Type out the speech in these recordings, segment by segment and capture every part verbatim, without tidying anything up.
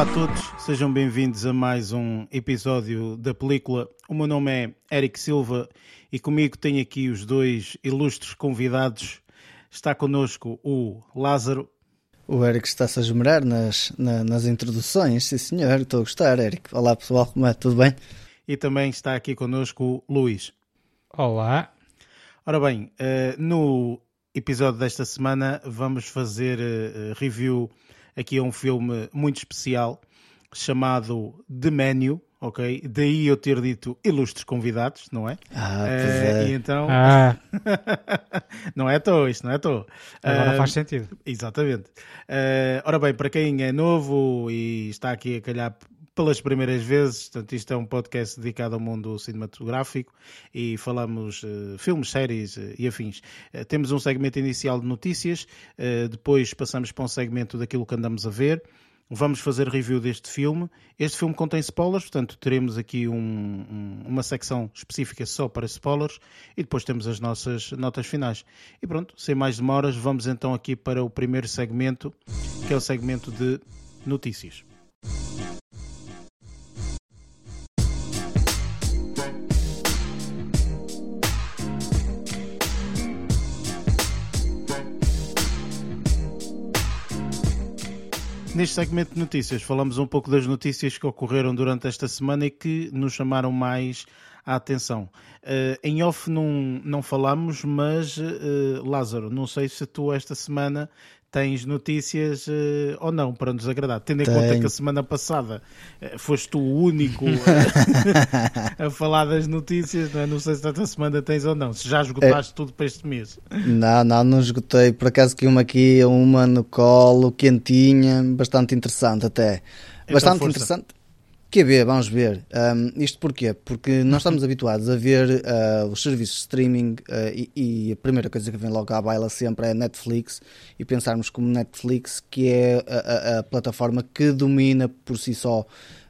Olá a todos, sejam bem-vindos a mais um episódio da película. O meu nome é Eric Silva e comigo tenho aqui os dois ilustres convidados. Está connosco o Lázaro. O Eric está-se a esmerar nas, na, nas introduções, sim senhor, estou a gostar, Eric. Olá pessoal, como é? Tudo bem? E também está aqui connosco o Luís. Olá. Ora bem, no episódio desta semana vamos fazer review aqui a um filme muito especial chamado The Menu, ok? Daí eu ter dito ilustres convidados, não é? Ah, pois é. Uh, e então... Ah. não é à toa, isto não é à toa. Agora uh, faz sentido. Exatamente. Uh, ora bem, para quem é novo e está aqui a calhar pelas primeiras vezes, portanto, isto é um podcast dedicado ao mundo cinematográfico e falamos uh, filmes, séries uh, e afins. Uh, temos um segmento inicial de notícias, uh, depois passamos para um segmento daquilo que andamos a ver. Vamos fazer review deste filme. Este filme contém spoilers, portanto teremos aqui um, um, uma secção específica só para spoilers e depois temos as nossas notas finais. E pronto, sem mais demoras, vamos então aqui para o primeiro segmento, que é o segmento de notícias. Neste segmento de notícias, falamos um pouco das notícias que ocorreram durante esta semana e que nos chamaram mais a atenção. Uh, em off não, não falamos, mas uh, Lázaro, não sei se tu esta semana tens notícias uh, ou não para nos agradar, tendo em Tenho. conta que a semana passada uh, foste tu o único uh, a falar das notícias, não, é? Não sei se esta semana tens ou não, se já esgotaste é. tudo para este mês. Não, não, não esgotei, por acaso que uma aqui, uma no colo, quentinha, bastante interessante até, então, bastante força. interessante. Quer ver, vamos ver. Um, isto porquê? Porque nós estamos habituados a ver uh, os serviços de streaming uh, e, e a primeira coisa que vem logo à baila sempre é Netflix e pensarmos como Netflix, que é a, a, a plataforma que domina por si só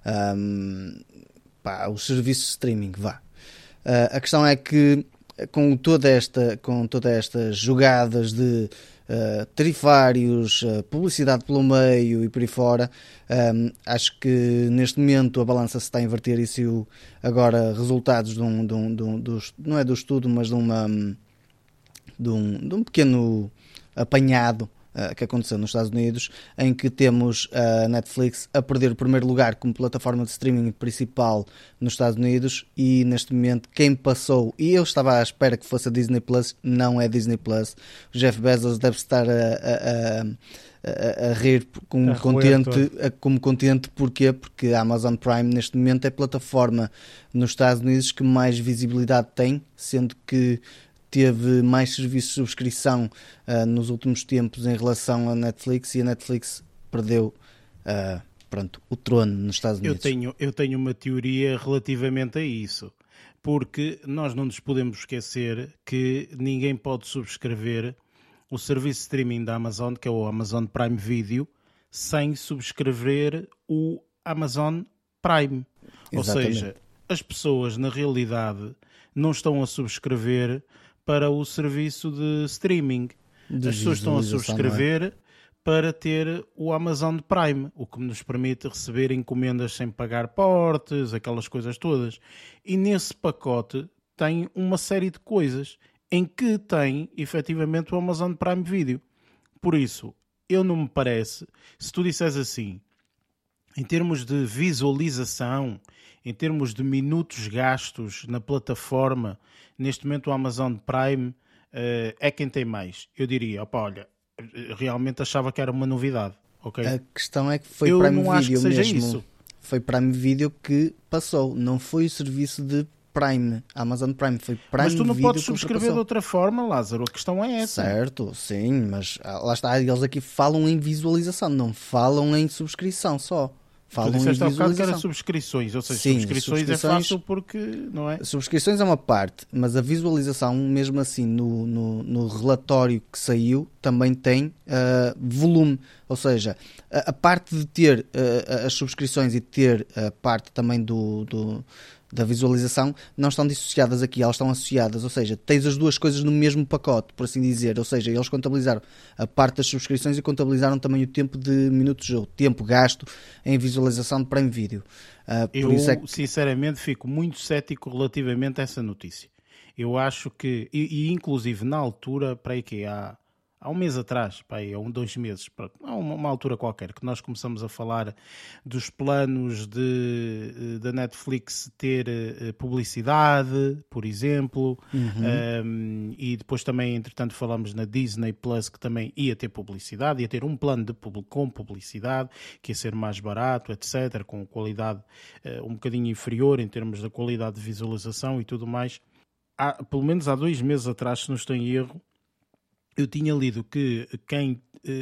um, pá, os serviços de streaming. Vá. Uh, a questão é que com toda esta, com todas estas jogadas de Uh, tarifários, uh, publicidade pelo meio e por aí fora, um, acho que neste momento a balança se está a inverter e saiu agora resultados de um, de um, de um, de um, não é do estudo, mas de, uma, de, um, de um pequeno apanhado uh, que aconteceu nos Estados Unidos, em que temos a Netflix a perder o primeiro lugar como plataforma de streaming principal nos Estados Unidos e neste momento quem passou, e eu estava à espera que fosse a Disney Plus, não é Disney Plus. O Jeff Bezos deve estar a, a, a, a rir como, a contente, a, como contente, porquê? Porque a Amazon Prime neste momento é a plataforma nos Estados Unidos que mais visibilidade tem, sendo que teve mais serviços de subscrição uh, nos últimos tempos em relação à Netflix e a Netflix perdeu uh, pronto, o trono nos Estados Unidos. Eu tenho, eu tenho uma teoria relativamente a isso, porque nós não nos podemos esquecer que ninguém pode subscrever o serviço de streaming da Amazon, que é o Amazon Prime Video, sem subscrever o Amazon Prime. Exatamente. Ou seja, as pessoas na realidade não estão a subscrever para o serviço de streaming. De As pessoas estão a subscrever é? para ter o Amazon Prime, o que nos permite receber encomendas sem pagar portes, aquelas coisas todas. E nesse pacote tem uma série de coisas em que tem, efetivamente, o Amazon Prime Video. Por isso, eu não me parece, se tu disseres assim, em termos de visualização, em termos de minutos gastos na plataforma, neste momento o Amazon Prime uh, é quem tem mais. Eu diria, opa, olha, realmente achava que era uma novidade. Okay? A questão é que foi Eu Prime não Video acho que seja mesmo. Isso. Foi Prime Video que passou, não foi o serviço de Prime, Amazon Prime, foi Prime Mas tu não Video podes subscrever de outra forma, Lázaro, a questão é essa. Certo, sim, mas lá está, eles aqui falam em visualização, não falam em subscrição só. Falam tu disseste em há bocado que era visualização. subscrições, ou seja, Sim, subscrições, subscrições é fácil porque, não é? Subscrições é uma parte, mas a visualização, mesmo assim, no, no, no relatório que saiu, também tem uh, volume. Ou seja, a, a parte de ter uh, as subscrições e ter a parte também do, do, da visualização não estão dissociadas aqui, elas estão associadas, ou seja, tens as duas coisas no mesmo pacote, por assim dizer, ou seja, eles contabilizaram a parte das subscrições e contabilizaram também o tempo de minutos ou tempo gasto em visualização de Prime Video. Uh, por Eu, isso é que... sinceramente, fico muito cético relativamente a essa notícia. Eu acho que, e, e inclusive na altura, para aí que há, há um mês atrás, para aí, há um, dois meses, para, há uma, uma altura qualquer, que nós começamos a falar dos planos de, da Netflix ter uh, publicidade, por exemplo, Uhum. um, e depois também, entretanto, falamos na Disney Plus, que também ia ter publicidade, ia ter um plano de, com publicidade, que ia ser mais barato, etcétera, com qualidade uh, um bocadinho inferior em termos da qualidade de visualização e tudo mais. Há, pelo menos há dois meses atrás, se não estou em erro, eu tinha lido que quem,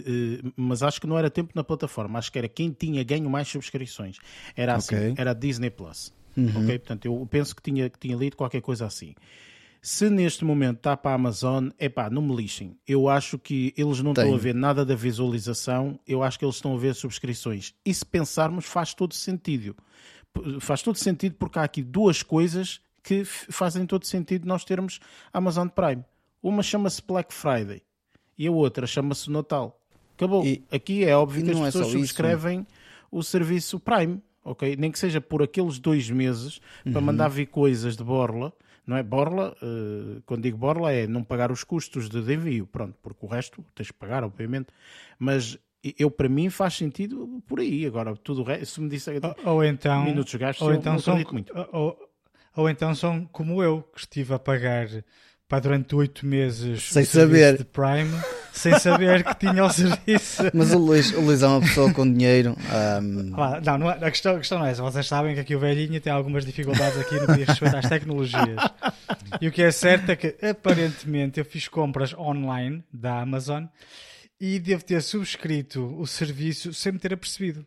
mas acho que não era tempo na plataforma, acho que era quem tinha ganho mais subscrições. Era assim, Ok. era a Disney Plus. Uhum. Ok? Portanto, eu penso que tinha, que tinha lido qualquer coisa assim. Se neste momento está para a Amazon, epá, não me lixem. Eu acho que eles não Tem. estão a ver nada da visualização, eu acho que eles estão a ver subscrições. E se pensarmos, faz todo sentido. Faz todo sentido porque há aqui duas coisas que fazem todo sentido nós termos Amazon Prime. Uma chama-se Black Friday e a outra chama-se Natal. Acabou. E, Aqui é óbvio que as é pessoas subscrevem isso. O serviço Prime, ok? Nem que seja por aqueles dois meses uhum. para mandar vir coisas de borla, não é? Borla, uh, quando digo borla é não pagar os custos de envio, pronto, porque o resto tens de pagar, obviamente, mas eu, para mim, faz sentido por aí. Agora, tudo o resto, se me disser ou, ou então, minutos gastos, ou eu então não são, acredito muito. Ou, ou então são como eu, que estive a pagar para durante oito meses sem o saber de Prime, sem saber que tinha o serviço. Mas o Luís, o Luís é uma pessoa com dinheiro. Um... Ah, não, não é, a, questão, a questão não é essa. Vocês sabem que aqui o velhinho tem algumas dificuldades aqui no que diz respeito às tecnologias. E o que é certo é que, aparentemente, eu fiz compras online da Amazon e devo ter subscrito o serviço sem me ter apercebido.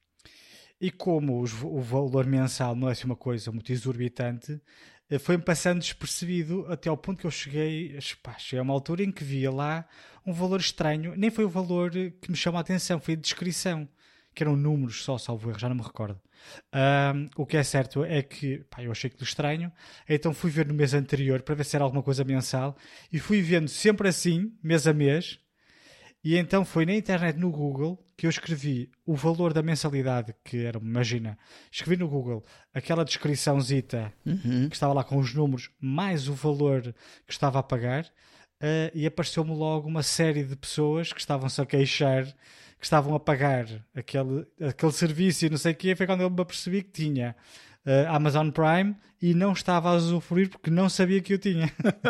E como os, o valor mensal não é assim uma coisa muito exorbitante, foi-me passando despercebido até ao ponto que eu cheguei, pá, cheguei a uma altura em que via lá um valor estranho. Nem foi o valor que me chamou a atenção, foi a descrição, que eram números só, salvo erro, já não me recordo. Um, o que é certo é que pá, eu achei aquilo estranho, então fui ver no mês anterior para ver se era alguma coisa mensal e fui vendo sempre assim, mês a mês. E então foi na internet, no Google, que eu escrevi o valor da mensalidade, que era, imagina, escrevi no Google aquela descriçãozita uhum. que estava lá com os números, mais o valor que estava a pagar, uh, e apareceu-me logo uma série de pessoas que estavam-se a queixar, que estavam a pagar aquele, aquele serviço e não sei o quê. Foi quando eu me apercebi que tinha uh, Amazon Prime e não estava a usufruir porque não sabia que eu tinha.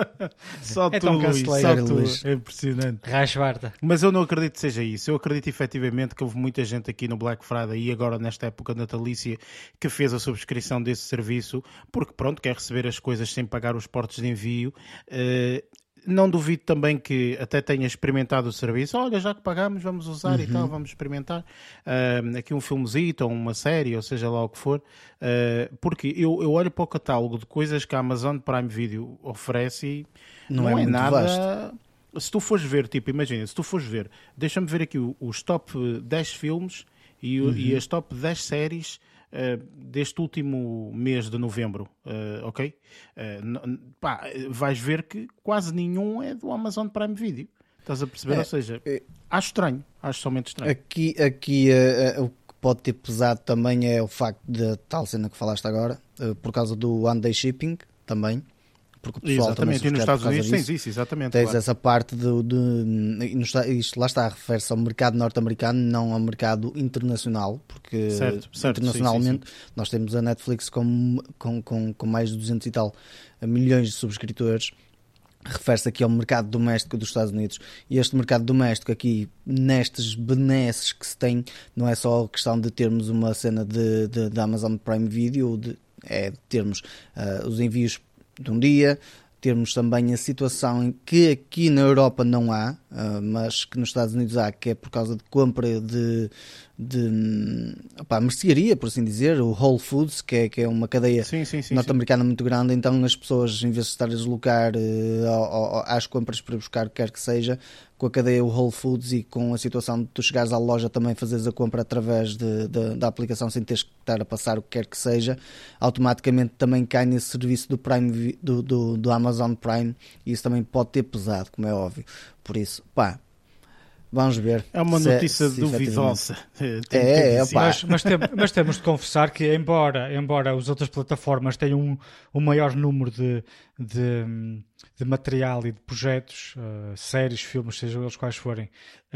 Só tu, então, Luís, cancelei. só Luís. tu. É impressionante. Rasbarta. Mas eu não acredito que seja isso. Eu acredito efetivamente que houve muita gente aqui no Black Friday e agora nesta época natalícia que fez a subscrição desse serviço porque, pronto, quer receber as coisas sem pagar os portos de envio. Uh, Não duvido também que até tenha experimentado o serviço. Olha, já que pagamos, vamos usar uhum. e tal, vamos experimentar. Uh, aqui um filmezito ou uma série, ou seja lá o que for. Uh, porque eu, eu olho para o catálogo de coisas que a Amazon Prime Video oferece e não, não é, é nada... Vasto. Se tu fores ver, tipo, imagina, se tu fores ver, deixa-me ver aqui os top dez filmes e, uhum. e as top dez séries Uh, deste último mês de novembro, uh, ok? Uh, pá, vais ver que quase nenhum é do Amazon Prime Video. Estás a perceber? É, Ou seja, é, acho estranho, acho somente estranho. Aqui, aqui uh, uh, o que pode ter pesado também é o facto da tal cena que falaste agora, uh, por causa do one day shipping também. Porque o pessoal exatamente, também e nos Estados Unidos tens isso, exatamente. Tens claro. essa parte do, de, isto lá está, refere-se ao mercado norte-americano, não ao mercado internacional, porque certo, certo, internacionalmente sim, sim, sim. nós temos a Netflix com, com, com, com mais de duzentos e tal milhões de subscritores. Refere-se aqui ao mercado doméstico dos Estados Unidos, e este mercado doméstico aqui, nestes benesses que se tem, não é só a questão de termos uma cena de, de, de Amazon Prime Video, de, é de termos uh, os envios de um dia, termos também a situação em que aqui na Europa não há, uh, mas que nos Estados Unidos há, que é por causa de compra de, de opá, mercearia, por assim dizer, o Whole Foods, que é, que é uma cadeia Sim, sim, sim, norte-americana muito grande, então as pessoas, em vez de estar a deslocar uh, ao, ao, às compras para buscar o que quer que seja, com a cadeia o Whole Foods e com a situação de tu chegares à loja também fazeres a compra através de, de, da aplicação sem teres que estar a passar o que quer que seja, automaticamente também cai nesse serviço do, Prime, do, do, do Amazon Prime, e isso também pode ter pesado, como é óbvio. Por isso, pá, vamos ver. É uma se, notícia se duvidosa. É, é, pá. Mas, mas, tem, mas temos de confessar que, embora, embora as outras plataformas tenham um, um maior número de, de, de material e de projetos, uh, séries, filmes, sejam eles quais forem,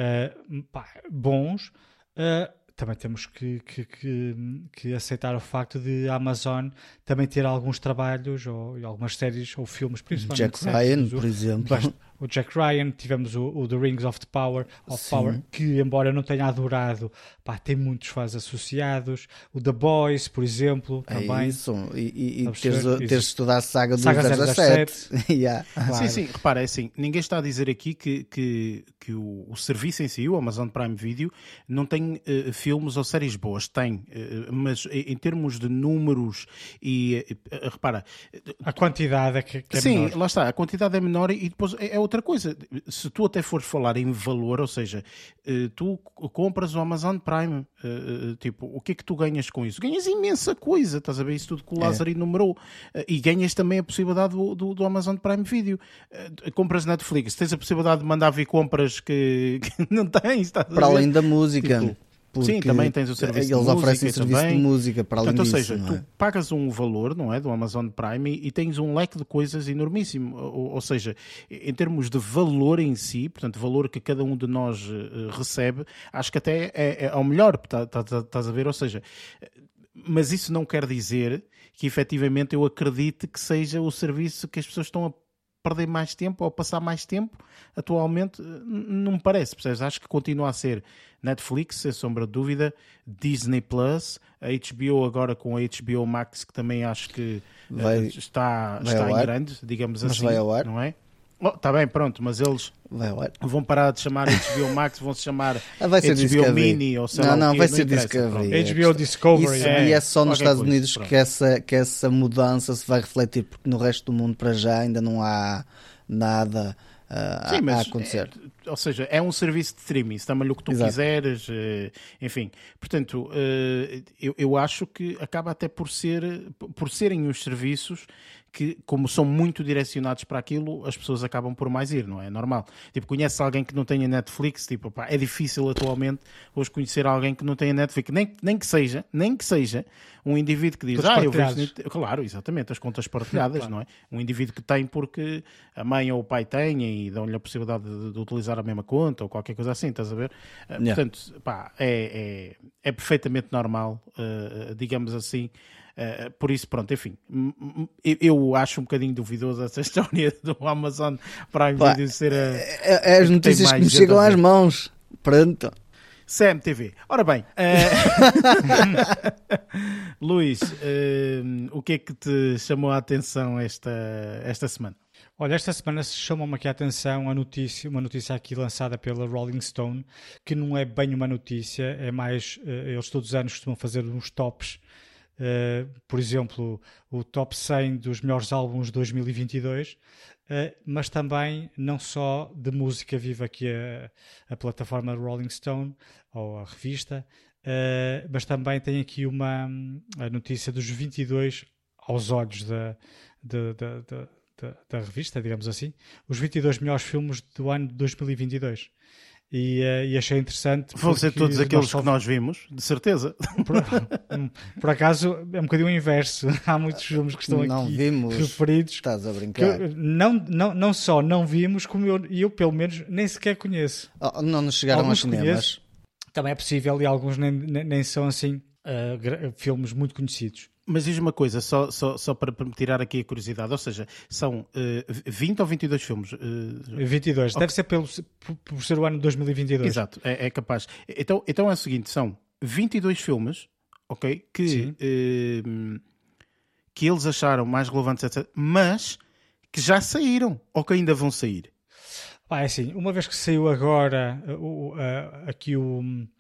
uh, pá, bons, uh, também temos que, que, que, que aceitar o facto de a Amazon também ter alguns trabalhos, ou algumas séries ou filmes, principalmente Jack Ryan, séries, por exemplo. Basta, o Jack Ryan, tivemos o, o The Rings of the Power, of Power, que embora eu não tenha adorado, pá, tem muitos fãs associados. O The Boys, por exemplo, é também. Isso, e, e, e teres, Isso. teres estudado a saga do Saga zero zero sete. yeah. Claro. Sim, sim, repara, é assim, ninguém está a dizer aqui que, que, que o, o serviço em si, o Amazon Prime Video, não tem uh, filmes ou séries boas, tem, uh, mas em termos de números e, uh, repara... A quantidade é que, que é sim, menor. lá está, a quantidade é menor e depois é, é outra coisa. Se tu até fores falar em valor, ou seja, uh, tu compras o Amazon Prime, uh, uh, tipo, o que é que tu ganhas com isso? Ganhas imensa coisa, estás a ver isso tudo que o Lázaro É. enumerou, uh, e ganhas também a possibilidade do, do, do Amazon Prime Video. Uh, compras Netflix, tens a possibilidade de mandar vir compras que, que não tens, estás a ver? Para além da música. Tipo, porque sim, também tens o serviço eles de oferecem música serviço também. de música para além Portanto, ou disso. seja, não é? tu pagas um valor, não é, do Amazon Prime e, e tens um leque de coisas enormíssimo. Ou, ou seja, em termos de valor em si, portanto, valor que cada um de nós uh, recebe, acho que até é, é ao melhor, tá, tá, tá, estás a ver? Ou seja, mas isso não quer dizer que efetivamente eu acredite que seja o serviço que as pessoas estão a perder mais tempo ou passar mais tempo. Atualmente não me parece, percebes? Acho que continua a ser Netflix, sem sombra de dúvida, Disney Plus, a H B O agora com a H B O Max, que também acho que Vai- uh, está, vai está ao em ar. grande, digamos Mas assim, vai ao ar. não é? Está bem, pronto, mas eles Vai ao ar. vão parar de chamar H B O Max, vão se chamar Ah, vai ser H B O Discovery. Mini ou sei lá Não, o não, quê, vai ser interessa, Discovery. pronto. É H B O Discovery. Isso, É, e é só nos qualquer Estados coisa, Unidos pronto. que essa, que essa mudança se vai refletir, porque no resto do mundo para já ainda não há nada uh, Sim, a, mas a acontecer. é- ou seja, é um serviço de streaming, chama-lhe o que tu Exato. quiseres, eh, enfim. Portanto, eh, eu, eu acho que acaba até por ser, por serem os serviços que, como são muito direcionados para aquilo, as pessoas acabam por mais ir, não é? É normal. Tipo, conheces alguém que não tenha Netflix, tipo, pá, é difícil atualmente hoje conhecer alguém que não tenha Netflix, nem, nem que seja, nem que seja um indivíduo que diz, Todos ah, eu vejo... partilhados. Net- Claro, exatamente, as contas partilhadas, Claro. não é? Um indivíduo que tem porque a mãe ou o pai têm e dão-lhe a possibilidade de, de utilizar a mesma conta ou qualquer coisa assim, estás a ver? Uh, Yeah. Portanto, pá, é, é, é perfeitamente normal, uh, digamos assim. Uh, por isso, pronto, enfim, m- m- eu, eu acho um bocadinho duvidoso essa história do Amazon Prime Pá, Video ser a, É, é as que notícias tem que mais me gente chegam a ver. às mãos. Pronto. C M T V. Ora bem, uh, Luís, uh, o que é que te chamou a atenção esta, esta semana? Olha, esta semana chamou-me aqui a atenção a notícia, uma notícia aqui lançada pela Rolling Stone, que não é bem uma notícia, é mais, eh, eles todos os anos costumam fazer uns tops, eh, por exemplo, o top cem dos melhores álbuns de dois mil e vinte e dois, eh, mas também não só de música vive aqui a, a plataforma Rolling Stone, ou a revista, eh, mas também tem aqui uma a notícia dos vinte e dois aos olhos da, da, da, da Da, da revista, digamos assim, os vinte e dois melhores filmes do ano de dois mil e vinte e dois. E, uh, e achei interessante. Vão ser porque todos aqueles só- que nós vimos, de certeza. Por, hum, por acaso é um bocadinho o inverso. Há muitos filmes que estão Não aqui vimos. referidos Estás a que brincar. eu não, não, não só não vimos, como eu, e eu pelo menos nem sequer conheço. Oh, não nos chegaram Alguns aos cinemas. conheço. Também é possível e alguns nem, nem, nem são assim uh, gra- filmes muito conhecidos. Mas diz uma coisa, só, só, só para para me tirar aqui a curiosidade, ou seja, são uh, vinte ou vinte e dois filmes? Uh, vinte e dois. Deve ser pelo, por, por ser o ano de dois mil e vinte e dois. Exato, é, é capaz. Então, então é o seguinte, são vinte e dois filmes, ok, que, Sim. uh, que eles acharam mais relevantes, etcétera, mas que já saíram, ou que ainda vão sair. Pá, é assim, uma vez que saiu agora uh, o- uh, aqui o,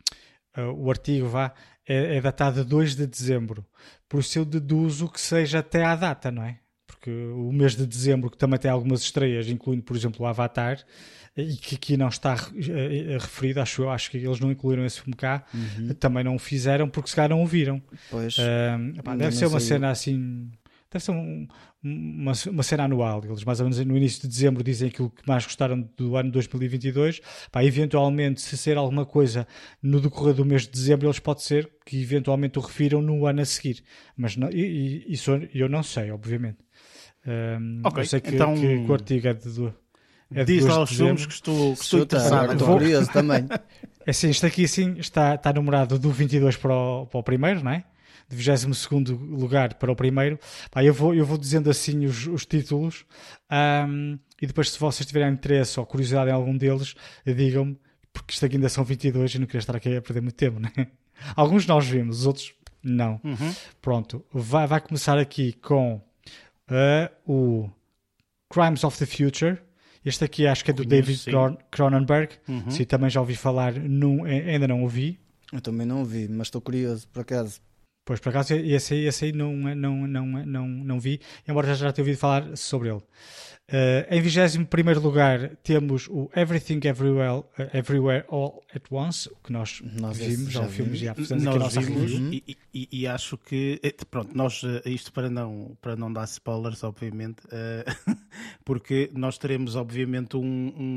uh, o artigo vá, é, é datado de dois de dezembro. Por isso eu deduzo que seja até à data, não é? Porque o mês de dezembro, que também tem algumas estreias, incluindo, por exemplo, o Avatar, e que aqui não está referido, acho eu, acho que eles não incluíram esse filme cá, uhum. também não o fizeram porque se calhar não o viram. Pois, uh, pá, deve ser uma cena eu. assim, deve ser um, uma, uma cena anual. Eles mais ou menos no início de dezembro dizem aquilo que mais gostaram do ano dois mil e vinte e dois. Pá, eventualmente, se ser alguma coisa no decorrer do mês de dezembro, eles pode ser que eventualmente o refiram no ano a seguir. Mas não, isso eu não sei, obviamente. Um, okay, eu sei que, então... que, que o artigo é de... É de diz lá os filmes que estou, que estou interessado. Estou curioso também. É assim, isto aqui assim, está, está numerado do vinte e dois para o, para o primeiro, não é? De vigésimo segundo lugar para o primeiro. Pá, eu, vou, eu vou dizendo assim os, os títulos um, e depois, se vocês tiverem interesse ou curiosidade em algum deles, digam-me, porque isto aqui ainda são vinte e dois e não queria estar aqui a perder muito tempo, não é? Alguns nós vimos, os outros não. Uhum. Pronto, vai, vai começar aqui com uh, o Crimes of the Future. Este aqui acho que é do Conheço, David sim. Cronenberg. Uhum. Sim, também já ouvi falar, não, ainda não ouvi. Eu também não ouvi, mas estou curioso, por acaso. Pois, por acaso, esse aí, esse aí não, não, não, não, não vi, embora já já tenha ouvido falar sobre ele. Uh, em vigésimo primeiro lugar temos o Everything Everywhere, uh, Everywhere All at Once, o que nós, nós vimos, já o filme já fizemos aqui a nossa vimos review. E, e, e acho que, pronto, nós, isto para não, para não dar spoilers, obviamente, uh, porque nós teremos, obviamente, um,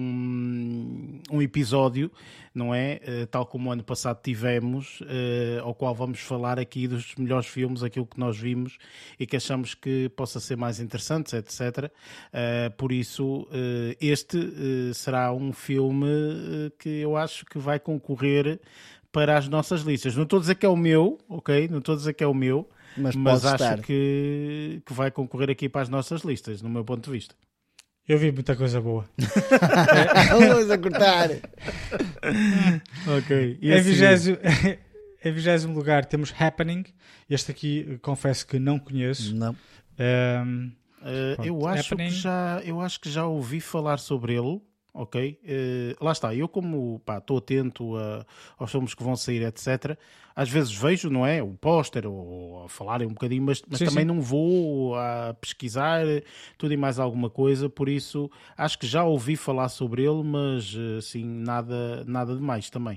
um, um episódio, não é? Uh, tal como o ano passado tivemos, uh, ao qual vamos falar aqui dos melhores filmes, aquilo que nós vimos e que achamos que possa ser mais interessante, etcétera. Uh, por isso, uh, este uh, será um filme uh, que eu acho que vai concorrer para as nossas listas. Não estou a dizer que é o meu, ok? Não estou a dizer que é o meu, mas, mas acho estar. que, que vai concorrer aqui para as nossas listas, no meu ponto de vista. Eu vi muita coisa boa. Vamos a cortar. Ok. Em vigésimo, em vigésimo lugar temos Happening. Este aqui confesso que não conheço. Não. Um, uh, eu, acho que já, eu acho que já ouvi falar sobre ele. Ok? Uh, lá está. Eu como estou atento a, aos filmes que vão sair, etcétera. Às vezes vejo, não é? O póster ou a falarem um bocadinho, mas, mas sim, também sim. não vou a pesquisar tudo e mais alguma coisa, por isso acho que já ouvi falar sobre ele, mas assim, nada, nada demais também.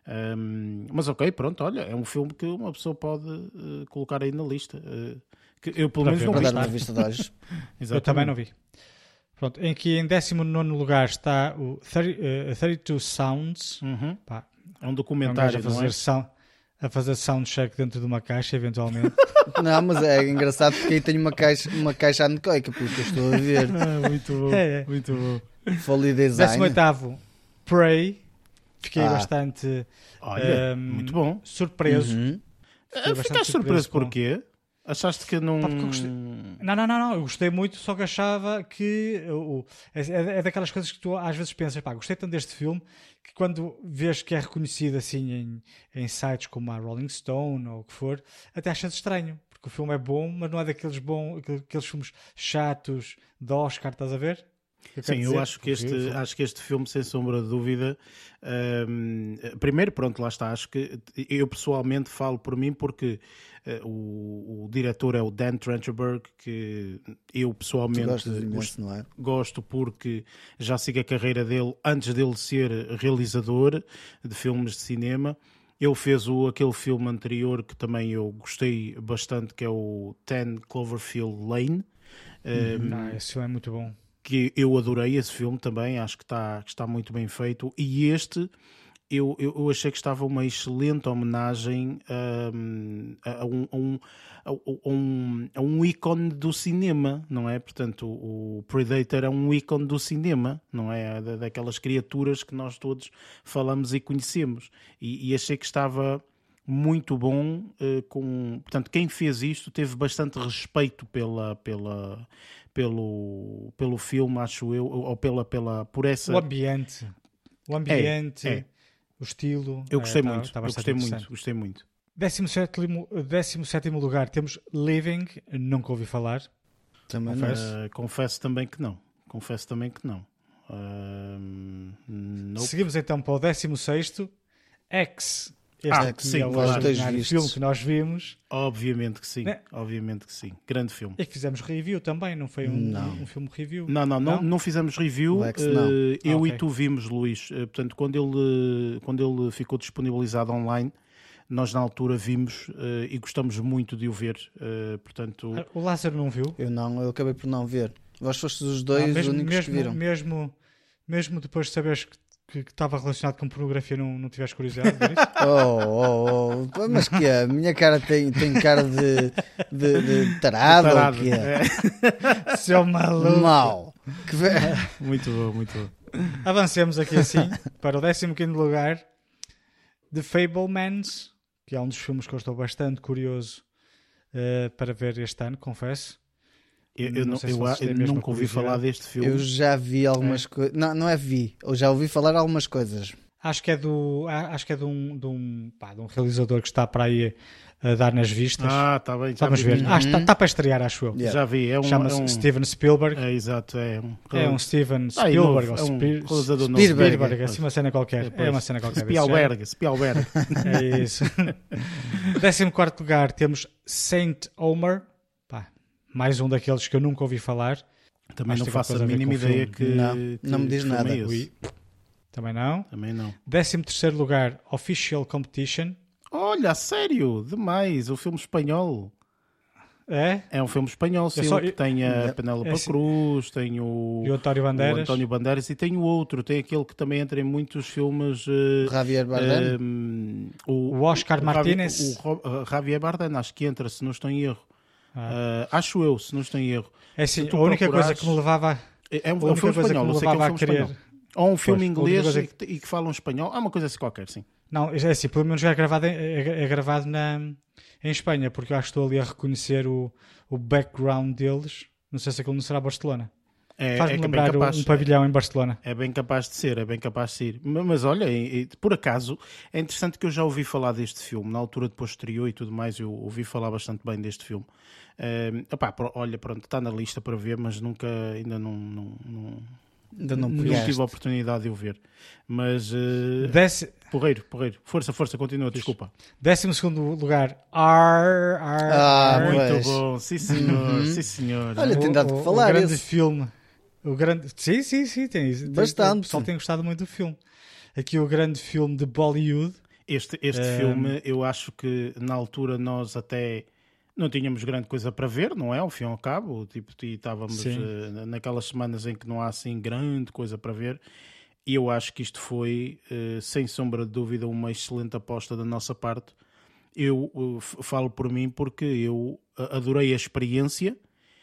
Um, mas ok, pronto, olha, é um filme que uma pessoa pode uh, colocar aí na lista. Uh, que eu pelo menos não vi. Dar uma vista de olhos. Eu também não vi. Pronto, em que em décimo nono lugar está o thirty, uh, thirty two Sounds. Uhum. Pá, é um documentário, é um a fazer não é? Sound, a fazer soundcheck dentro de uma caixa, eventualmente. Não, mas é engraçado porque aí tenho uma caixa, uma caixa anecoica, porque eu estou a ver. Ah, muito bom, é. muito bom. Foley Design. décimo oitavo Prey. Fiquei ah. bastante Olha, um, muito bom. surpreso. Uhum. Ah, ficaste surpreso com... porquê? Achaste que não... Pá, gostei... Não, não, não, não, eu gostei muito, só que achava que uh, é, é daquelas coisas que tu às vezes pensas, pá, gostei tanto deste filme, que quando vês que é reconhecido assim em, em sites como a Rolling Stone ou o que for, até achas estranho, porque o filme é bom, mas não é daqueles bons, aqueles filmes chatos de Oscar, estás a ver? Eu Sim, dizer, eu acho que, este, eu... acho que este filme, sem sombra de dúvida, um, primeiro, pronto, lá está, acho que eu pessoalmente falo por mim porque uh, o, o diretor é o Dan Trachtenberg, que eu pessoalmente imenso, não é? gosto porque já sigo a carreira dele antes dele ser realizador de filmes de cinema. Ele fez o, aquele filme anterior que também eu gostei bastante, que é o ten Cloverfield Lane. Um, não, esse filme é muito bom. Que eu adorei esse filme também, acho que está, que está muito bem feito. E este, eu, eu, eu achei que estava uma excelente homenagem um, a, um, a, um, a, um, a um ícone do cinema, não é? Portanto, o Predator é um ícone do cinema, não é? Da, daquelas criaturas que nós todos falamos e conhecemos. E, e achei que estava muito bom. Uh, com, portanto, quem fez isto teve bastante respeito pela... pela Pelo, pelo filme, acho eu, ou pela, pela, por essa... O ambiente, o ambiente, é, é. o estilo... Eu gostei é, muito, tá, tá eu gostei muito, gostei muito. décimo sétimo, décimo sétimo lugar temos Living, nunca ouvi falar. Também confesso. Uh, confesso também que não, confesso também que não. Uh, nope. Seguimos então para o décimo sexto, X. este Ah, aqui sim, é o claro. extraordinário Vistos. filme que nós vimos. Obviamente que sim, Né? obviamente que sim. Grande filme. E que fizemos review também, não foi um, Não. um filme review? Não, não, não, não fizemos review. O X não. eh, eu Ah, ok. e tu vimos, Luís. Eh, portanto, quando ele, quando ele ficou disponibilizado online, nós na altura vimos eh, e gostamos muito de o ver. Eh, portanto, Ah, o Lázaro não viu? Eu não, eu acabei por não ver. Vós fostes os Ah, dois os mesmo, únicos mesmo, que viram. mesmo, mesmo depois de saberes que, que, que estava relacionado com pornografia, não, não tiveste curiosidade de ver isso? Oh, oh, oh. Mas que é? A minha cara tem, tem cara de, de, de tarado, tarado. ou que é? É, Seu maluco! Mau. Que ve- muito bom, muito bom. Avancemos aqui assim para o décimo quinto lugar, The Fablemans, que é um dos filmes que eu estou bastante curioso eh, para ver este ano, confesso. Eu, eu, Não não- sei se eu- vocês têm eu a mesma nunca ouvi curiosidade. falar deste filme. Eu já vi algumas coisas. Não, não é vi. Eu já ouvi falar algumas coisas. Acho que é do a- acho que é de um, de um, pá, de um realizador que está para aí a dar nas vistas. Ah, está bem. Já Vamos vi. ver. Ah, está, está para estrear, acho eu. Yeah. Já vi. É um, Chama-se é um- Steven Spielberg. É, exato, é um, É um Steven Ah, e Spielberg novo, ou é um Spiel- realizador novo. Spielberg. Spielberg, assim uma cena qualquer. Depois, É uma cena qualquer. desse género. Spielberg, Spielberg. É isso. décimo quarto lugar temos Saint Omer. Pá, mais um daqueles que eu nunca ouvi falar. Também Acho não que tem faço a alguma coisa a ver mínima com o ideia filme. que. Não, que não me diz filme nada. é esse. Ui. Também não. Também não. décimo terceiro lugar, Official Competition. Olha, a sério, demais. O filme espanhol. É? É um filme espanhol, sim, só- que tem a Yeah. Penélope É assim. Cruz, tem o, E o António o Bandeiras. António Bandeiras e tem o outro, tem aquele que também entra em muitos filmes. eh, Javier Bardem. ehm, O Oscar Javi- Martínez. O, Ro- uh, Javier Bardem, acho que entra, se não estou em erro. Ah. Uh, acho eu, se não estou em erro. É assim, se tu a única procurares- coisa que me levava, É, é um, a é um única filme coisa que espanhol, me eu sei que é um levava a filme querer. espanhol. Ou um filme Pois, a única inglês coisa e que, e que fala um espanhol. Há uma coisa assim qualquer, sim. Não, é assim, pelo menos é gravado, em- é, é gravado na, em Espanha, porque eu acho que estou ali a reconhecer o, o background deles. Não sei se aquilo não será Barcelona. É, Faz-me é que é bem lembrar capaz. um pavilhão em Barcelona. É bem capaz de ser, é bem capaz de ser. Ma- Mas olha, e- e, por acaso, é interessante que eu já ouvi falar deste filme, na altura de posterior e tudo mais, eu ouvi falar bastante bem deste filme. Ehm, opá, pro- olha, pronto, está na lista para ver, mas nunca, ainda não, não, não, Ainda não não pegaste. tive a oportunidade de o ver. Mas, eh, Déci- porreiro, porreiro, força, força, continua, desculpa. Décimo segundo lugar, R. R. Ah, R. pois. Muito bom, sim senhor, Uhum. sim senhor. Olha, tem dado o, que o- falar O grande esse. filme. O grande... Sim, sim, sim. Tem, tem- Bastante. O pessoal tem gostado muito do filme. Aqui o grande filme de Bollywood. Este, este Ehm. filme, eu acho que na altura nós até não tínhamos grande coisa para ver, não é? Ao fim e ao cabo, tipo, e estávamos Sim. eh, naquelas semanas em que não há assim grande coisa para ver. E eu acho que isto foi, eh, sem sombra de dúvida, uma excelente aposta da nossa parte. Eu eh, f- falo por mim porque eu a- adorei a experiência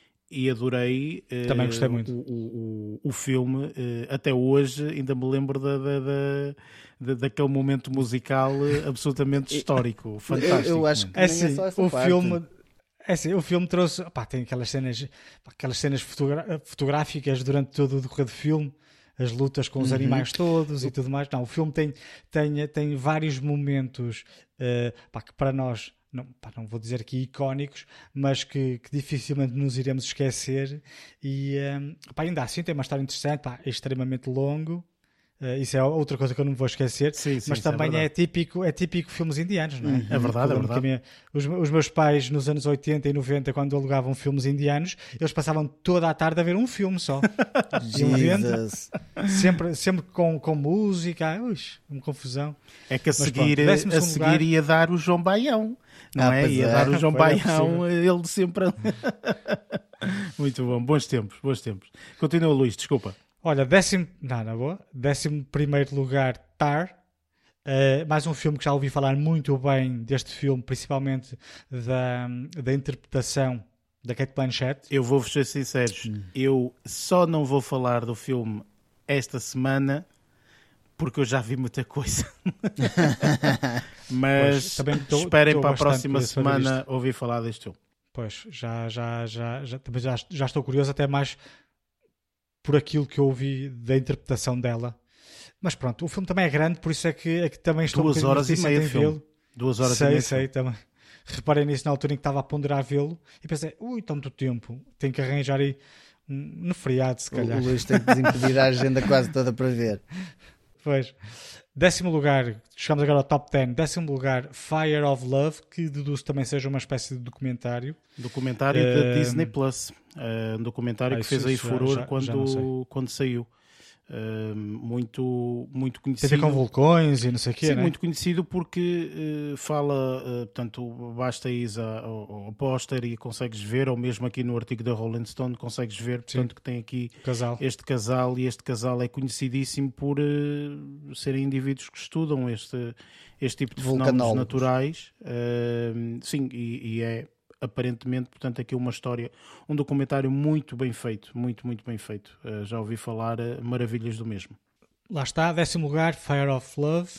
e adorei eh, Também gostei muito. O, o, o, o filme. eh, até hoje ainda me lembro da, da, da- da- daquele momento musical eh, absolutamente histórico, fantástico. eu acho mano. que- É Nem é assim, só essa o parte. filme. É assim, o filme trouxe. Pá, tem aquelas cenas, pá, aquelas cenas fotogra- fotográficas durante todo o decorrer do filme, as lutas com os Uhum. animais todos e tudo mais. Não, o filme tem, tem, tem vários momentos eh, pá, que para nós. Não, pá, não vou dizer aqui icónicos, mas que, que dificilmente nos iremos esquecer. E eh, pá, ainda assim tem uma história interessante, pá, é extremamente longo. Eh, isso é outra coisa que eu não me vou esquecer. Sim, sim, mas isso é também é, verdade. típico, é típico filmes indianos, não é? É verdade, é Eu lembro que a verdade. minha- os, os meus pais, nos anos oitenta e noventa, quando alugavam filmes indianos, eles passavam toda a tarde a ver um filme só. Iam vendo, Jesus. sempre, sempre com, com música. Ai, ui, uma confusão. É que a Mas seguir, pronto, décimo a segundo seguir lugar. ia dar o João Baião. Não Ah, é? pois Ia é. dar o João Foi, é Baião, possível. ele sempre. Muito bom, bons tempos, bons tempos. Continua, Luís, desculpa. Olha, décimo. Não, na boa. Décimo primeiro lugar, Tar. Uh, mais um filme que já ouvi falar muito bem deste filme, principalmente da, da interpretação da Cate Blanchett. Eu vou-vos ser sinceros, eu só não vou falar do filme esta semana porque eu já vi muita coisa. Mas Pois, também tô- esperem tô para a bastante próxima curioso para ver semana ouvir falar deste filme. Pois, já, já, já, já, também já, já estou curioso, até mais por aquilo que eu ouvi da interpretação dela. Mas pronto, o filme também é grande, por isso é que, é que também estou Duas um bocadinho horas e reticente meia de em filme. vê-lo. Duas horas e Sei, meia. de sei, filme. também. Reparei nisso na altura em que estava a ponderar vê-lo e pensei, ui, tanto tempo, tenho que arranjar aí um, no feriado, se O, calhar. o Luís tem que desimpedir a agenda quase toda para ver. Pois. Décimo lugar, chegamos agora ao top dez. Décimo lugar, Fire of Love, que deduzo também seja uma espécie de documentário. Documentário da Uh, Disney Plus. Uh, um documentário ah, que fez isso- aí isso já- furor já- quando, já não sei. quando saiu. Uh, muito, muito Tem a conhecido. ver com vulcões e não sei o quê, Sim, né? muito conhecido porque uh, fala, uh, portanto, basta ir ao, ao póster e consegues ver, ou mesmo aqui no artigo da Rolling Stone consegues ver, portanto, que tem aqui O casal. este casal, e este casal é conhecidíssimo por uh, serem indivíduos que estudam este, este tipo de fenómenos Vulcanólogos. naturais. Uh, sim, e, e é aparentemente, portanto, aqui uma história, um documentário muito bem feito, muito, muito bem feito. Uh, já ouvi falar uh, maravilhas do mesmo. Lá está, décimo lugar, Fire of Love.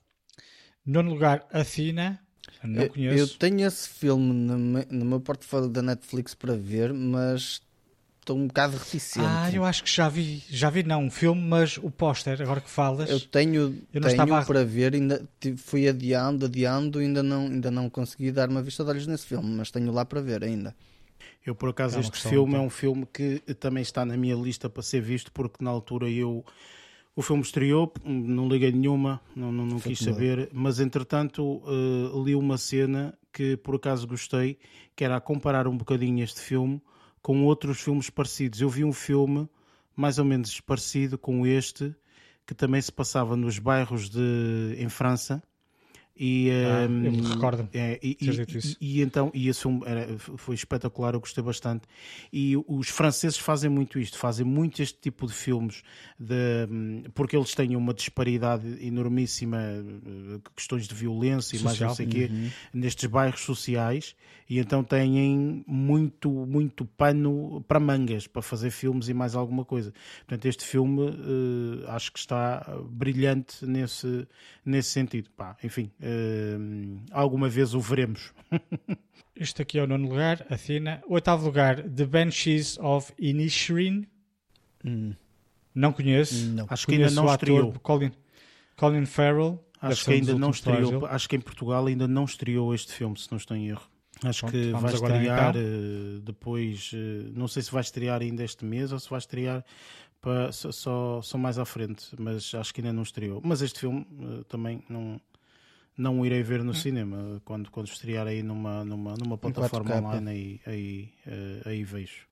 Nono lugar, Athena. Não Eu- conheço. Eu tenho esse filme no meu, no meu portfólio da Netflix para ver, mas estou um bocado reticente. Ah, eu acho que já vi, já vi não um filme, mas o póster, agora que falas, Eu tenho, Eu não tenho estava a- para ver, ainda tive- fui adiando, adiando, ainda não, ainda não consegui dar uma vista de olhos nesse filme, mas tenho lá para ver ainda. Eu, por acaso, É uma este questão, filme então. é um filme que também está na minha lista para ser visto, porque na altura eu o filme estreou, não liguei nenhuma, não, não, não Foi quis como saber, mas entretanto eh, li uma cena que por acaso gostei, que era a comparar um bocadinho este filme com outros filmes parecidos. Eu vi um filme mais ou menos parecido com este, que também se passava nos bairros de, em França. E, Ah, eu ehm, recordo-me é, e, teres e- dito isso. e- e então e esse filme era- foi espetacular, eu gostei bastante. E os franceses fazem muito isto, fazem muito este tipo de filmes, de, porque eles têm uma disparidade enormíssima, eh, questões de violência e mais não sei o quê, nestes bairros sociais, e então têm muito, muito pano para mangas para fazer filmes e mais alguma coisa. Portanto, este filme eh, acho que está brilhante nesse, nesse sentido. Pá, enfim, eh, alguma vez o veremos. Este aqui é o nono lugar, Athena. Oitavo lugar, The Banshees of Inisherin. Hum, Não conheço. não. Acho que ainda Conheço não o ator estreou. Colin, Colin Farrell. Deve Acho ser que um dos ainda não últimos trabalhos estreou. dele. Acho que em Portugal ainda não estreou este filme, se não estou em erro. Acho Pronto, que vamos vai agora estrear então. eh, depois. eh, Não sei se vai estrear ainda este mês ou se vai estrear para, só, só, só mais à frente, mas acho que ainda não estreou. Mas este filme eh, também não, não o irei ver Hum. no cinema. Quando, quando estrear aí numa, numa, numa plataforma quatro K. online, aí, aí, eh, aí vejo.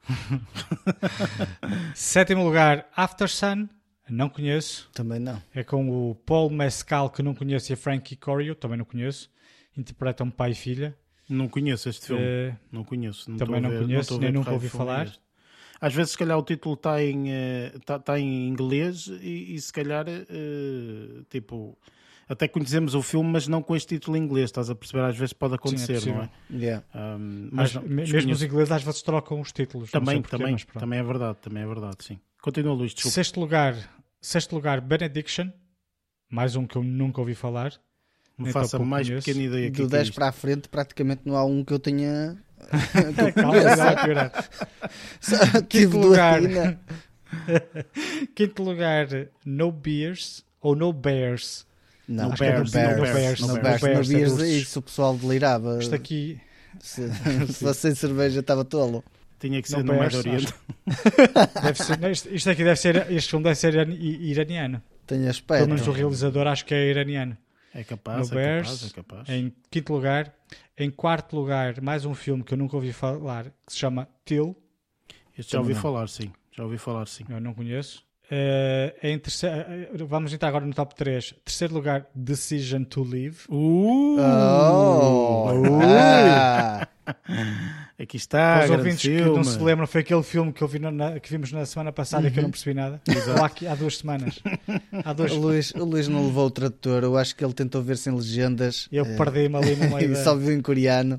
Sétimo lugar, After Sun. Não conheço. Também não. É com o Paul Mescal, que não conheço, e a Frankie Corio, também não conheço. Interpretam pai e filha. Não conheço este filme. Eh, Não conheço. Não Também estou a não ver- conheço, estou a nem ver que nunca raio de ouvi filme é falar. este. Às vezes, se calhar, o título está em, eh, tá, tá em inglês e, e se calhar, eh, tipo, até conhecemos o filme, mas não com este título em inglês. Estás a perceber? Às vezes pode acontecer, possível. não é? Yeah. Um, mas Às- não, me- mesmo desconheço. os ingleses às vezes trocam os títulos. não sei também, porquê, também, mas pronto. também é verdade, também é verdade, sim. Continua, Luís, desculpa. Sexto lugar, sexto lugar, Benediction. Mais um que eu nunca ouvi falar. Não nem faça a tampouco mais conheço. pequena ideia que Do é dez isto. para a frente, praticamente não há um que eu tenha. Calma, ainda vai piorar. Só Quinto tive do lugar. Athena. Quinto lugar, No Beers ou No Bears. Não, No acho que é Bears, do Bears. no Bears, No no Bears. Bears, No é Bears, dos- isso o pessoal delirava. Isto aqui, Se, se fosse sem cerveja, estava tolo. Tinha que No ser no Bears, Médio Oriente. deve ser, não, isto, isto aqui deve ser, este filme deve ser irani- iraniano. Tenho Pelo aspecto. menos o realizador acho que é iraniano. É capaz, No é Bears, capaz, é capaz. Em quinto lugar. Em quarto lugar, mais um filme que eu nunca ouvi falar, que se chama Till. Este já ouvi Também não. falar, sim. Já ouvi falar, sim. Eu não conheço. Eh, em terceiro, eh, vamos entrar agora no top três. Terceiro lugar, Decision to Live. Uh! Oh! Ui! Ah! Aqui está, Para os grande ouvintes que filme. não se lembram, foi aquele filme que, eu vi na- na- que vimos na semana passada e que eu não percebi nada. Ou há, aqui- há duas semanas. Há duas, O Luís, o Luís não levou o tradutor. Eu acho que ele tentou ver sem legendas. eu eh, perdi-me ali no meio E da... só viu em coreano.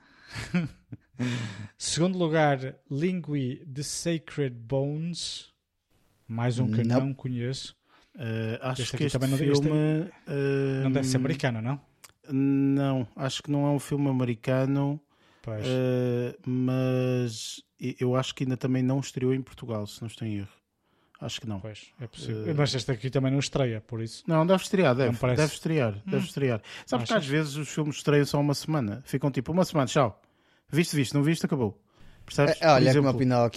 Segundo lugar, Lingui The Sacred Bones. Mais um que eu Não. não conheço. Uh, acho Este que aqui este também não- filme... este Não deve ser uh, americano, não? Não, acho que não é um filme americano, Pois. uh, mas eu acho que ainda também não estreou em Portugal, se não estou em erro. Acho que não. Pois, é possível. Eh, Mas este aqui também não estreia, por isso. Não, deve estrear, deve, Não parece. deve estrear, Hum. deve estrear. Sabes que Achas? às vezes os filmes estreiam só uma semana, ficam tipo uma semana, tchau. Viste, viste, não viste, acabou. Percebes? Eh, Olha Por como exemplo, o Pinóquio.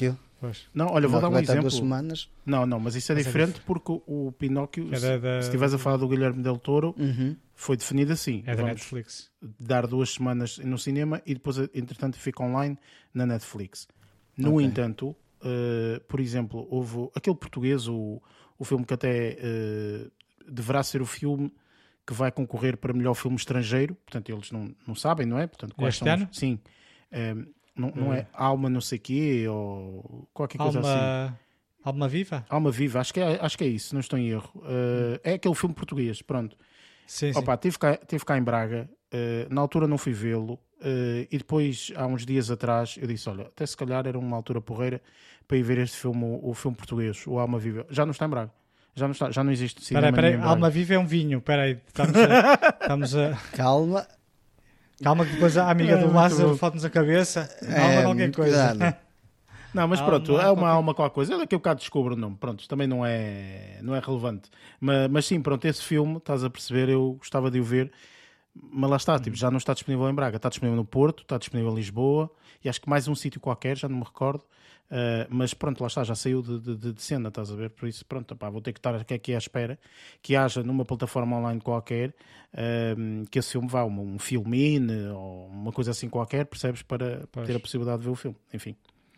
Pois. Não, olha, vou Não, dar que um vai estar exemplo. duas semanas. Não, não, mas isso é Mas é diferente porque o, o Pinóquio, É se, da- da- se estiveres a falar do Guilherme Del Toro, Uhum. foi definido assim. É da Vamos Netflix. dar duas semanas no cinema e depois, entretanto, fica online na Netflix. No Ok. entanto, uh, por exemplo, houve aquele português, o, o filme que até uh, deverá ser o filme que vai concorrer para melhor filme estrangeiro, portanto eles não, não sabem, não é? Portanto, quais Este são os- ano? Sim. Um, não, não é Alma não sei quê ou qualquer coisa assim. Alma, Alma Viva? Alma Viva, acho que é, acho que é isso, não estou em erro. Uh, é aquele filme português, pronto. Sim, sim. Opa, tive cá, tive cá em Braga, uh, na altura não fui vê-lo, uh, e depois, há uns dias atrás, eu disse: olha, até se calhar era uma altura porreira para ir ver este filme, o, o filme português, o Alma Viva. Já não está em Braga, já não, está, já não existe cinema. Espera aí, nenhum em espera aí. Braga. Alma Viva é um vinho. Espera aí. Estamos a... Estamos a... Calma. Calma que depois a amiga É, do muito Lázaro bom. fode-nos a cabeça. É, Alma qualquer muito coisa. cuidado. Não, mas Alma pronto, é uma qualquer- alma qualquer coisa. Eu daqui a bocado descubro o nome. Pronto, também não é, não é relevante. Mas, mas sim, pronto, esse filme, estás a perceber, eu gostava de o ver. Mas lá está, tipo, já não está disponível em Braga. Está disponível no Porto, está disponível em Lisboa e acho que mais um sítio qualquer, já não me recordo. Uh, mas pronto, lá está, já saiu de, de, de cena, estás a ver? Por isso, pronto, opá, vou ter que estar aqui à espera que haja numa plataforma online qualquer uh, que esse filme vá, um, um filmine ou uma coisa assim qualquer, percebes? Para Pois. ter a possibilidade de ver o filme, enfim.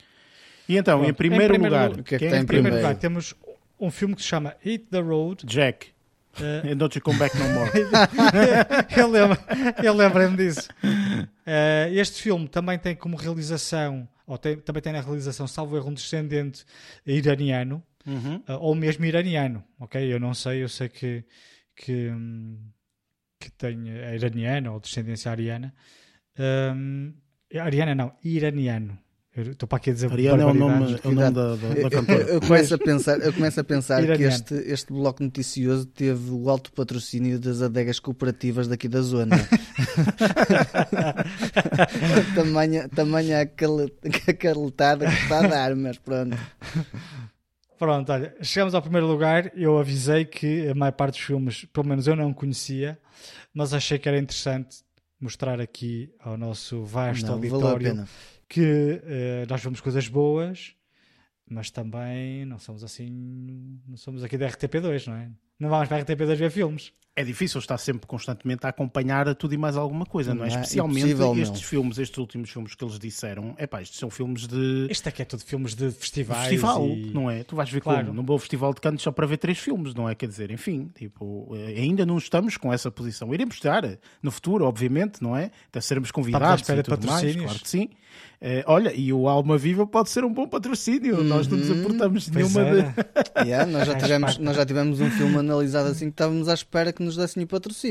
E então, Pronto, em primeiro, em primeiro lugar, lu- o que é que quem tem em em Em primeiro primeiro? lugar, temos um filme que se chama Hit the Road. Jack, Eh, and Don't You Come Back No More. eu lembro- eu lembrei-me disso. Eh, este filme também tem como realização, ou tem- também tem na realização, salvo erro, um descendente iraniano, Uhum. eh, ou mesmo iraniano, ok? Eu não sei, eu sei que, que, hum, que tem é iraniano ou descendência ariana. Hum, ariana não, iraniano. Eu estou para aqui a dizer Ariana é o nome, barbaridades. é o nome da, da, da Eu, cantora. eu- eu começo a pensar, eu começo a pensar que Iraniano. este, este bloco noticioso teve o alto patrocínio das adegas cooperativas daqui da zona. tamanha, tamanha aquele, aqueletada que está a dar, mas pronto. Pronto, olha, chegamos ao primeiro lugar. Eu avisei que a maior parte dos filmes, pelo menos eu não conhecia, mas achei que era interessante mostrar aqui ao nosso vasto Não, valeu a auditório pena. que eh, nós vemos coisas boas, mas também não somos assim, não somos aqui da R T P dois, não é? Não vamos para a R T P dois ver filmes. É difícil estar sempre constantemente a acompanhar a tudo e mais alguma coisa, não é? Não é Especialmente impossível, meu. estes filmes, estes últimos filmes que eles disseram, é pá, estes são filmes de Isto aqui é tudo filmes de festivais. festival, e... não é? Tu vais ver Claro. como? Num bom festival de cantos só para ver três filmes, não é? Quer dizer, enfim, tipo, eh, ainda não estamos com essa posição. Iremos estar no futuro, obviamente, não é? Até seremos convidados espera e de tudo mais, patrocínios. claro que sim. Eh, olha, e o Alma Viva pode ser um bom patrocínio, nós não nos Uhum. importamos de Pois nenhuma era. de... Yeah, nós, já Faz tivemos, parte. nós já tivemos um filme analisado assim que estávamos à espera que nos dessem o patrocínio.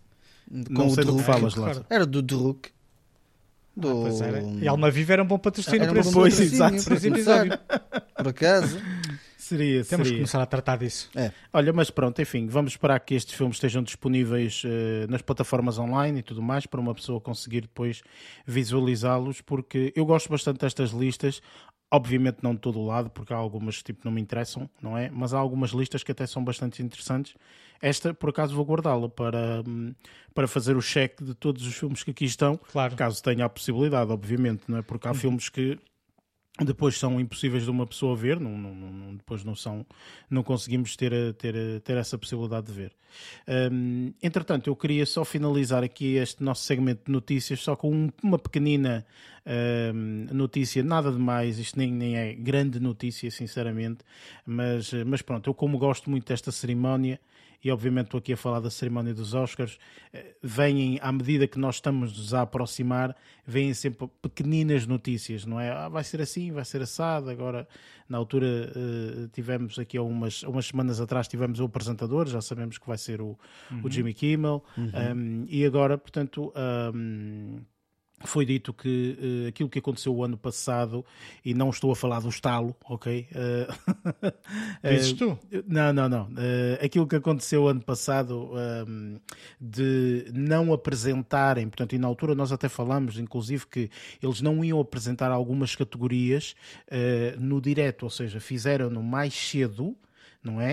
Não sei do que Druk. falas, Ah, Lázaro. Era do Druk. Do... Ah, pois era. E Alma Viva era um bom patrocínio Era um para bom esse, Pois, patrocínio, exato. para esse por episódio. Por acaso. Seria, Temos que seria. começar a tratar disso. Olha, mas pronto, enfim, vamos esperar que estes filmes estejam disponíveis eh, nas plataformas online e tudo mais, para uma pessoa conseguir depois visualizá-los, porque eu gosto bastante destas listas, obviamente não de todo o lado, porque há algumas que tipo, não me interessam, não é? Mas há algumas listas que até são bastante interessantes. Esta, por acaso, vou guardá-la para, hum, para fazer o cheque de todos os filmes que aqui estão, Claro. caso tenha a possibilidade, obviamente, não é? Porque há filmes que depois são impossíveis de uma pessoa ver, não, não, não- depois não são, não conseguimos ter, a- ter, a- ter essa possibilidade de ver. Hum, entretanto, eu queria só finalizar aqui este nosso segmento de notícias só com um- uma pequenina hum, notícia, nada de mais, isto nem, nem é grande notícia, sinceramente, mas, mas pronto, eu como gosto muito desta cerimónia, e obviamente estou aqui a falar da cerimónia dos Oscars, eh, vêm, à medida que nós estamos a aproximar, vêm sempre pequeninas notícias, não é? Ah, vai ser assim, vai ser assado. Agora, na altura, eh, tivemos aqui há umas, umas semanas atrás, tivemos o apresentador, já sabemos que vai ser o, o Jimmy Kimmel, um, e agora, portanto... Um, foi dito que uh, aquilo que aconteceu o ano passado, e não estou a falar do estalo, ok? Uh, Dizes tu? Não, não, não. Uh, aquilo que aconteceu ano passado um, de não apresentarem, portanto, e na altura nós até falamos, inclusive, que eles não iam apresentar algumas categorias uh, no direto, ou seja, fizeram-no mais cedo, não é?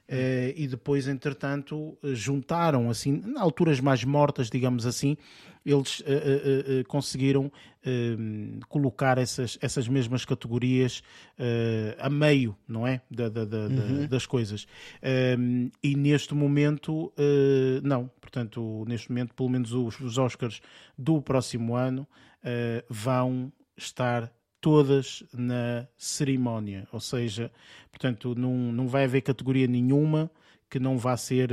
Uh, e depois, entretanto, juntaram, assim, em alturas mais mortas, digamos assim, eles uh, uh, uh, conseguiram uh, colocar essas, essas mesmas categorias uh, a meio, não é? Da, da, da, uhum. das coisas. Um, e neste momento, uh, não. Portanto, neste momento, pelo menos os, os Oscars do próximo ano uh, vão estar todas na cerimónia, ou seja, portanto, não, não vai haver categoria nenhuma que não vá ser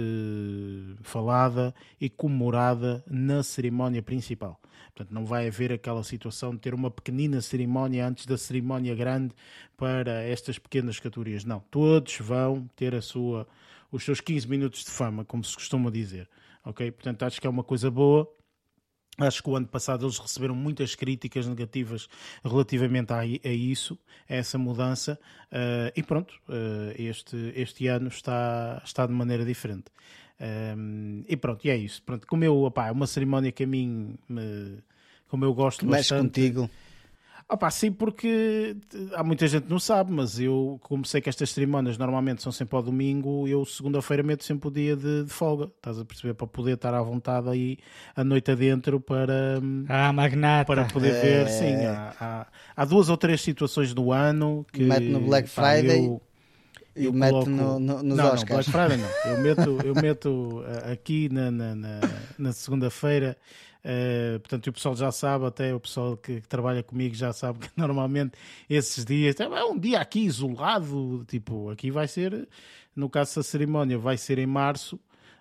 uh, falada e comemorada na cerimónia principal. Portanto, não vai haver aquela situação de ter uma pequenina cerimónia antes da cerimónia grande para estas pequenas categorias. Não, todos vão ter a sua, os seus quinze minutos de fama, como se costuma dizer. Ok? Portanto, acho que é uma coisa boa. Acho que o ano passado eles receberam muitas críticas negativas relativamente a, a isso, a essa mudança, uh, e pronto, uh, este, este ano está, está de maneira diferente. Um, e pronto, e é isso. Pronto, como eu, opá, é uma cerimónia que a mim, me, como eu gosto que mexe bastante... contigo. Opa, sim, porque há muita gente que não sabe, mas eu, como sei que estas cerimónias normalmente são sempre ao domingo, eu segunda-feira meto sempre o dia de, de folga, estás a perceber, para poder estar à vontade aí a noite adentro para, ah, magnata. para poder é... ver, sim, há, há, há duas ou três situações do ano que... Mete no Black Friday... Pá, eu, E eu mete coloco... no, no, nos não, Oscars. Não, Black Friday não. Eu meto, eu meto aqui na, na, na, na segunda-feira. Uh, portanto, o pessoal já sabe, até o pessoal que, que trabalha comigo já sabe que normalmente esses dias é um dia aqui isolado. Tipo, aqui vai ser, no caso da cerimónia, vai ser em março.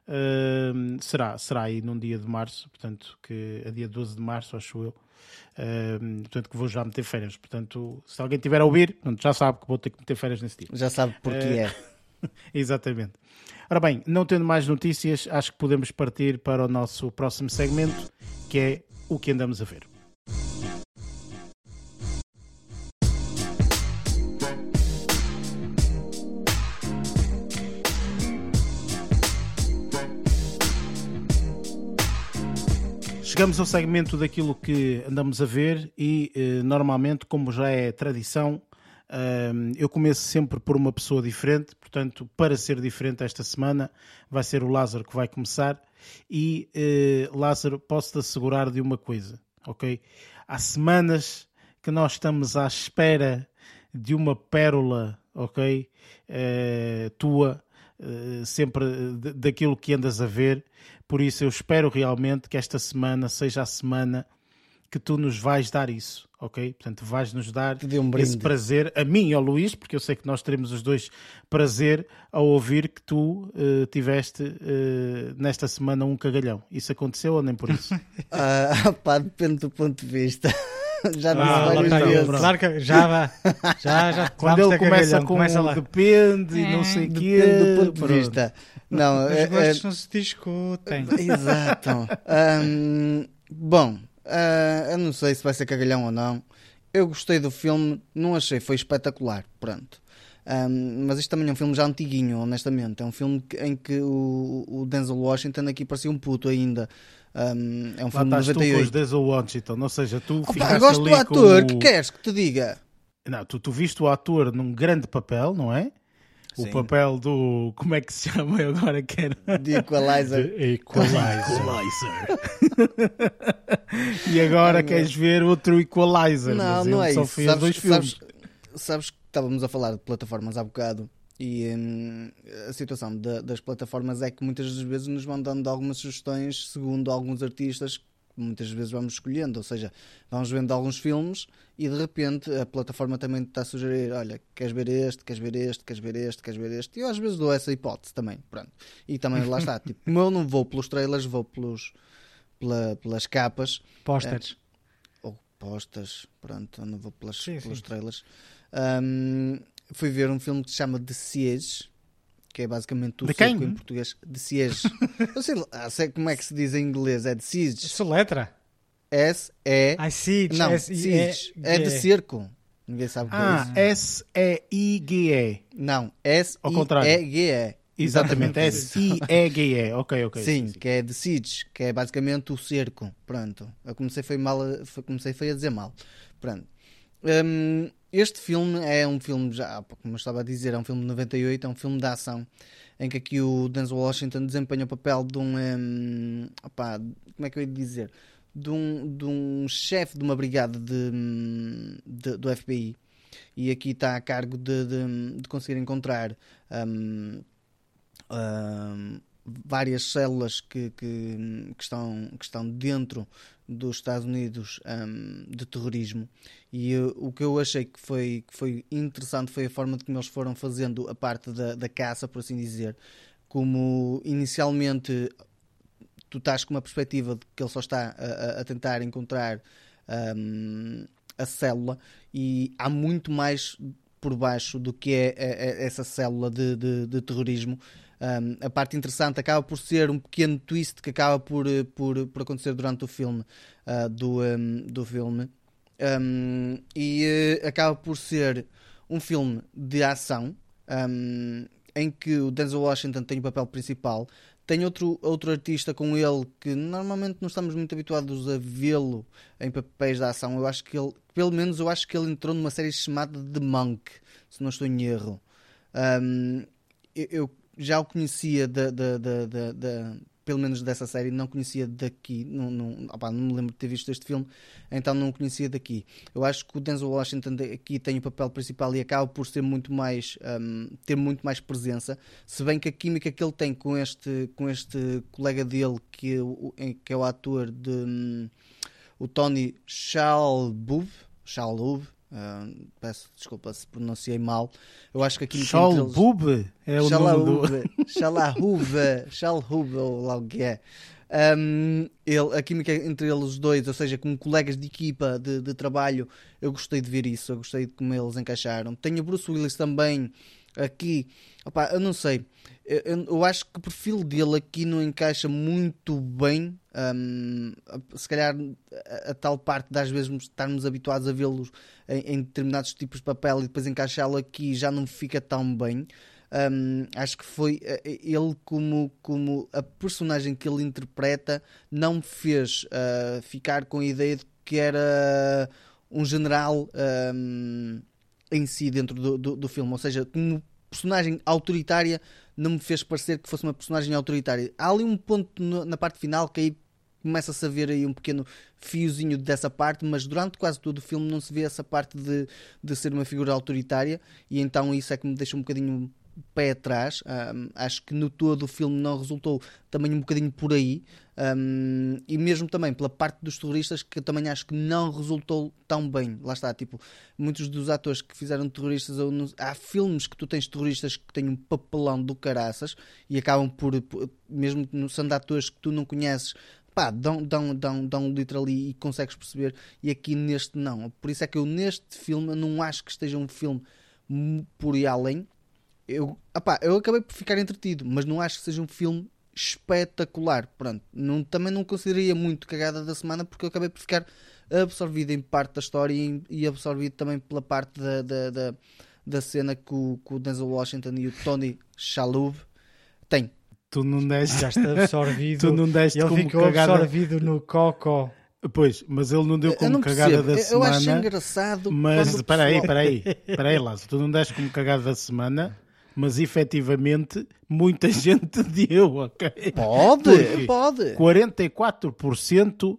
Uh, será, será aí num dia de março, portanto, que é dia doze de março, acho eu. Uh, portanto, que vou já meter férias. Portanto, se alguém tiver a ouvir, portanto, já sabe que vou ter que meter férias nesse dia. Já sabe porque uh, é. Exatamente. Ora bem, não tendo mais notícias, acho que podemos partir para o nosso próximo segmento, que é o que andamos a ver. Chegamos ao segmento daquilo que andamos a ver e, eh, normalmente, como já é tradição, eh, eu começo sempre por uma pessoa diferente. Portanto, para ser diferente esta semana, vai ser o Lázaro que vai começar. E, eh, Lázaro, posso-te assegurar de uma coisa, ok? Há semanas que nós estamos à espera de uma pérola, ok? Eh, tua, eh, sempre daquilo que andas a ver. Por isso eu espero realmente que esta semana seja a semana que tu nos vais dar isso, ok? Portanto, vais-nos dar um esse prazer, a mim e ao Luís, porque eu sei que nós teremos os dois prazer ao ouvir que tu uh, tiveste uh, nesta semana um cagalhão. Isso aconteceu ou nem por isso? uh, pá, depende do ponto de vista. Já não ah, sei tá vezes. Claro que já vai. Já, já. Quando ele começa com começa lá. Depende e não sei o quê. Depende do ponto de vista. Não, os é, gostos é... não se discutem. Exato. Um, bom, uh, eu não sei se vai ser cagalhão ou não. Eu gostei do filme, não achei, foi espetacular. Pronto. Um, mas isto também é um filme já antiguinho, honestamente. É um filme que, em que o, o Denzel Washington aqui parecia um puto ainda. Um, é um filme de noventa e oito. Tu com os Denzel Washington, ou seja, tu Opa, ficaste gosto ali do ator, com... que queres que te diga? Não, tu, tu viste o ator num grande papel, não é? Sim. O papel do... Como é que se chama agora? Que era? De Equalizer. De Equalizer. E agora Ai, queres ver outro Equalizer? Não, não é só isso. Fez sabes, dois filmes. Sabes, sabes que estávamos a falar de plataformas há bocado e hum, a situação de, das plataformas é que muitas das vezes nos vão dando algumas sugestões segundo alguns artistas que muitas vezes vamos escolhendo, ou seja, vamos vendo alguns filmes e de repente a plataforma também está a sugerir, olha, queres ver este, queres ver este, queres ver este, queres ver este, e eu às vezes dou essa hipótese também, pronto. E também lá está, tipo, como eu não vou pelos trailers, vou pelos, pela, pelas capas. Posters. É, ou postas, pronto, eu não vou pelas, sim, pelos sim. trailers. Um, fui ver um filme que se chama The Siege, que é basicamente o de cerco quem? em português. The Siege. Eu sei, sei como é que se diz em inglês, é The Siege. Isso letra? S E I Siege. Não, S -E Siege. É de cerco. Ninguém sabe o que ah, é isso. S E I G E. Não, S I E G E. Exatamente, S I E G E. Ok, ok. Sim, sim, que é The Siege, que é basicamente o cerco. Pronto. Eu comecei foi mal, foi, comecei foi a dizer mal. Pronto. Um, este filme é um filme, já como eu estava a dizer, é um filme de noventa e oito, é um filme de ação, em que aqui o Denzel Washington desempenha o papel de um, um opá, como é que eu ia dizer, de um, de um chefe de uma brigada de, de, do F B I, e aqui está a cargo de, de, de conseguir encontrar um, um, várias células que, que, que, estão, que estão dentro dos Estados Unidos um, de terrorismo. E uh, o que eu achei que foi, que foi interessante foi a forma de como eles foram fazendo a parte da, da caça, por assim dizer. Como inicialmente tu estás com uma perspectiva de que ele só está a, a tentar encontrar um, a célula, e há muito mais por baixo do que é, é, é essa célula de, de, de terrorismo. Um, a parte interessante acaba por ser um pequeno twist que acaba por, por, por acontecer durante o filme, uh, do, um, do filme. Um, e uh, acaba por ser um filme de ação, um, em que o Denzel Washington tem o papel principal. Tem outro, outro artista com ele que normalmente não estamos muito habituados a vê-lo em papéis de ação. Eu acho que ele, pelo menos eu acho que ele entrou numa série chamada The Monk, se não estou em erro. Um, eu, eu já o conhecia da, da, da, da, da, pelo menos dessa série, não conhecia daqui, não, não, opa, não me lembro de ter visto este filme, então não o conhecia daqui. Eu acho que o Denzel Washington aqui tem o papel principal e acaba por ser muito mais, um, ter muito mais presença, se bem que a química que ele tem com este, com este colega dele, que, que é o ator de um, o Tony Shalhoub, Shalhoub, Uh, peço desculpa se pronunciei mal. Eu acho que aqui Shalhoub é o nome do... Shalhoub, Shalhoub, ou lá o que é. Um, ele, a química entre eles os dois, ou seja, como colegas de equipa de, de trabalho, eu gostei de ver isso, eu gostei de como eles encaixaram. Tenho o Bruce Willis também aqui. Opa, eu não sei, eu, eu acho que o perfil dele aqui não encaixa muito bem. Um, se calhar a, a tal parte das vezes estarmos habituados a vê-los em, em determinados tipos de papel e depois encaixá-lo aqui já não fica tão bem. Um, acho que foi ele, como, como a personagem que ele interpreta, não me fez uh, ficar com a ideia de que era um general um, em si dentro do, do, do filme, ou seja, como personagem autoritária, não me fez parecer que fosse uma personagem autoritária. Há ali um ponto no, na parte final que aí começa-se a ver aí um pequeno fiozinho dessa parte, mas durante quase todo o filme não se vê essa parte de, de ser uma figura autoritária, e então isso é que me deixa um bocadinho pé atrás. Um, acho que no todo o filme não resultou também um bocadinho por aí, um, e mesmo também pela parte dos terroristas, que eu também acho que não resultou tão bem. Lá está, tipo, muitos dos atores que fizeram terroristas, ou no, há filmes que tu tens terroristas que têm um papelão do caraças e acabam por, por mesmo sendo atores que tu não conheces, pá, dão, dão, dão, dão um litro ali e consegues perceber, e aqui neste não. Por isso é que eu neste filme eu não acho que esteja um filme por aí além. Eu, opá, eu acabei por ficar entretido, mas não acho que seja um filme espetacular. Pronto, não, também não consideraria muito cagada da semana, porque eu acabei por ficar absorvido em parte da história e, e absorvido também pela parte da, da, da, da cena que o, que o Denzel Washington e o Tony Shalhoub têm. Tu não deste, já está absorvido. Tu não deste ele como ficou cagada... absorvido no cocó. Pois, mas ele não deu como não cagada percebo. da eu semana. Eu acho engraçado. Mas espera aí, espera aí, espera aí, Lázaro, tu não deste como cagada da semana, mas efetivamente muita gente deu, ok? Pode, Porque pode. quarenta e quatro por cento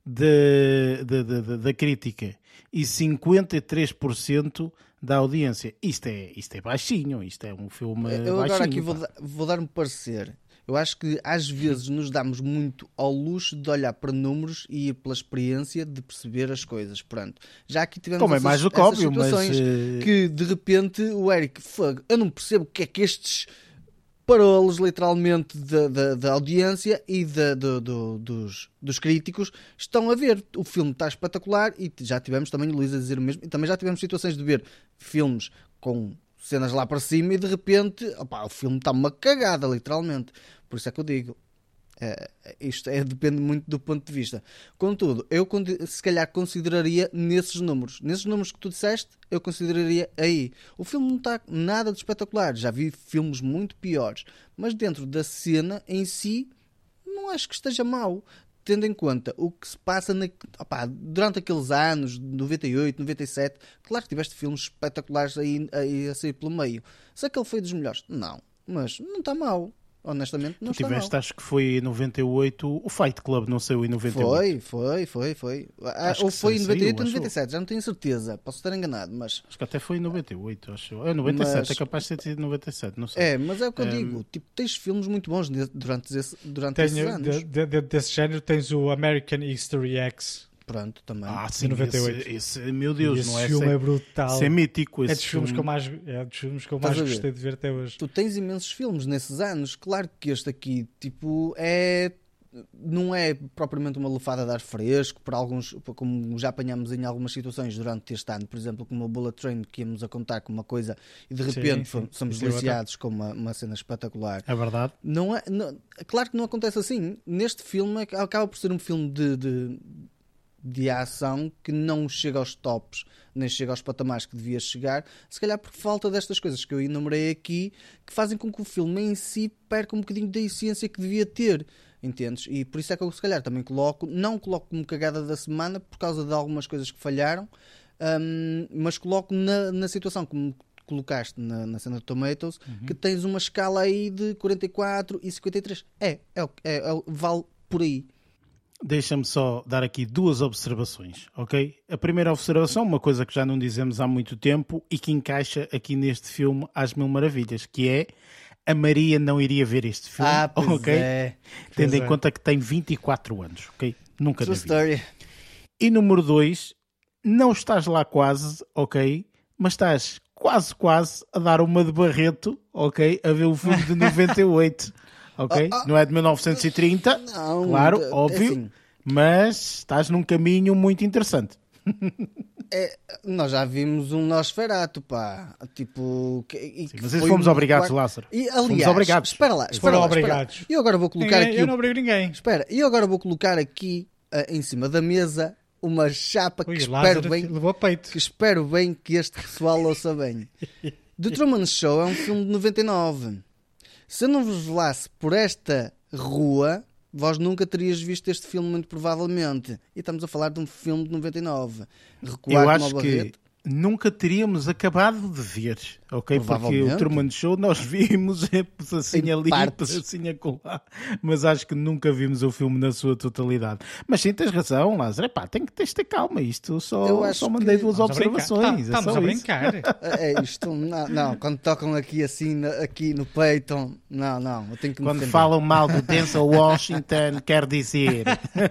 de, de, de, de, da crítica e cinquenta e três por cento da audiência. Isto é, isto é baixinho, isto é um filme Eu baixinho. agora aqui vou, vou dar um parecer. Eu acho que às vezes nos damos muito ao luxo de olhar para números e ir pela experiência de perceber as coisas. Pronto. Já aqui tivemos Como é essas, mais do que essas óbvio, situações mas... que de repente o Eric, fogo, eu não percebo o que é que estes parolos literalmente da, da, da audiência e da, do, do, dos, dos críticos estão a ver. O filme está espetacular, e já tivemos também o Luís a dizer o mesmo, e também já tivemos situações de ver filmes com cenas lá para cima e de repente, opá, o filme está uma cagada, literalmente. Por isso é que eu digo, é, isto é, depende muito do ponto de vista. Contudo, eu se calhar consideraria nesses números, nesses números que tu disseste, eu consideraria aí. O filme não está nada de espetacular, já vi filmes muito piores, mas dentro da cena em si, não acho que esteja mau. tendo em conta o que se passa na, opá, durante aqueles anos, noventa e oito, noventa e sete, claro que tiveste filmes espetaculares aí, aí a sair pelo meio. Se aquele foi dos melhores? Não, mas não está mal. Honestamente, não tu está tiveste, mal. acho que foi em noventa e oito, o Fight Club não saiu em noventa e oito. Foi, foi, foi, foi. Acho Ou que foi em saiu, noventa e oito ou acho. noventa e sete, já não tenho certeza. Posso estar enganado, mas... Acho que até foi em noventa e oito, acho. É noventa e sete, Mas- é capaz de ter sido noventa e sete, não sei. É, mas é o que eu Ehm, digo. Tipo, tens filmes muito bons de- durante, esse, durante esses Tenho, anos. de, de, de, desse género tens o American History X. Pronto, também. Ah, sim, noventa e oito. esse, esse, meu Deus, Esse não é? filme Esse é é, brutal. esse é mítico. É Esse dos filmes filme. que eu mais, é dos filmes que eu Estás mais a ver? gostei de ver até hoje. Tu tens imensos filmes nesses anos. Claro que este aqui, tipo, é... Não é propriamente uma lufada de ar fresco, para alguns, como já apanhamos em algumas situações durante este ano, por exemplo, como o Bullet Train, que íamos a contar com uma coisa e de repente sim. somos Isso é outra. deliciados com uma, uma cena espetacular. É verdade. Não é, não- claro que não acontece assim. Neste filme é- acaba por ser um filme de, de, de ação que não chega aos tops, nem chega aos patamares que devia chegar, se calhar por falta destas coisas que eu enumerei aqui, que fazem com que o filme em si perca um bocadinho da essência que devia ter. Entendes? E por isso é que eu se calhar também coloco, não coloco como cagada da semana por causa de algumas coisas que falharam, hum, mas coloco na, na situação como colocaste na, na cena de Tomatoes, que tens uma escala aí de quarenta e quatro e cinquenta e três. É, é, o- é, é, o- vale por aí. Deixa-me só dar aqui duas observações, ok? A primeira observação, uma coisa que já não dizemos há muito tempo e que encaixa aqui neste filme às mil maravilhas, que é a Maria não iria ver este filme, Ah, pois ok? é. Tendo Pois em é. conta que tem vinte e quatro anos, ok? Nunca True na vida. story. E número dois, não estás lá quase, ok? Mas estás quase, quase a dar uma de Barreto, ok? A ver o filme de noventa e oito, ok? Ah, ah. Não é de mil novecentos e trinta, Não, claro, é óbvio, assim. mas estás num caminho muito interessante. Nós já vimos um Nosferatu, pá. Tipo. Que, e Sim, que mas isso foi fomos um obrigados, quarto- Lázaro. E, Fomos aliás, obrigados. espera lá, espera Foram lá, espera lá. obrigados. E eu agora vou colocar Ninguém- aqui. eu o- não obrigo ninguém. Espera, e eu agora vou colocar aqui ah, em cima da mesa uma chapa que Ui, o espero Lázaro bem, levou a peito. que espero bem que este pessoal ouça bem. The Truman Show é um filme de noventa e nove. Se eu não vos velasse por esta rua, vós nunca terias visto este filme, muito provavelmente. E estamos a falar de um filme de noventa e nove. Recuar Eu como acho ao que Barreto. nunca teríamos acabado de ver, ok? Porque Provavelmente. o Truman Show nós vimos é pedacinho Em ali, partes. pedacinho acolá, mas acho que nunca vimos o filme na sua totalidade. Mas sim, tens razão, Lázaro. Epá, tem que tens de ter calma. Isto Eu só, acho só mandei que- duas Estamos a brincar. observações. Tá- é Estamos só a isso. brincar. É é isto, não, não, quando tocam aqui assim, na- aqui no peito, não, não, eu tenho que me Quando defender. falam mal do Denzel Washington, quer dizer.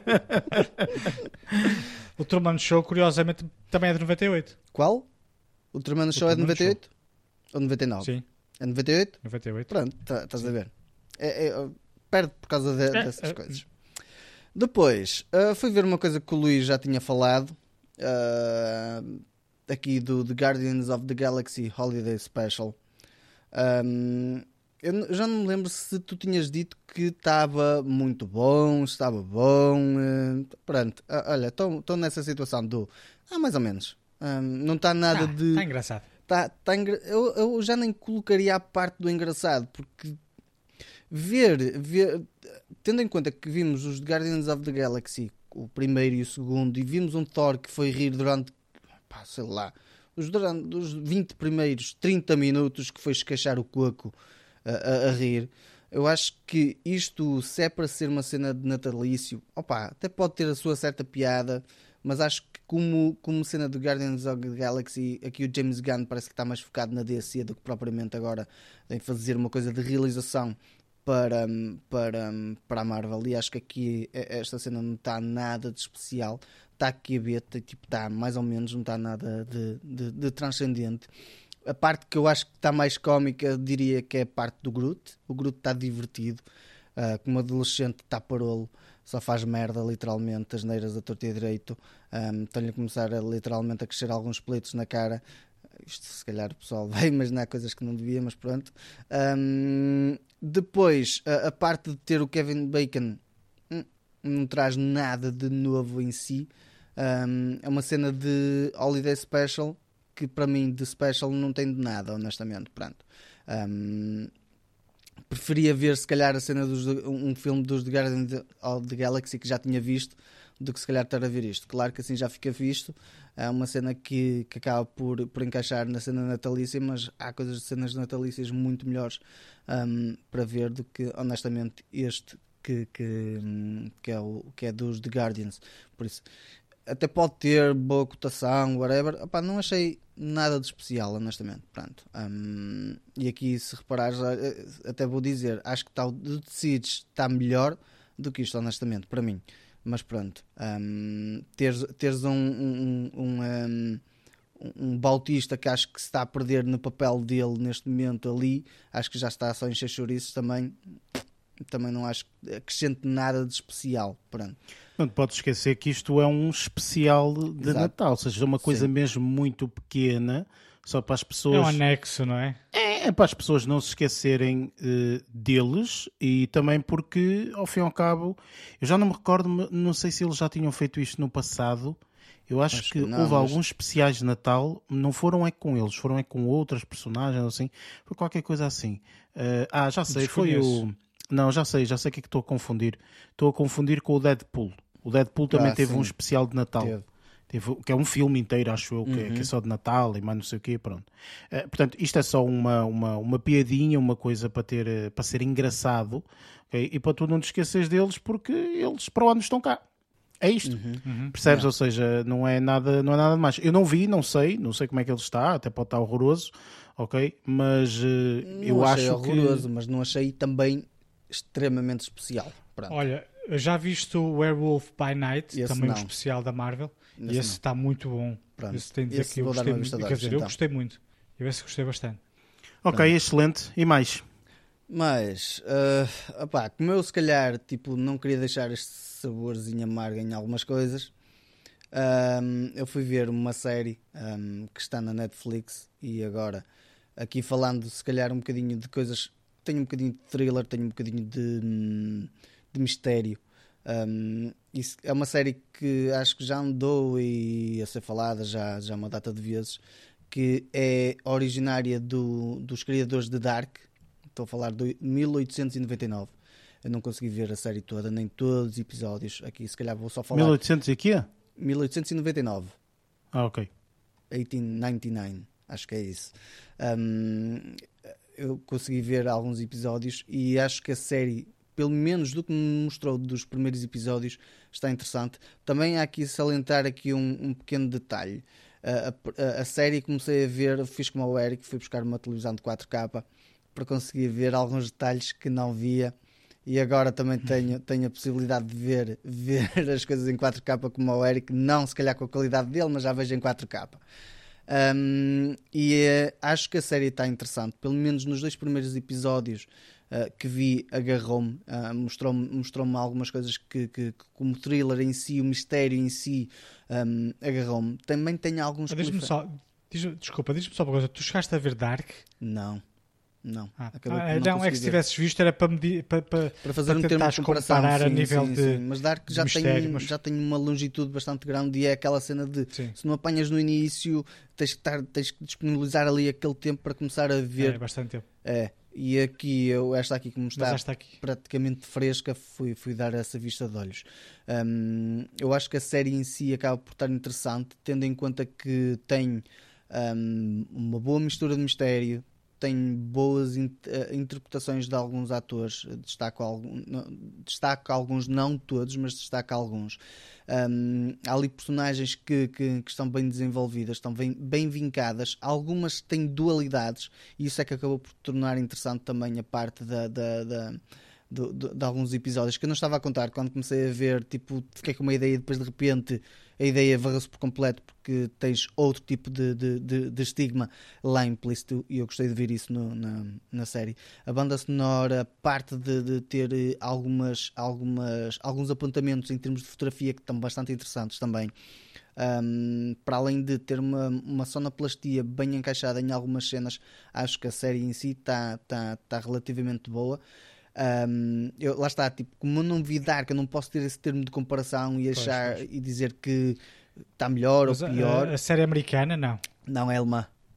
O Truman Show, curiosamente, também é de noventa e oito. Qual? O Truman Show é de Truman noventa e oito? Ou noventa e nove? Sim, É noventa e oito? noventa e oito. Pronto, tá- estás a ver. É, é, perde por causa de- É, dessas é. coisas. Depois, ah, fui ver uma coisa que o Luís já tinha falado, ah, aqui do The Guardians of the Galaxy Holiday Special. Ahm, eu n- já não me lembro se tu tinhas dito que estava muito bom, se estava bom. eh, pronto, ah, olha, estou nessa situação do. Ah, mais ou menos. Ahm, não está nada de. Está engraçado. Tá, tá engra- eu, eu já nem colocaria a parte do engraçado, porque ver, ver, tendo em conta que vimos os Guardians of the Galaxy, o primeiro e o segundo, e vimos um Thor que foi rir durante, pá, sei lá, os, durante os vinte primeiros trinta minutos que foi esquachar o coco a, a- a rir. Eu acho que isto, se é para ser uma cena de natalício, opa, até pode ter a sua certa piada, mas acho que como, como cena do Guardians of the Galaxy, aqui o James Gunn parece que está mais focado na D C do que propriamente agora em fazer uma coisa de realização para, para, para a Marvel. E acho que aqui esta cena não está nada de especial. Está aqui a ver, tá, tipo, está mais ou menos, não está nada de, de, de transcendente. A parte que eu acho que está mais cómica, diria que é a parte do Groot. O Groot está divertido, uh, como adolescente está parolo, só faz merda, literalmente, as neiras a torto e a direito. Um, Estão-lhe a começar a, literalmente a crescer alguns pelitos na cara. Isto se calhar o pessoal vai imaginar coisas que não devia, mas pronto. Um, depois, a, a parte de ter o Kevin Bacon hum, não traz nada de novo em si. Um, é uma cena de Holiday Special que para mim de special não tem de nada, honestamente. Pronto. Um, preferia ver se calhar a cena dos, um filme dos The Guardians of the Galaxy que já tinha visto do que se calhar estar a ver isto. Claro que assim já fica visto, é uma cena que, que acaba por, por encaixar na cena natalícia, mas há coisas de cenas natalícias muito melhores um, para ver do que honestamente este que, que, que, é o, que é dos The Guardians. Por isso até pode ter boa cotação, whatever. Opa, não achei nada de especial, honestamente. Pronto. Um, e aqui, se reparares, até vou dizer, acho que tá, o The Siege está melhor do que isto, honestamente, para mim. Mas pronto, um, teres, teres um, um, um, um, um Bautista que acho que se está a perder no papel dele neste momento ali, acho que já está só em encher chouriços também. Também não acho que acrescente nada de especial. Pronto. Não te podes esquecer que isto é um especial de Exato. Natal, ou seja, uma coisa Sim. mesmo muito pequena, só para as pessoas... É um anexo, não é? É, é para as pessoas não se esquecerem uh, deles, e também porque, ao fim e ao cabo, eu já não me recordo, não sei se eles já tinham feito isto no passado. Eu acho, acho que, que não, houve mas... alguns especiais de Natal, não foram é com eles, foram é com outras personagens, assim, foi qualquer coisa assim. Uh, ah, já sei, foi o... Não, já sei, já sei o que é que estou a confundir. Estou a confundir com o Deadpool. O Deadpool também ah, teve sim. um especial de Natal. Teve. Teve, que é um filme inteiro, acho eu, que, uhum. é, que é só de Natal e mais não sei o quê, pronto. Uh, portanto, isto é só uma, uma, uma piadinha, uma coisa para, ter, para ser engraçado, okay? E para tu não te esqueces deles, porque eles para o ano estão cá. É isto. Uhum. Uhum. Percebes? Não. Ou seja, não é, nada, não é nada mais. Eu não vi, não sei, não sei como é que ele está, até pode estar horroroso, ok? Mas uh, eu achei acho horroroso, que... mas não achei também extremamente especial. Pronto. Olha, já viste o Werewolf by Night, esse também não. um especial da Marvel, esse e esse está muito bom. Pronto. Esse tem de dizer esse que eu gostei muito. Quer dizer, então. eu gostei muito. Eu esse gostei bastante. Ok, Pronto. Excelente. E mais? Mas, uh, opá, como eu se calhar tipo, não queria deixar este saborzinho amargo em algumas coisas, um, eu fui ver uma série um, que está na Netflix, e agora aqui falando se calhar um bocadinho de coisas, tenho um bocadinho de thriller, tenho um bocadinho de, de mistério. Um, isso é uma série que acho que já andou e a ser falada já, já uma data de vezes, que é originária do, dos criadores de Dark. Estou a falar de mil oitocentos e noventa e nove. Eu não consegui ver a série toda, nem todos os episódios. Aqui se calhar vou só falar... mil e oitocentos e quê? mil oitocentos e noventa e nove. Ah, ok. mil oitocentos e noventa e nove, acho que é isso. Um, eu consegui ver alguns episódios e acho que a série, pelo menos do que me mostrou dos primeiros episódios, está interessante. Também há aqui salientar aqui um, um pequeno detalhe. A, a, a série comecei a ver, fiz como o Eric, fui buscar uma televisão de quatro K para conseguir ver alguns detalhes que não via, e agora também tenho, tenho a possibilidade de ver, ver as coisas em quatro K como o Eric, não se calhar com a qualidade dele, mas já vejo em quatro K. Um, e uh, acho que a série está interessante, pelo menos nos dois primeiros episódios uh, que vi, agarrou-me, uh, mostrou-me, mostrou-me algumas coisas que, que, que como thriller em si, o mistério em si, um, agarrou-me. Também tenho alguns... Diz-me só, diz, desculpa, diz-me só uma coisa, tu chegaste a ver Dark? Não. Não, ah, ah, não, não é que se tivesses visto era para, medir, para, para, para fazer para um termo de comparação, comparar sim, a nível sim, de, sim. Mas Dark já, mistério, tem, mas... já tem uma longitude bastante grande, e é aquela cena de sim. se não apanhas no início tens que, estar, tens que disponibilizar ali aquele tempo para começar a ver. É bastante tempo. É, e aqui, eu, esta aqui como está, está aqui. praticamente fresca, fui, fui dar essa vista de olhos. Um, eu acho que a série em si acaba por estar interessante, tendo em conta que tem um, uma boa mistura de mistério, tem boas in- interpretações de alguns atores, destaco, algum, não, destaco alguns, não todos, mas destaco alguns. Um, há ali personagens que, que, que estão bem desenvolvidas, estão bem, bem vincadas, algumas têm dualidades, e isso é que acabou por tornar interessante também a parte da... da, da De, de, de alguns episódios que eu não estava a contar quando comecei a ver, tipo, fiquei com uma ideia e depois de repente a ideia varreu-se por completo, porque tens outro tipo de, de, de, de estigma lá implícito, e eu gostei de ver isso no, na, na série. A banda sonora, parte de, de ter algumas, algumas, alguns apontamentos em termos de fotografia que estão bastante interessantes também. Um, para além de ter uma, uma sonoplastia bem encaixada em algumas cenas, acho que a série em si está tá, tá relativamente boa. Um, eu, lá está, tipo, como eu não vi Dark, eu não posso ter esse termo de comparação e achar pois, pois. e dizer que está melhor Mas ou pior. A, a série americana, não? Não, é alemã.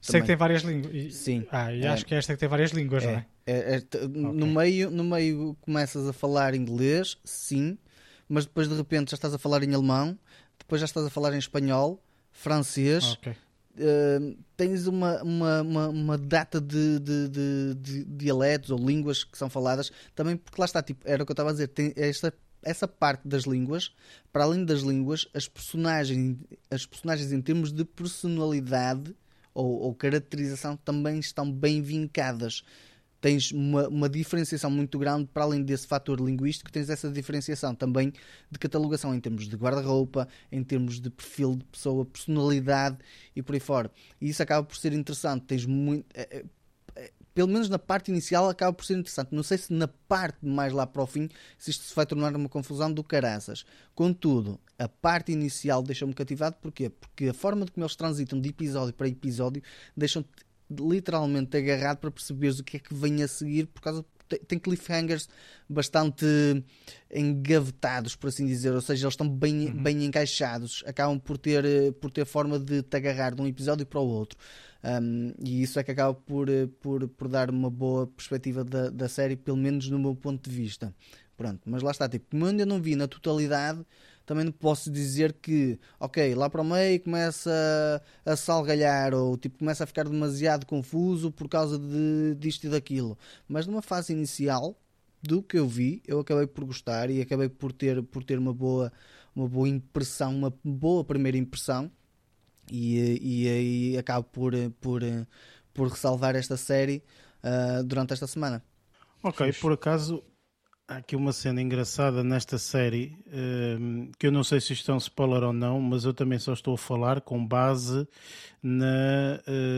Sei que tem várias línguas. Sim. Ah, e é, acho que esta que tem várias línguas, é, não é? é, é t- no, meio, no meio começas a falar inglês, sim, mas depois de repente já estás a falar em alemão, depois já estás a falar em espanhol, francês. Ok. Uh, tens uma, uma, uma, uma data de, de, de, de dialetos ou línguas que são faladas também, porque lá está, tipo, era o que eu estava a dizer, tem esta, essa parte das línguas, para além das línguas, as personagens, as personagens em termos de personalidade ou, ou caracterização também estão bem vincadas. Tens uma, uma diferenciação muito grande, para além desse fator linguístico, tens essa diferenciação também de catalogação em termos de guarda-roupa, em termos de perfil de pessoa, personalidade e por aí fora. E isso acaba por ser interessante. Tens muito, é, é, pelo menos na parte inicial acaba por ser interessante. Não sei se na parte mais lá para o fim, se isto se vai tornar uma confusão do caraças. Contudo, a parte inicial deixou-me cativado. Porquê? Porque a forma de como eles transitam de episódio para episódio deixam-te literalmente agarrado para perceberes o que é que vem a seguir, por causa tem cliffhangers bastante engavetados, por assim dizer, ou seja, eles estão bem, uhum. bem encaixados, acabam por ter, por ter forma de te agarrar de um episódio para o outro, um, e isso é que acaba por, por, por dar uma boa perspectiva da, da série, pelo menos no meu ponto de vista. Pronto, mas lá está, tipo, como eu ainda não vi na totalidade, também não posso dizer que, ok, lá para o meio começa a, a salgalhar ou tipo, começa a ficar demasiado confuso por causa de, disto e daquilo. Mas numa fase inicial, do que eu vi, eu acabei por gostar e acabei por ter, por ter uma, boa, uma boa impressão, uma boa primeira impressão, e, e aí acabo por, por, por ressalvar esta série uh, durante esta semana. Ok, por acaso... Há aqui uma cena engraçada nesta série, um, que eu não sei se isto é um spoiler ou não, mas eu também só estou a falar com base na,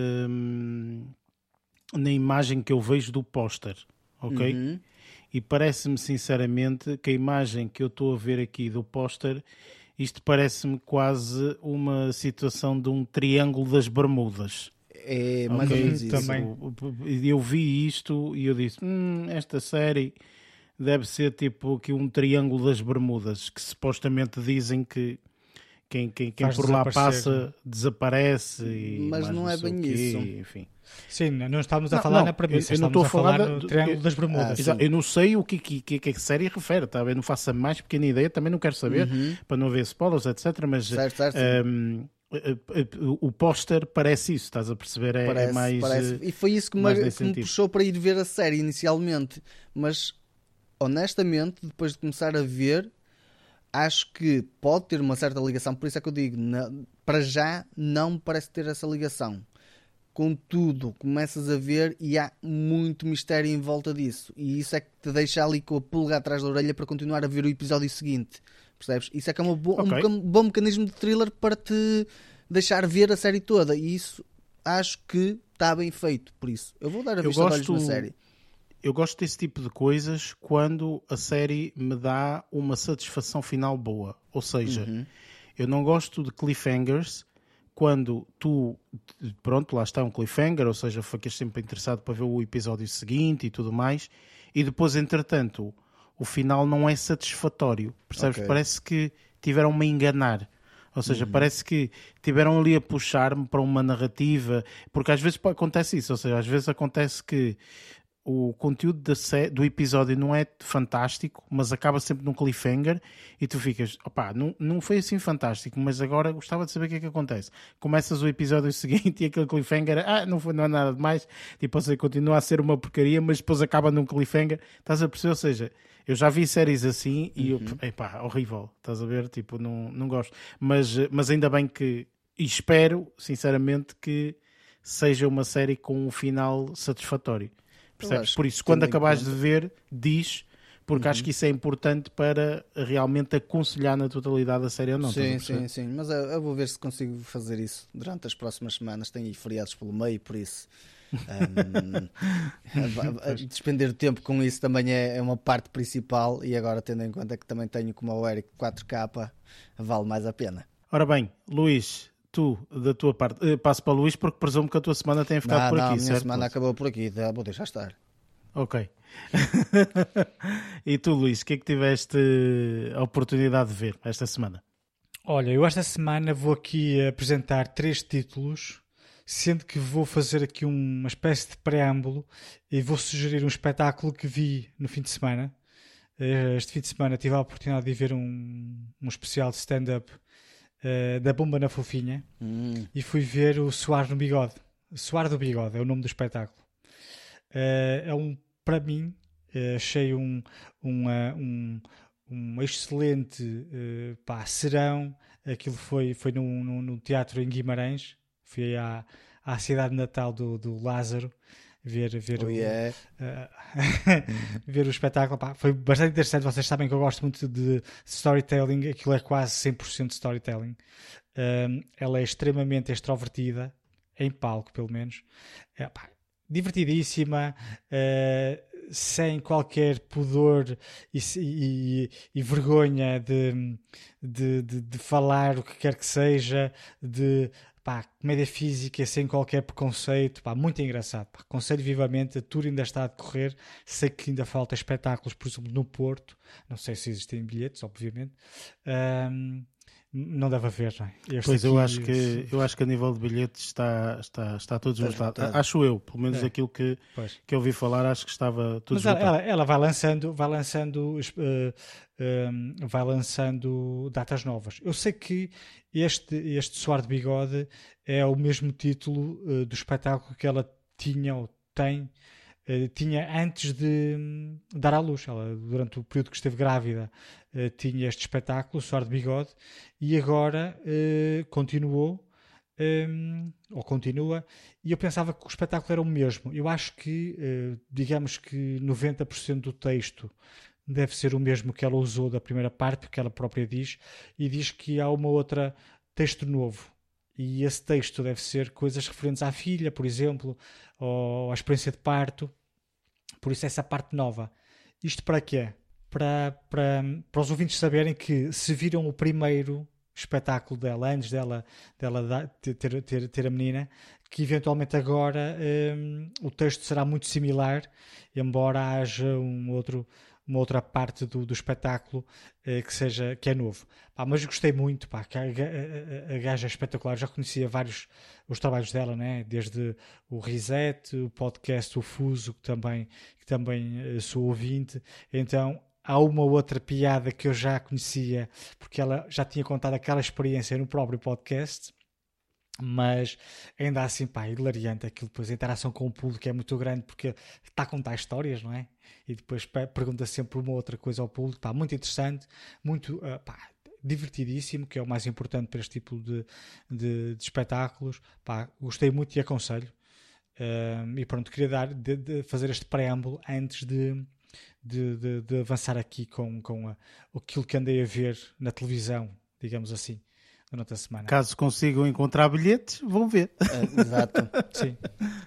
um, na imagem que eu vejo do póster, ok? Uhum. E parece-me sinceramente que a imagem que eu estou a ver aqui do póster, isto parece-me quase uma situação de um triângulo das Bermudas. É mais okay? ou menos isso. Também. Eu vi isto e eu disse, hum, esta série... deve ser tipo aqui um triângulo das Bermudas, que supostamente dizem que quem, quem, quem por lá passa desaparece. E mas não é bem quê, isso. Enfim. Sim, não estamos a não, falar não, na premissa, eu, eu não estamos estou a falar, falar no do, Triângulo eu, das Bermudas. Ah, eu não sei o que, que, que, que a série refere, tá? Eu não faço a mais pequena ideia, também não quero saber, uhum. para não haver spoilers, etcétera. Mas certo, certo, um, o póster parece isso, estás a perceber? É, parece, é mais. Parece. E foi isso que me, que me puxou para ir ver a série inicialmente, mas. Honestamente, depois de começar a ver, acho que pode ter uma certa ligação, por isso é que eu digo, na, para já não me parece ter essa ligação. Contudo, começas a ver e há muito mistério em volta disso. E isso é que te deixa ali com a pulga atrás da orelha para continuar a ver o episódio seguinte. Percebes? Isso é que é uma bo- okay. um bom mecanismo de thriller para te deixar ver a série toda. E isso acho que está bem feito. Por isso, eu vou dar a vista de olhos na série. Eu gosto desse tipo de coisas quando a série me dá uma satisfação final boa. Ou seja, uhum. eu não gosto de cliffhangers quando tu, pronto, lá está um cliffhanger, ou seja, ficas sempre interessado para ver o episódio seguinte e tudo mais, e depois, entretanto, o final não é satisfatório. Percebes? Okay. Parece que tiveram-me a enganar. Ou seja, uhum. parece que tiveram ali a puxar-me para uma narrativa, porque às vezes acontece isso, ou seja, às vezes acontece que o conteúdo da sé- do episódio não é fantástico, mas acaba sempre num cliffhanger e tu ficas, opá, não, não foi assim fantástico, mas agora gostava de saber o que é que acontece. Começas o episódio seguinte e aquele cliffhanger, ah, não, foi, não é nada demais, tipo, ou seja, continua a ser uma porcaria, mas depois acaba num cliffhanger, estás a perceber? Ou seja, eu já vi séries assim e uhum. eu, epá, horrível, estás a ver? Tipo, não, não gosto. Mas, mas ainda bem que, e espero, sinceramente, que seja uma série com um final satisfatório. Percebes? Por isso, quando acabares de ver, diz, porque uhum. acho que isso é importante para realmente aconselhar na totalidade a série ou não. Sim, sim, sim. Mas eu, eu vou ver se consigo fazer isso durante as próximas semanas. Tenho aí feriados pelo meio, por isso um, despender tempo com isso também é, é uma parte principal. E agora, tendo em conta que também tenho como o Eric quatro K, vale mais a pena. Ora bem, Luís, tu, da tua parte, uh, passo para o Luís porque presumo que a tua semana tenha ficado não, por não, aqui, a minha certo? semana acabou por aqui, vou deixar estar. Ok. E tu, Luís, o que é que tiveste a oportunidade de ver esta semana? Olha, eu esta semana vou aqui apresentar três títulos. sendo que vou fazer aqui uma espécie de preâmbulo e vou sugerir um espetáculo que vi no fim de semana. Este fim de semana tive a oportunidade de ver um, um especial de stand-up uh, da Bomba na Fofinha Hum. e fui ver o Suar no Bigode. Suar do Bigode é o nome do espetáculo. Uh, é um, para mim, uh, achei um, um, uh, um, um excelente uh, pá, serão. Aquilo foi, foi no, no, no teatro em Guimarães. Fui à, à cidade natal do, do Lázaro ver, ver, Oh, o, yeah. uh, ver o espetáculo. Pá, foi bastante interessante. Vocês sabem que eu gosto muito de storytelling. Aquilo é quase cem por cento storytelling. Um, ela é extremamente extrovertida, em palco pelo menos. É, pá, divertidíssima, uh, sem qualquer pudor e, e, e vergonha de, de, de, de falar o que quer que seja, de pá, comédia física sem qualquer preconceito, pá, muito engraçado. Pá, aconselho vivamente, a tour ainda está a decorrer, sei que ainda falta espetáculos, por exemplo, no Porto, não sei se existem bilhetes, obviamente. Um, Não deve haver, não é? Este Pois eu aqui, acho que eu acho que a nível de bilhetes está, está, está tudo Está esgotado. esgotado. Acho eu, pelo menos É. aquilo que, Pois. que eu ouvi falar, acho que estava tudo Mas ela, esgotado. ela, ela vai lançando, vai lançando, uh, um, vai lançando datas novas. Eu sei que este, este Suar de Bigode é o mesmo título uh, do espetáculo que ela tinha ou tem, uh, tinha antes de um, dar à luz. Ela, durante o período que esteve grávida, uh, tinha este espetáculo, Suar de Bigode, e agora uh, continuou. Um, ou continua, e eu pensava que o espetáculo era o mesmo. Eu acho que, uh, digamos que noventa por cento do texto deve ser o mesmo que ela usou da primeira parte, porque ela própria diz, e diz que há uma outra texto novo. E esse texto deve ser coisas referentes à filha, por exemplo, ou à experiência de parto. Por isso essa parte nova. Isto para quê? Para, para, para os ouvintes saberem que se viram o primeiro espetáculo dela, antes dela, dela ter, ter, ter a menina, que eventualmente agora um, o texto será muito similar, embora haja um outro, uma outra parte do, do espetáculo uh, que, seja, que é novo. Pá, mas gostei muito, pá, que a, a, a gaja é espetacular, já conhecia vários os trabalhos dela, né? Desde o Reset, o podcast O Fuso, que também, que também uh, sou ouvinte, então há uma outra piada que eu já conhecia, porque ela já tinha contado aquela experiência no próprio podcast, mas ainda assim, pá, hilariante aquilo, depois a interação com o público é muito grande, porque está a contar histórias, não é? E depois pergunta sempre uma outra coisa ao público, pá, muito interessante, muito, uh, pá, divertidíssimo, que é o mais importante para este tipo de, de, de espetáculos, pá, gostei muito e aconselho. Uh, e pronto, queria dar, de, de fazer este preâmbulo antes de De, de, de avançar aqui com, com a, aquilo que andei a ver na televisão, digamos assim, durante a semana. Caso consigam encontrar bilhetes, vão ver. É, exato. Sim.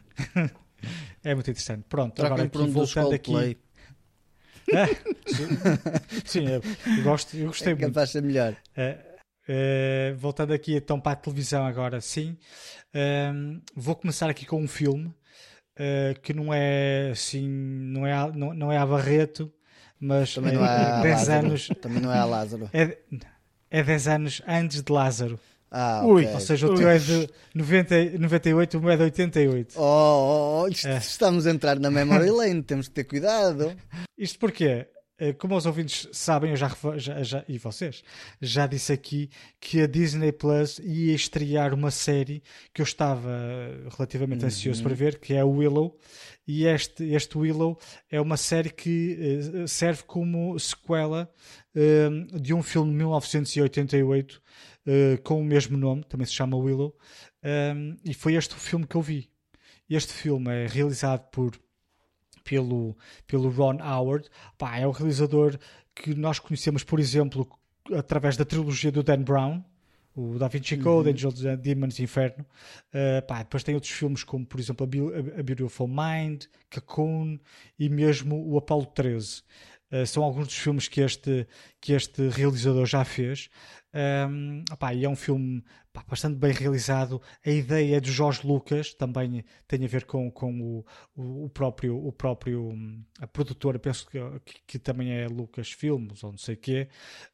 É muito interessante. Pronto, Troquem agora por aqui um dos voltando Coldplay. aqui. É, sim, sim, eu, eu gosto, eu gostei É muito. capaz de ser melhor. Uh, uh, voltando aqui então para a televisão agora, sim. Um, vou começar aqui com um filme. Uh, que não é assim, não é, não, não é a Barreto, mas Também é, não é é dez Lázaro. anos, Também não é a Lázaro. é, é dez anos antes de Lázaro. Ah, Ui, ok. Ou seja, o teu é de noventa, noventa e oito, o meu é de oitenta e oito. Oh, oh, oh, isto- É. estamos a entrar na memory lane, temos que ter cuidado. Isto porquê? Eh, Como os ouvintes sabem, eu já, refa- já, já- e vocês, já disse aqui que a Disney Plus ia estrear uma série que eu estava relativamente ansioso para ver, que é o Willow. E este, este Willow é uma série que eh, serve como sequela eh, de um filme de mil novecentos e oitenta e oito eh, com o mesmo nome, também se chama Willow. Um, e foi este o filme que eu vi. Este filme é realizado por pelo, pelo Ron Howard. Pá, é o realizador que nós conhecemos, por exemplo, através da trilogia do Dan Brown, o Da Vinci Code, Uhum. Angels and Demons, Inferno. Uh, pá, depois tem outros filmes como, por exemplo, A, Beau- A Beautiful Mind, Cocoon e mesmo o Apollo treze. Uh, são alguns dos filmes que este, que este realizador já fez. Um, opá, e é um filme pá, bastante bem realizado. A ideia é de Jorge Lucas, também tem a ver com, com o, o, o próprio, o próprio hum, a produtora, penso que, que, que também é Lucas Filmes ou não sei o quê.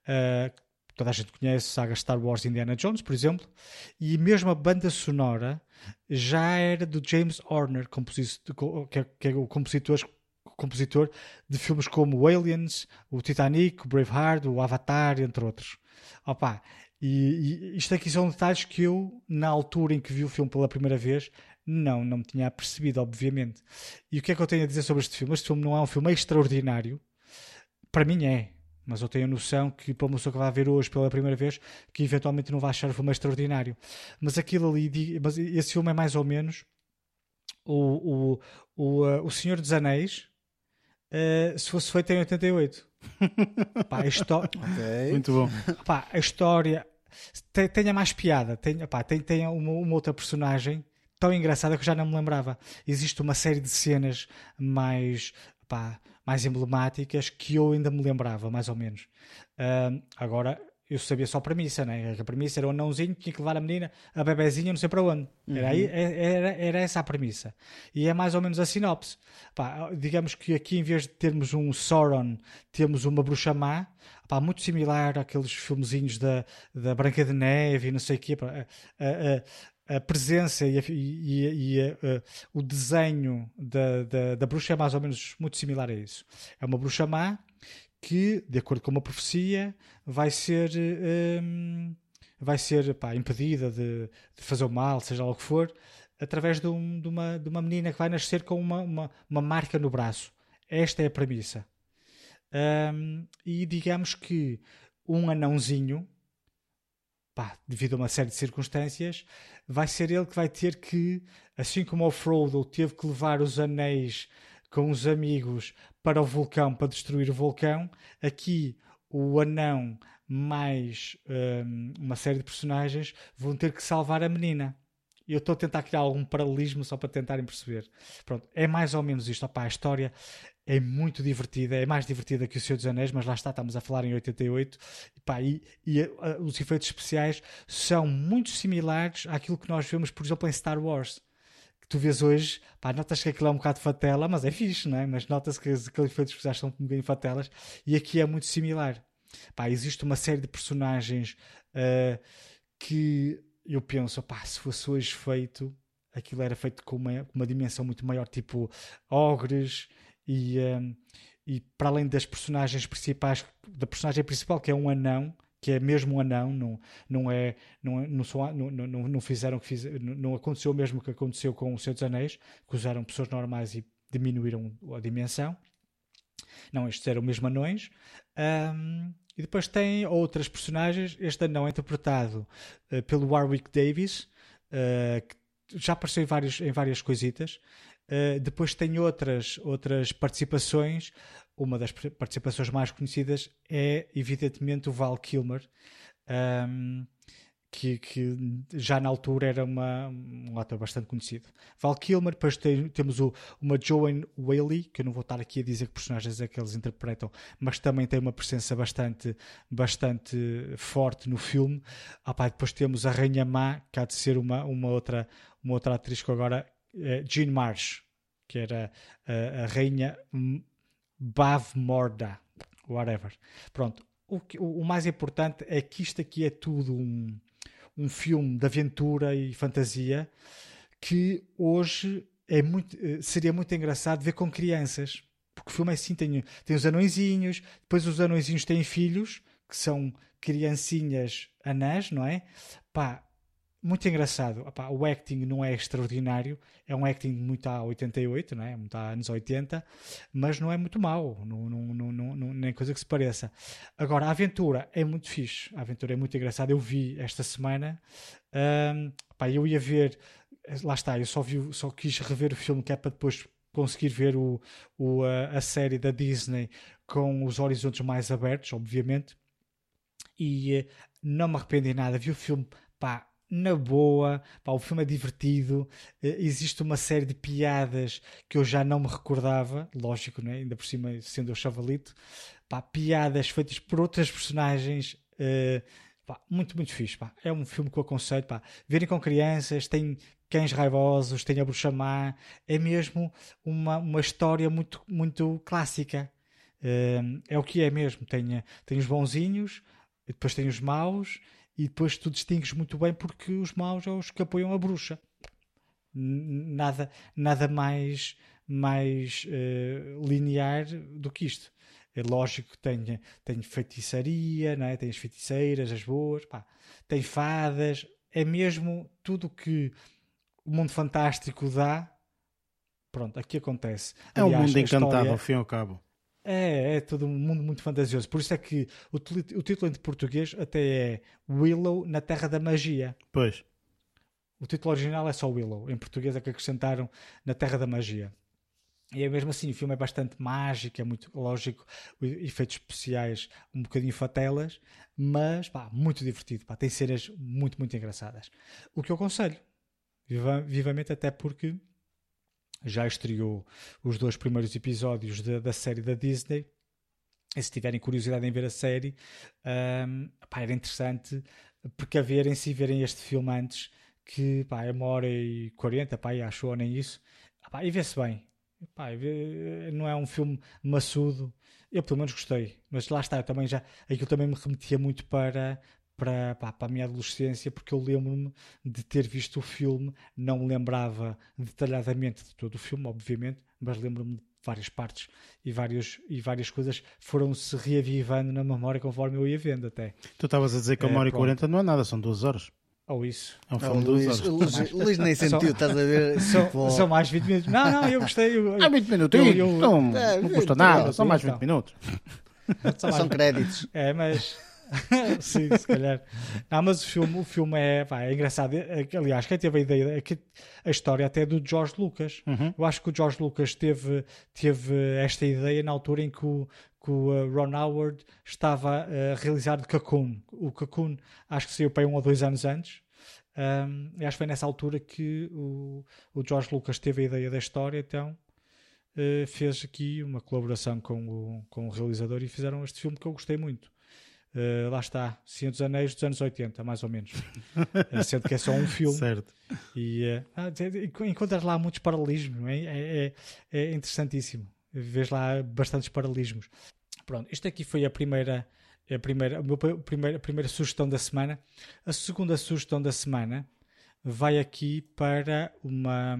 Uh, toda a gente conhece a saga Star Wars e Indiana Jones, por exemplo, e mesmo a banda sonora já era do James Horner, que é, que é o compositor, compositor de filmes como o Aliens, o Titanic, o Braveheart, o Avatar, entre outros. Opa, e, e isto aqui são detalhes que eu, na altura em que vi o filme pela primeira vez, não, não me tinha percebido, obviamente. E o que é que eu tenho a dizer sobre este filme? Este filme não é um filme extraordinário. Para mim é. Mas eu tenho a noção que, para uma pessoa que vai ver hoje pela primeira vez, que eventualmente não vai achar o filme extraordinário. Mas aquilo ali, mas esse filme é mais ou menos o, o, o, o Senhor dos Anéis, uh, se fosse feito em oitenta e oito. Pá, a história... Okay. Muito bom. Pá, a história tem, tem a mais piada. Tem, pá, tem, tem uma, uma outra personagem tão engraçada que eu já não me lembrava. Existe uma série de cenas mais... Pá, mais emblemáticas que eu ainda me lembrava, mais ou menos. Uh, agora, eu sabia só a premissa, né? A premissa era o anãozinho que tinha que levar a menina, a bebezinha, não sei para onde. Uhum. Era, aí, era, era essa a premissa. E é mais ou menos a sinopse. Pá, digamos que aqui, em vez de termos um Sauron, temos uma bruxa má, pá, muito similar àqueles filmezinhos da, da Branca de Neve e não sei o quê. Pá, a, a, a presença e, a, e, e a, a, o desenho da, da, da bruxa é mais ou menos muito similar a isso. É uma bruxa má que, de acordo com uma profecia, vai ser, um, vai ser pá, impedida de, de fazer o mal, seja lá o que for, através de, um, de, uma, de uma menina que vai nascer com uma, uma, uma marca no braço. Esta é a premissa. Um, e digamos que um anãozinho, pá, devido a uma série de circunstâncias, vai ser ele que vai ter que, assim como o Frodo teve que levar os anéis com os amigos para o vulcão, para destruir o vulcão, aqui o anão mais um, uma série de personagens vão ter que salvar a menina. E eu estou a tentar criar algum paralelismo só para tentarem perceber. Pronto, é mais ou menos isto. Opá, a história é muito divertida, é mais divertida que o Senhor dos Anéis, mas lá está, estamos a falar em oitenta e oito, e, pá, e, e uh, os efeitos especiais são muito similares àquilo que nós vemos, por exemplo, em Star Wars. Que tu vês hoje, pá, notas que aquilo é um bocado fatela, mas é fixe, não é? Mas notas que aqueles efeitos especiais são um bocadinho fatelas, e aqui é muito similar. Pá, existe uma série de personagens uh, que eu penso, pá, se fosse hoje feito, aquilo era feito com uma, uma dimensão muito maior, tipo ogres, e, um, e para além das personagens principais, da personagem principal, que é um anão, que é mesmo um anão, não, não, é, não, não, são, não, não, não fizeram que fiz, não aconteceu o mesmo que aconteceu com o Senhor dos Anéis, que usaram pessoas normais e diminuíram a dimensão. Não, estes eram mesmo anões. Um, e depois tem outras personagens. Este anão é interpretado uh, pelo Warwick Davis, uh, que já apareceu em, vários, em várias coisitas. Uh, depois tem outras, outras participações. Uma das participações mais conhecidas é, evidentemente, o Val Kilmer, um, que, que já na altura era uma, um ator bastante conhecido. Val Kilmer, depois tem, temos o, uma Joanne Whaley, que eu não vou estar aqui a dizer que personagens é que eles interpretam, mas também tem uma presença bastante, bastante forte no filme. Ah, pá, depois temos a Rainha Má, que há de ser uma, uma, outra, uma outra atriz que agora é Jean Marsh, que era a, a Rainha Bavmorda, whatever. Pronto, o, que, o, o mais importante é que isto aqui é tudo um, um filme de aventura e fantasia que hoje é muito, seria muito engraçado ver com crianças, porque o filme é assim, tem, tem os anõezinhos, depois os anõezinhos têm filhos, que são criancinhas anãs, não é? Pá, muito engraçado. Epá, o acting não é extraordinário, é um acting muito a oitenta e oito, não é? Muito a anos oitenta, mas não é muito mau, não, não, não, não, nem coisa que se pareça. Agora, a aventura é muito fixe, a aventura é muito engraçada. Eu vi esta semana, um, epá, eu ia ver, lá está, eu só, vi, só quis rever o filme, que é para depois conseguir ver o, o, a, a série da Disney com os horizontes mais abertos, obviamente, e uh, não me arrependi nada. Vi o filme, pá, na boa, pá, o filme é divertido, existe uma série de piadas que eu já não me recordava, lógico, né? Ainda por cima sendo o chavalito, pá, piadas feitas por outras personagens, uh, pá, muito, muito fixe, pá. É um filme que eu aconselho, pá, verem com crianças, tem cães raivosos, tem a bruxa má, é mesmo uma, uma história muito, muito clássica, uh, é o que é mesmo, tem, tem os bonzinhos, e depois tem os maus, e depois tu distingues muito bem porque os maus são os que apoiam a bruxa. nada, nada mais, mais uh, linear do que isto. É lógico que tem, tem feitiçaria, não é? Tem as feiticeiras, as boas, pá, tem fadas, é mesmo tudo que o mundo fantástico dá. Pronto, aqui acontece. É Aliás, um mundo encantado, história... ao fim e ao cabo. É, é todo um mundo muito fantasioso. Por isso é que o, o título em português até é Willow na Terra da Magia. Pois. O título original é só Willow. Em português é que acrescentaram na Terra da Magia. E é mesmo assim, o filme é bastante mágico, é muito lógico, efeitos especiais um bocadinho fatelas, mas pá, muito divertido, pá, tem cenas muito, muito engraçadas. O que eu aconselho, viva, vivamente, até porque já estreou os dois primeiros episódios da, da série da Disney, e se tiverem curiosidade em ver a série, um, pá, era interessante precaverem-se e verem este filme antes, que pá, é uma hora e quarenta, pá, acho, ou nem isso, pá, e vê-se bem. Pá, não é um filme maçudo, eu pelo menos gostei, mas lá está, eu também já, aquilo também me remetia muito para, para, pá, para a minha adolescência, porque eu lembro-me de ter visto o filme, não me lembrava detalhadamente de todo o filme, obviamente, mas lembro-me de várias partes e, vários, e várias coisas foram-se reavivando na memória conforme eu ia vendo até. Tu estavas a dizer que a uma hora e quarenta não é nada, são duas horas. Ou isso. É um filme oh, de Luís, duas horas. Luís, Luís nem sentiu, são, estás a ver? São, tipo... são mais vinte minutos. Não, não, eu gostei. Eu, ah, vinte minutos. Eu, eu, não, é, não custa nada, minutos, são mais vinte então. minutos. São, são créditos. É, mas... Sim, se calhar. Não, mas o filme, o filme é, pá, é engraçado. Aliás, quem teve a ideia, a história até é do George Lucas. Uhum. Eu acho que o George Lucas teve, teve esta ideia na altura em que o, que o Ron Howard estava a realizar de Cocoon. O Cocoon acho que saiu para um ou dois anos antes. Um, e acho que foi nessa altura que o, o George Lucas teve a ideia da história, então uh, fez aqui uma colaboração com o, com o realizador e fizeram este filme que eu gostei muito. Uh, lá está, Senhor dos Anéis dos anos oitenta, mais ou menos. uh, sendo que é só um filme. Certo. E uh, encontras lá muitos paralelismos, é, é, é interessantíssimo. Vês lá bastantes paralelismos. Pronto, isto aqui foi a primeira, a primeira, a meu, a primeira, a primeira sugestão da semana. A segunda sugestão da semana vai aqui para uma,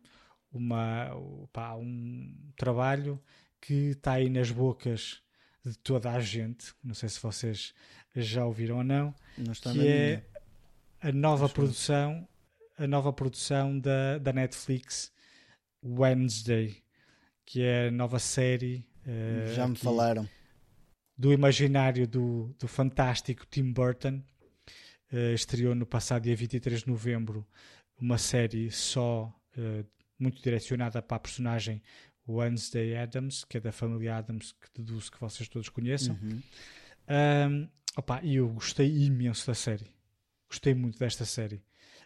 uma, pá, um trabalho que está aí nas bocas de toda a gente, não sei se vocês já ouviram ou não, não que é a nova Acho produção a nova produção da, da Netflix, Wednesday, que é a nova série uh, já me falaram do imaginário do, do fantástico Tim Burton. Uh, estreou no passado dia vinte e três de novembro uma série só uh, muito direcionada para a personagem Wednesday Addams, que é da família Addams, que deduzo que vocês todos conheçam. Uhum. Um, opa, e eu gostei imenso da série. Gostei muito desta série.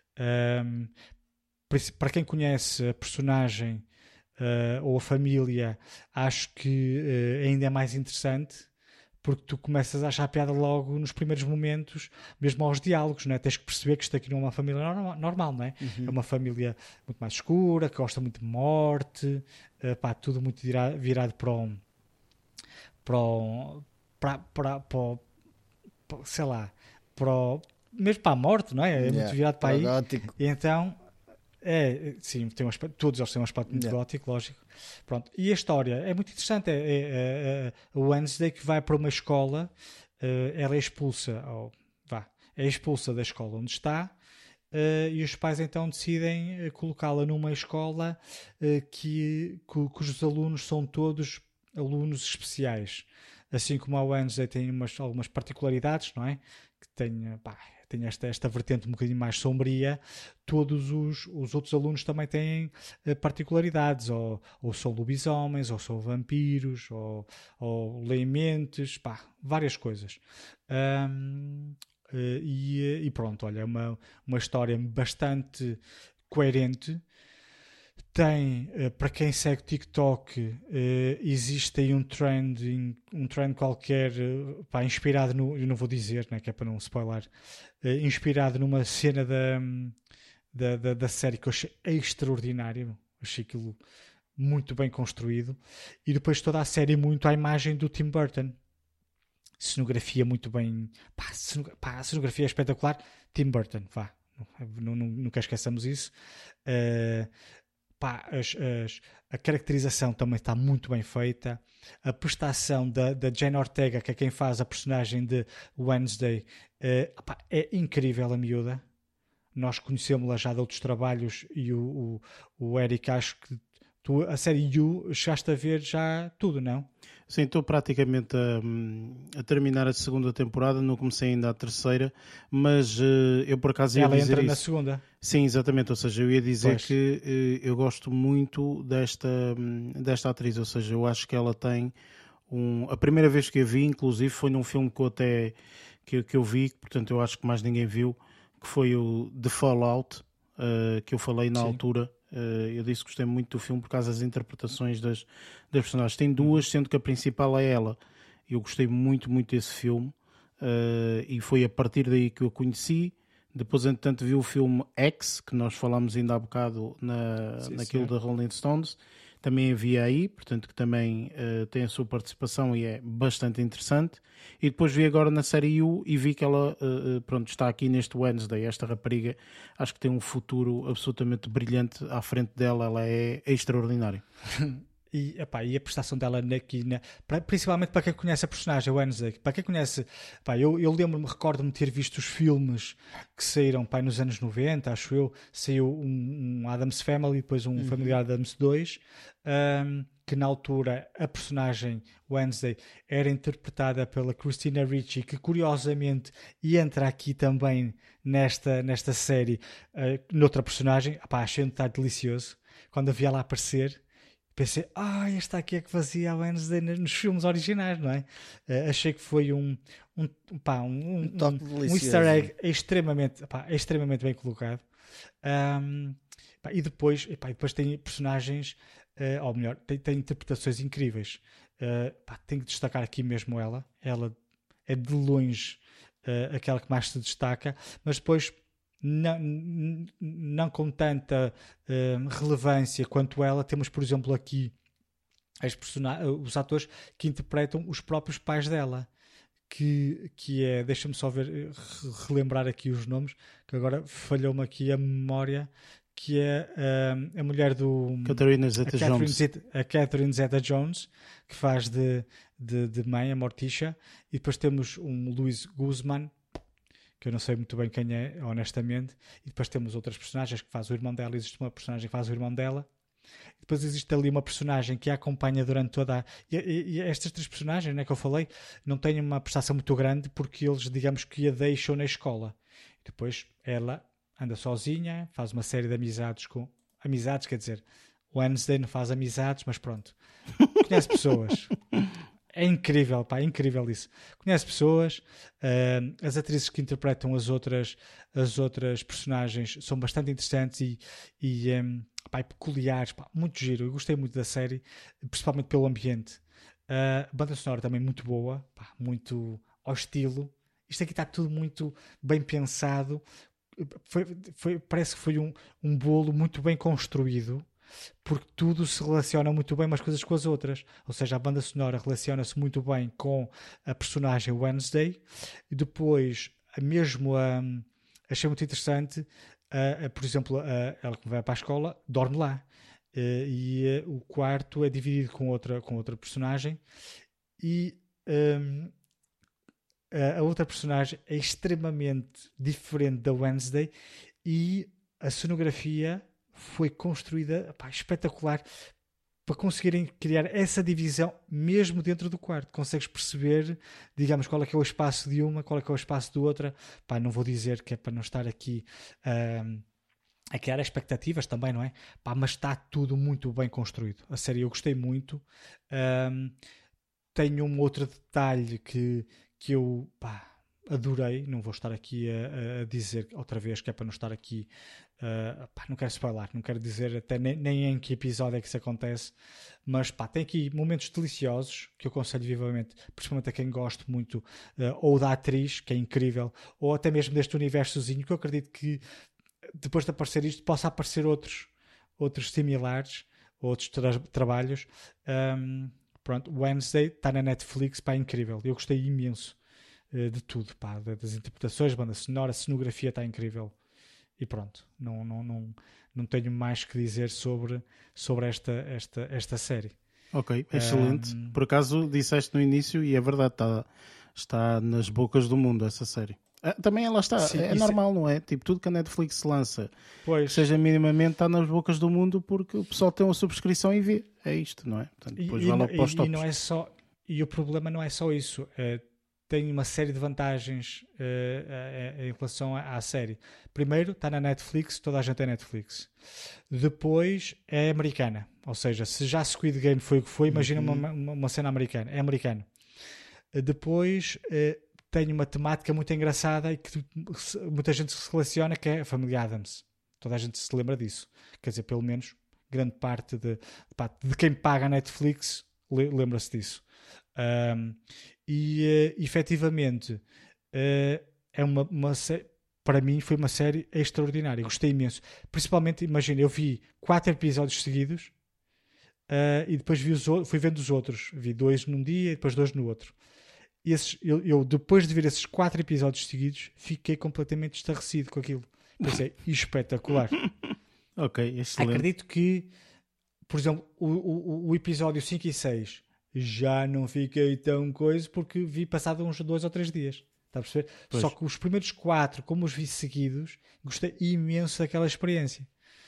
Um, para quem conhece a personagem uh, ou a família, acho que uh, ainda é mais interessante, porque tu começas a achar piada logo nos primeiros momentos, mesmo aos diálogos, não é? Tens que perceber que isto aqui não é uma família normal, normal não é? Uhum. É uma família muito mais escura, que gosta muito de morte, uh, pá, tudo muito virado, virado para o, para o, para, para, para, o, para, sei lá, para o, mesmo para a morte, não é? É yeah, muito virado para aí. Gótico. E então, é, sim, tem um aspecto, todos eles têm um aspecto muito yeah. gótico, lógico. Pronto. E a história é muito interessante. É, é, é a Wednesday que vai para uma escola, uh, ela é expulsa, ou, vá, é expulsa da escola onde está, uh, e os pais então decidem uh, colocá-la numa escola uh, que, cu, cujos alunos são todos alunos especiais. Assim como a Wednesday tem umas, algumas particularidades, não é? Que tem, pá, tem esta, esta vertente um bocadinho mais sombria, todos os, os outros alunos também têm uh, particularidades, ou, ou são lobisomens, ou são vampiros, ou, ou leem mentes, pá, várias coisas. Um, uh, e, e pronto, olha, é uma, uma história bastante coerente. Tem, uh, para quem segue TikTok, uh, existe aí um trend, um trend qualquer, uh, pá, inspirado no, eu não vou dizer, né, que é para não spoiler, uh, inspirado numa cena da, da, da, da série que eu achei extraordinário, achei aquilo muito bem construído, e depois toda a série muito à imagem do Tim Burton. Cenografia muito bem, pá, cenografia, pá, a cenografia é espetacular, Tim Burton, vá. não, não, nunca esqueçamos isso. Uh, pá, as, as, a caracterização também está muito bem feita. A prestação da, da Jenna Ortega, que é quem faz a personagem de Wednesday, uh, pá, é incrível a miúda. Nós conhecemos-la já de outros trabalhos e o, o, o Eric, acho que tu, a série You, chegaste a ver já tudo, não? Sim, estou praticamente a, a terminar a segunda temporada, não comecei ainda a terceira, mas uh, eu por acaso ia Ela dizer entra isso. na segunda. Sim, exatamente, ou seja, eu ia dizer Pois. que uh, eu gosto muito desta, desta atriz, ou seja, eu acho que ela tem um... A primeira vez que a vi, inclusive, foi num filme que eu até que, que eu vi, portanto eu acho que mais ninguém viu, que foi o The Fallout, uh, que eu falei na Sim. altura. Uh, eu disse que gostei muito do filme por causa das interpretações das, das personagens. Tem duas, sendo que a principal é ela. Eu gostei muito, muito desse filme uh, e foi a partir daí que eu a conheci. Depois, entretanto, vi o filme X, que nós falámos ainda há bocado na, Sim, naquilo senhor. da Rolling Stones. Também havia aí, portanto, que também uh, tem a sua participação e é bastante interessante. E depois vi agora na série You e vi que ela uh, pronto, está aqui neste Wednesday. Esta rapariga acho que tem um futuro absolutamente brilhante à frente dela. Ela é extraordinária. E, epá, e a prestação dela aqui, na, pra, principalmente para quem conhece a personagem, a Wednesday, para quem conhece, epá, eu, eu lembro-me, recordo-me ter visto os filmes que saíram epá, nos anos noventa, acho eu, saiu um, um Addams Family, depois um uhum. Família Addams dois, um, que na altura a personagem Wednesday era interpretada pela Christina Ricci, que curiosamente entra aqui também nesta, nesta série, uh, noutra personagem. Epá, achei um detalhe delicioso, quando a vi ela aparecer. Pensei, ah, esta aqui é que fazia a Wednesday nos filmes originais, não é? Uh, achei que foi um, um, pá, um, um, um, um easter egg extremamente, pá, extremamente bem colocado. Um, pá, e depois, pá, depois tem personagens, uh, ou melhor, tem, tem interpretações incríveis. Uh, pá, tenho que destacar aqui mesmo ela. Ela é de longe uh, aquela que mais se destaca, mas depois... Não, não com tanta uh, relevância quanto ela, temos, por exemplo, aqui as os atores que interpretam os próprios pais dela, que, que é, deixa-me só ver, relembrar aqui os nomes, que agora falhou-me aqui a memória, que é uh, a mulher do Catherine Zeta-Jones, a Catherine Zeta-Jones, que faz de, de, de mãe, a Morticia, e depois temos um Luis Guzman, que eu não sei muito bem quem é, honestamente, e depois temos outras personagens que faz o irmão dela, existe uma personagem que faz o irmão dela, e depois existe ali uma personagem que a acompanha durante toda a... E, e, e estas três personagens, né, que eu falei, não têm uma prestação muito grande porque eles, digamos que a deixam na escola. E depois ela anda sozinha, faz uma série de amizades com... Amizades, quer dizer, Wednesday não faz amizades, mas pronto. Conhece pessoas... É incrível, pá, é incrível isso. Conhece pessoas, uh, as atrizes que interpretam as outras, as outras personagens são bastante interessantes e, e, um, pá, e peculiares, pá, muito giro. Eu gostei muito da série, principalmente pelo ambiente. Uh, a banda sonora também muito boa, pá, muito ao estilo. Isto aqui está tudo muito bem pensado. Foi, foi, parece que foi um, um bolo muito bem construído, porque tudo se relaciona muito bem umas coisas com as outras, ou seja, a banda sonora relaciona-se muito bem com a personagem Wednesday, e depois mesmo um, achei muito interessante uh, uh, por exemplo, uh, ela que vai para a escola dorme lá, uh, e uh, o quarto é dividido com outra, com outra personagem, e um, a outra personagem é extremamente diferente da Wednesday, e a cenografia foi construída, pá, espetacular, para conseguirem criar essa divisão mesmo dentro do quarto. Consegues perceber, digamos, qual é que é o espaço de uma, qual é que é o espaço de outra. Pá, não vou dizer que é para não estar aqui um, a criar expectativas também, não é? Pá, mas está tudo muito bem construído. A série eu gostei muito. Um, tenho um outro detalhe que, que eu, pá, adorei. Não vou estar aqui a, a dizer outra vez, que é para não estar aqui uh, pá, não quero spoiler, não quero dizer até nem, nem em que episódio é que isso acontece, mas pá, tem aqui momentos deliciosos que eu aconselho vivamente, principalmente a quem gosta muito uh, ou da atriz, que é incrível, ou até mesmo deste universozinho, que eu acredito que depois de aparecer isto possa aparecer outros, outros similares, outros tra- trabalhos. Um, pronto, Wednesday está na Netflix, pá, é incrível, eu gostei imenso de tudo, pá, das interpretações, banda sonora, a cenografia está incrível, e pronto, não, não, não, não tenho mais que dizer sobre, sobre esta, esta, esta série. Ok, excelente. Um... Por acaso disseste no início, e é verdade, está, está nas bocas do mundo essa série. Ah, também ela está, Sim, é normal, é... não é? Tipo, tudo que a Netflix lança, pois. que seja minimamente, está nas bocas do mundo porque o pessoal tem uma subscrição e vê. É isto, não é? Portanto, depois e, vai e, logo para os e, tops. e, não é só, e o problema não é só isso. É, tem uma série de vantagens uh, em relação à, à série. Primeiro, está na Netflix, toda a gente tem Netflix. Depois, é americana. Ou seja, se já Squid Game foi o que foi, imagina uhum. uma, uma, uma cena americana. É americano. Depois, uh, tem uma temática muito engraçada e que muita gente se relaciona, que é a família Addams. Toda a gente se lembra disso. Quer dizer, pelo menos, grande parte de, de quem paga a Netflix lembra-se disso. Um, e uh, efetivamente uh, é uma, uma sé- para mim foi uma série extraordinária, gostei imenso, principalmente, imagina, eu vi quatro episódios seguidos uh, e depois vi os outros, fui vendo os outros, vi dois num dia e depois dois no outro. E esses, eu, eu depois de ver esses quatro episódios seguidos fiquei completamente estarrecido com aquilo, pensei, espetacular. Ok, excelente. Acredito que, por exemplo, o, o, o episódio cinco e seis já não fiquei tão coisa porque vi passado uns dois ou três dias. Está a perceber? Pois. Só que os primeiros quatro, como os vi seguidos, gostei imenso daquela experiência.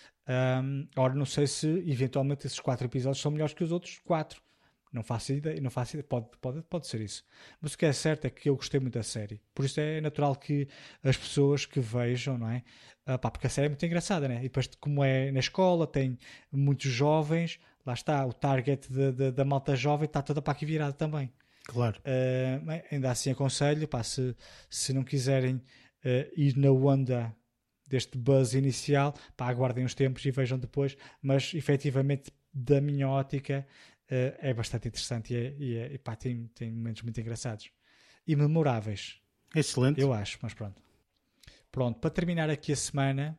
Um, agora não sei se eventualmente esses quatro episódios são melhores que os outros quatro. Não faço ideia, não faço ideia. Pode, pode, pode ser isso. Mas o que é certo é que eu gostei muito da série. Por isso é natural que as pessoas que vejam, não é? Ah, pá, porque a série é muito engraçada, né? E depois, como é na escola, tem muitos jovens. Lá está, o target de, de, da malta jovem está toda para aqui virada também. Claro. Uh, ainda assim aconselho, pá, se, se não quiserem uh, ir na onda deste buzz inicial, pá, aguardem uns tempos e vejam depois, mas efetivamente da minha ótica uh, é bastante interessante e, é, e, é, e pá, tem, tem momentos muito engraçados e memoráveis. Excelente. Eu acho, mas pronto. Pronto, para terminar aqui a semana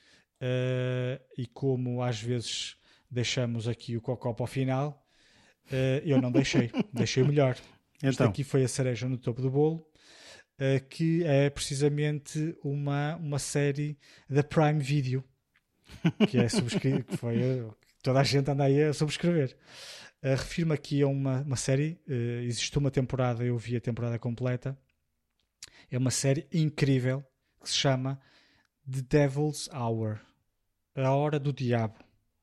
uh, e como às vezes deixamos aqui o cocó para o final, uh, eu não deixei, deixei o melhor. Então. Isto aqui foi a cereja no topo do bolo, uh, que é precisamente uma, uma série da Prime Video, que é subscri- que foi uh, toda a gente anda aí a subscrever. Uh, refiro-me aqui a uma, uma série, uh, existe uma temporada, eu vi a temporada completa, é uma série incrível que se chama The Devil's Hour, a hora do diabo.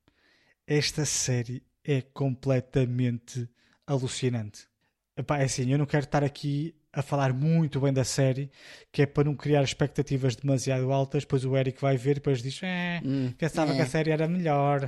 Esta série é completamente alucinante. Epá, é assim, eu não quero estar aqui a falar muito bem da série, que é para não criar expectativas demasiado altas, depois o Eric vai ver e depois diz eh, hum, pensava é. que a série era melhor.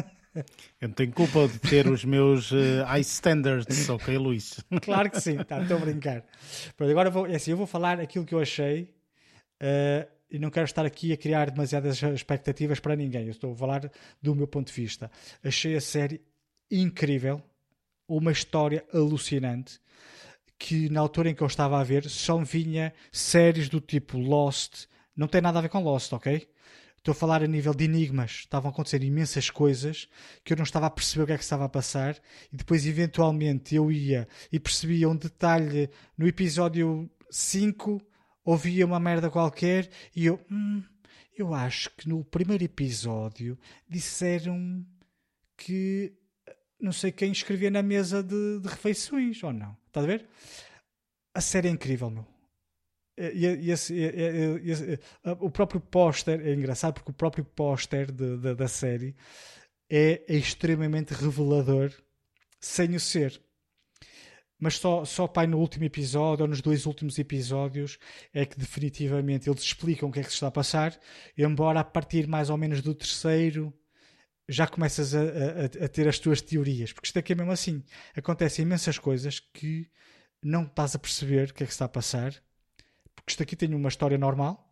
Eu não tenho culpa de ter os meus uh, high standards, ok, Luís? Claro que sim, tá, estou a brincar. Pronto, agora vou, é assim, eu vou falar aquilo que eu achei uh, e não quero estar aqui a criar demasiadas expectativas para ninguém. Eu estou a falar do meu ponto de vista. Achei a série incrível, uma história alucinante, que na altura em que eu estava a ver só vinha séries do tipo Lost. Não tem nada a ver com Lost, ok? Estou a falar a nível de enigmas. Estavam a acontecer imensas coisas que eu não estava a perceber o que é que estava a passar e depois eventualmente eu ia e percebia um detalhe no episódio cinco, ouvia uma merda qualquer e eu hum, eu acho que no primeiro episódio disseram que não sei quem escrevia na mesa de, de refeições ou não. Estás a ver? A série é incrível, meu. E, e esse, e, e, e, o próprio póster é engraçado porque o próprio póster de, de, da série é, é extremamente revelador sem o ser. Mas só, só pai, no último episódio ou nos dois últimos episódios é que definitivamente eles explicam o que é que se está a passar, embora a partir mais ou menos do terceiro já começas a, a, a ter as tuas teorias, porque isto aqui é mesmo assim, acontecem imensas coisas que não estás a perceber o que é que se está a passar, porque isto aqui tem uma história normal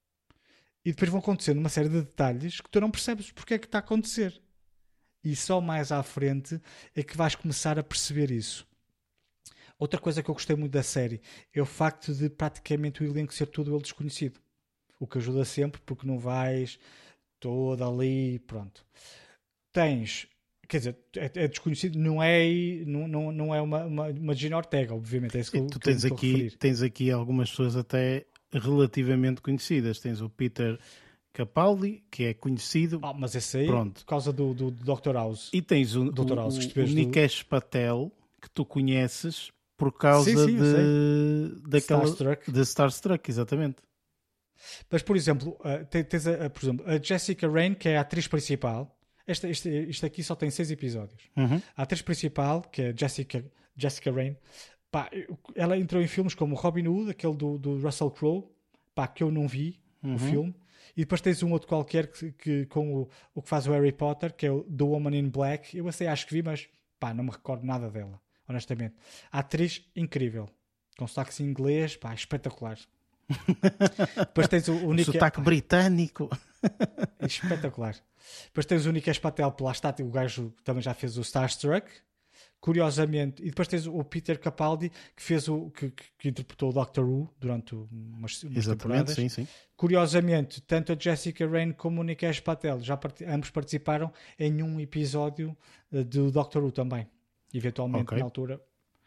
e depois vão acontecendo uma série de detalhes que tu não percebes porque é que está a acontecer, e só mais à frente é que vais começar a perceber isso. Outra coisa que eu gostei muito da série é o facto de praticamente o elenco ser todo ele desconhecido, o que ajuda sempre porque não vais todo ali, pronto. Tens, quer dizer, é, é desconhecido, não é, não, não, não é uma, uma, uma Gina Ortega, obviamente. É isso que eu, tu que eu tens, aqui, tens aqui algumas pessoas até relativamente conhecidas. Tens o Peter Capaldi, que é conhecido. Ah, mas esse aí, Pronto. por causa do, do, do doutor House. E tens o, doutor o, House, que o, tu vês o do- Nikesh Patel, que tu conheces por causa Sim, sim, eu de, daquela, Starstruck. de Starstruck, exatamente. Mas, por exemplo, uh, te- tens a, a- por exemplo, a Jessica Raine, que é a atriz principal. Esta, este, isto aqui só tem seis episódios. Uhum. A atriz principal, que é Jessica, Jessica Raine, pá, ela entrou em filmes como Robin Hood, aquele do, do Russell Crowe, pá, que eu não vi, Uhum. o filme. E depois tens um outro qualquer que, que, com o, o que faz o Harry Potter, que é o The Woman in Black. Eu assim acho que vi, mas pá, não me recordo nada dela, honestamente. A atriz, incrível. Com sotaque em inglês, pá, espetacular. Depois tens o, o, O Nick, sotaque pá, britânico. espetacular. Depois tens o Nikesh Patel, pela lá, o gajo que também já fez o Starstruck, curiosamente. E depois tens o Peter Capaldi, que fez o que, que, que interpretou o Doctor Who durante umas, umas Exatamente, temporadas. sim, sim. Curiosamente, tanto a Jessica Raine como o Nikesh Patel já part... ambos participaram em um episódio uh, do Doctor Who também, eventualmente Ok. na altura.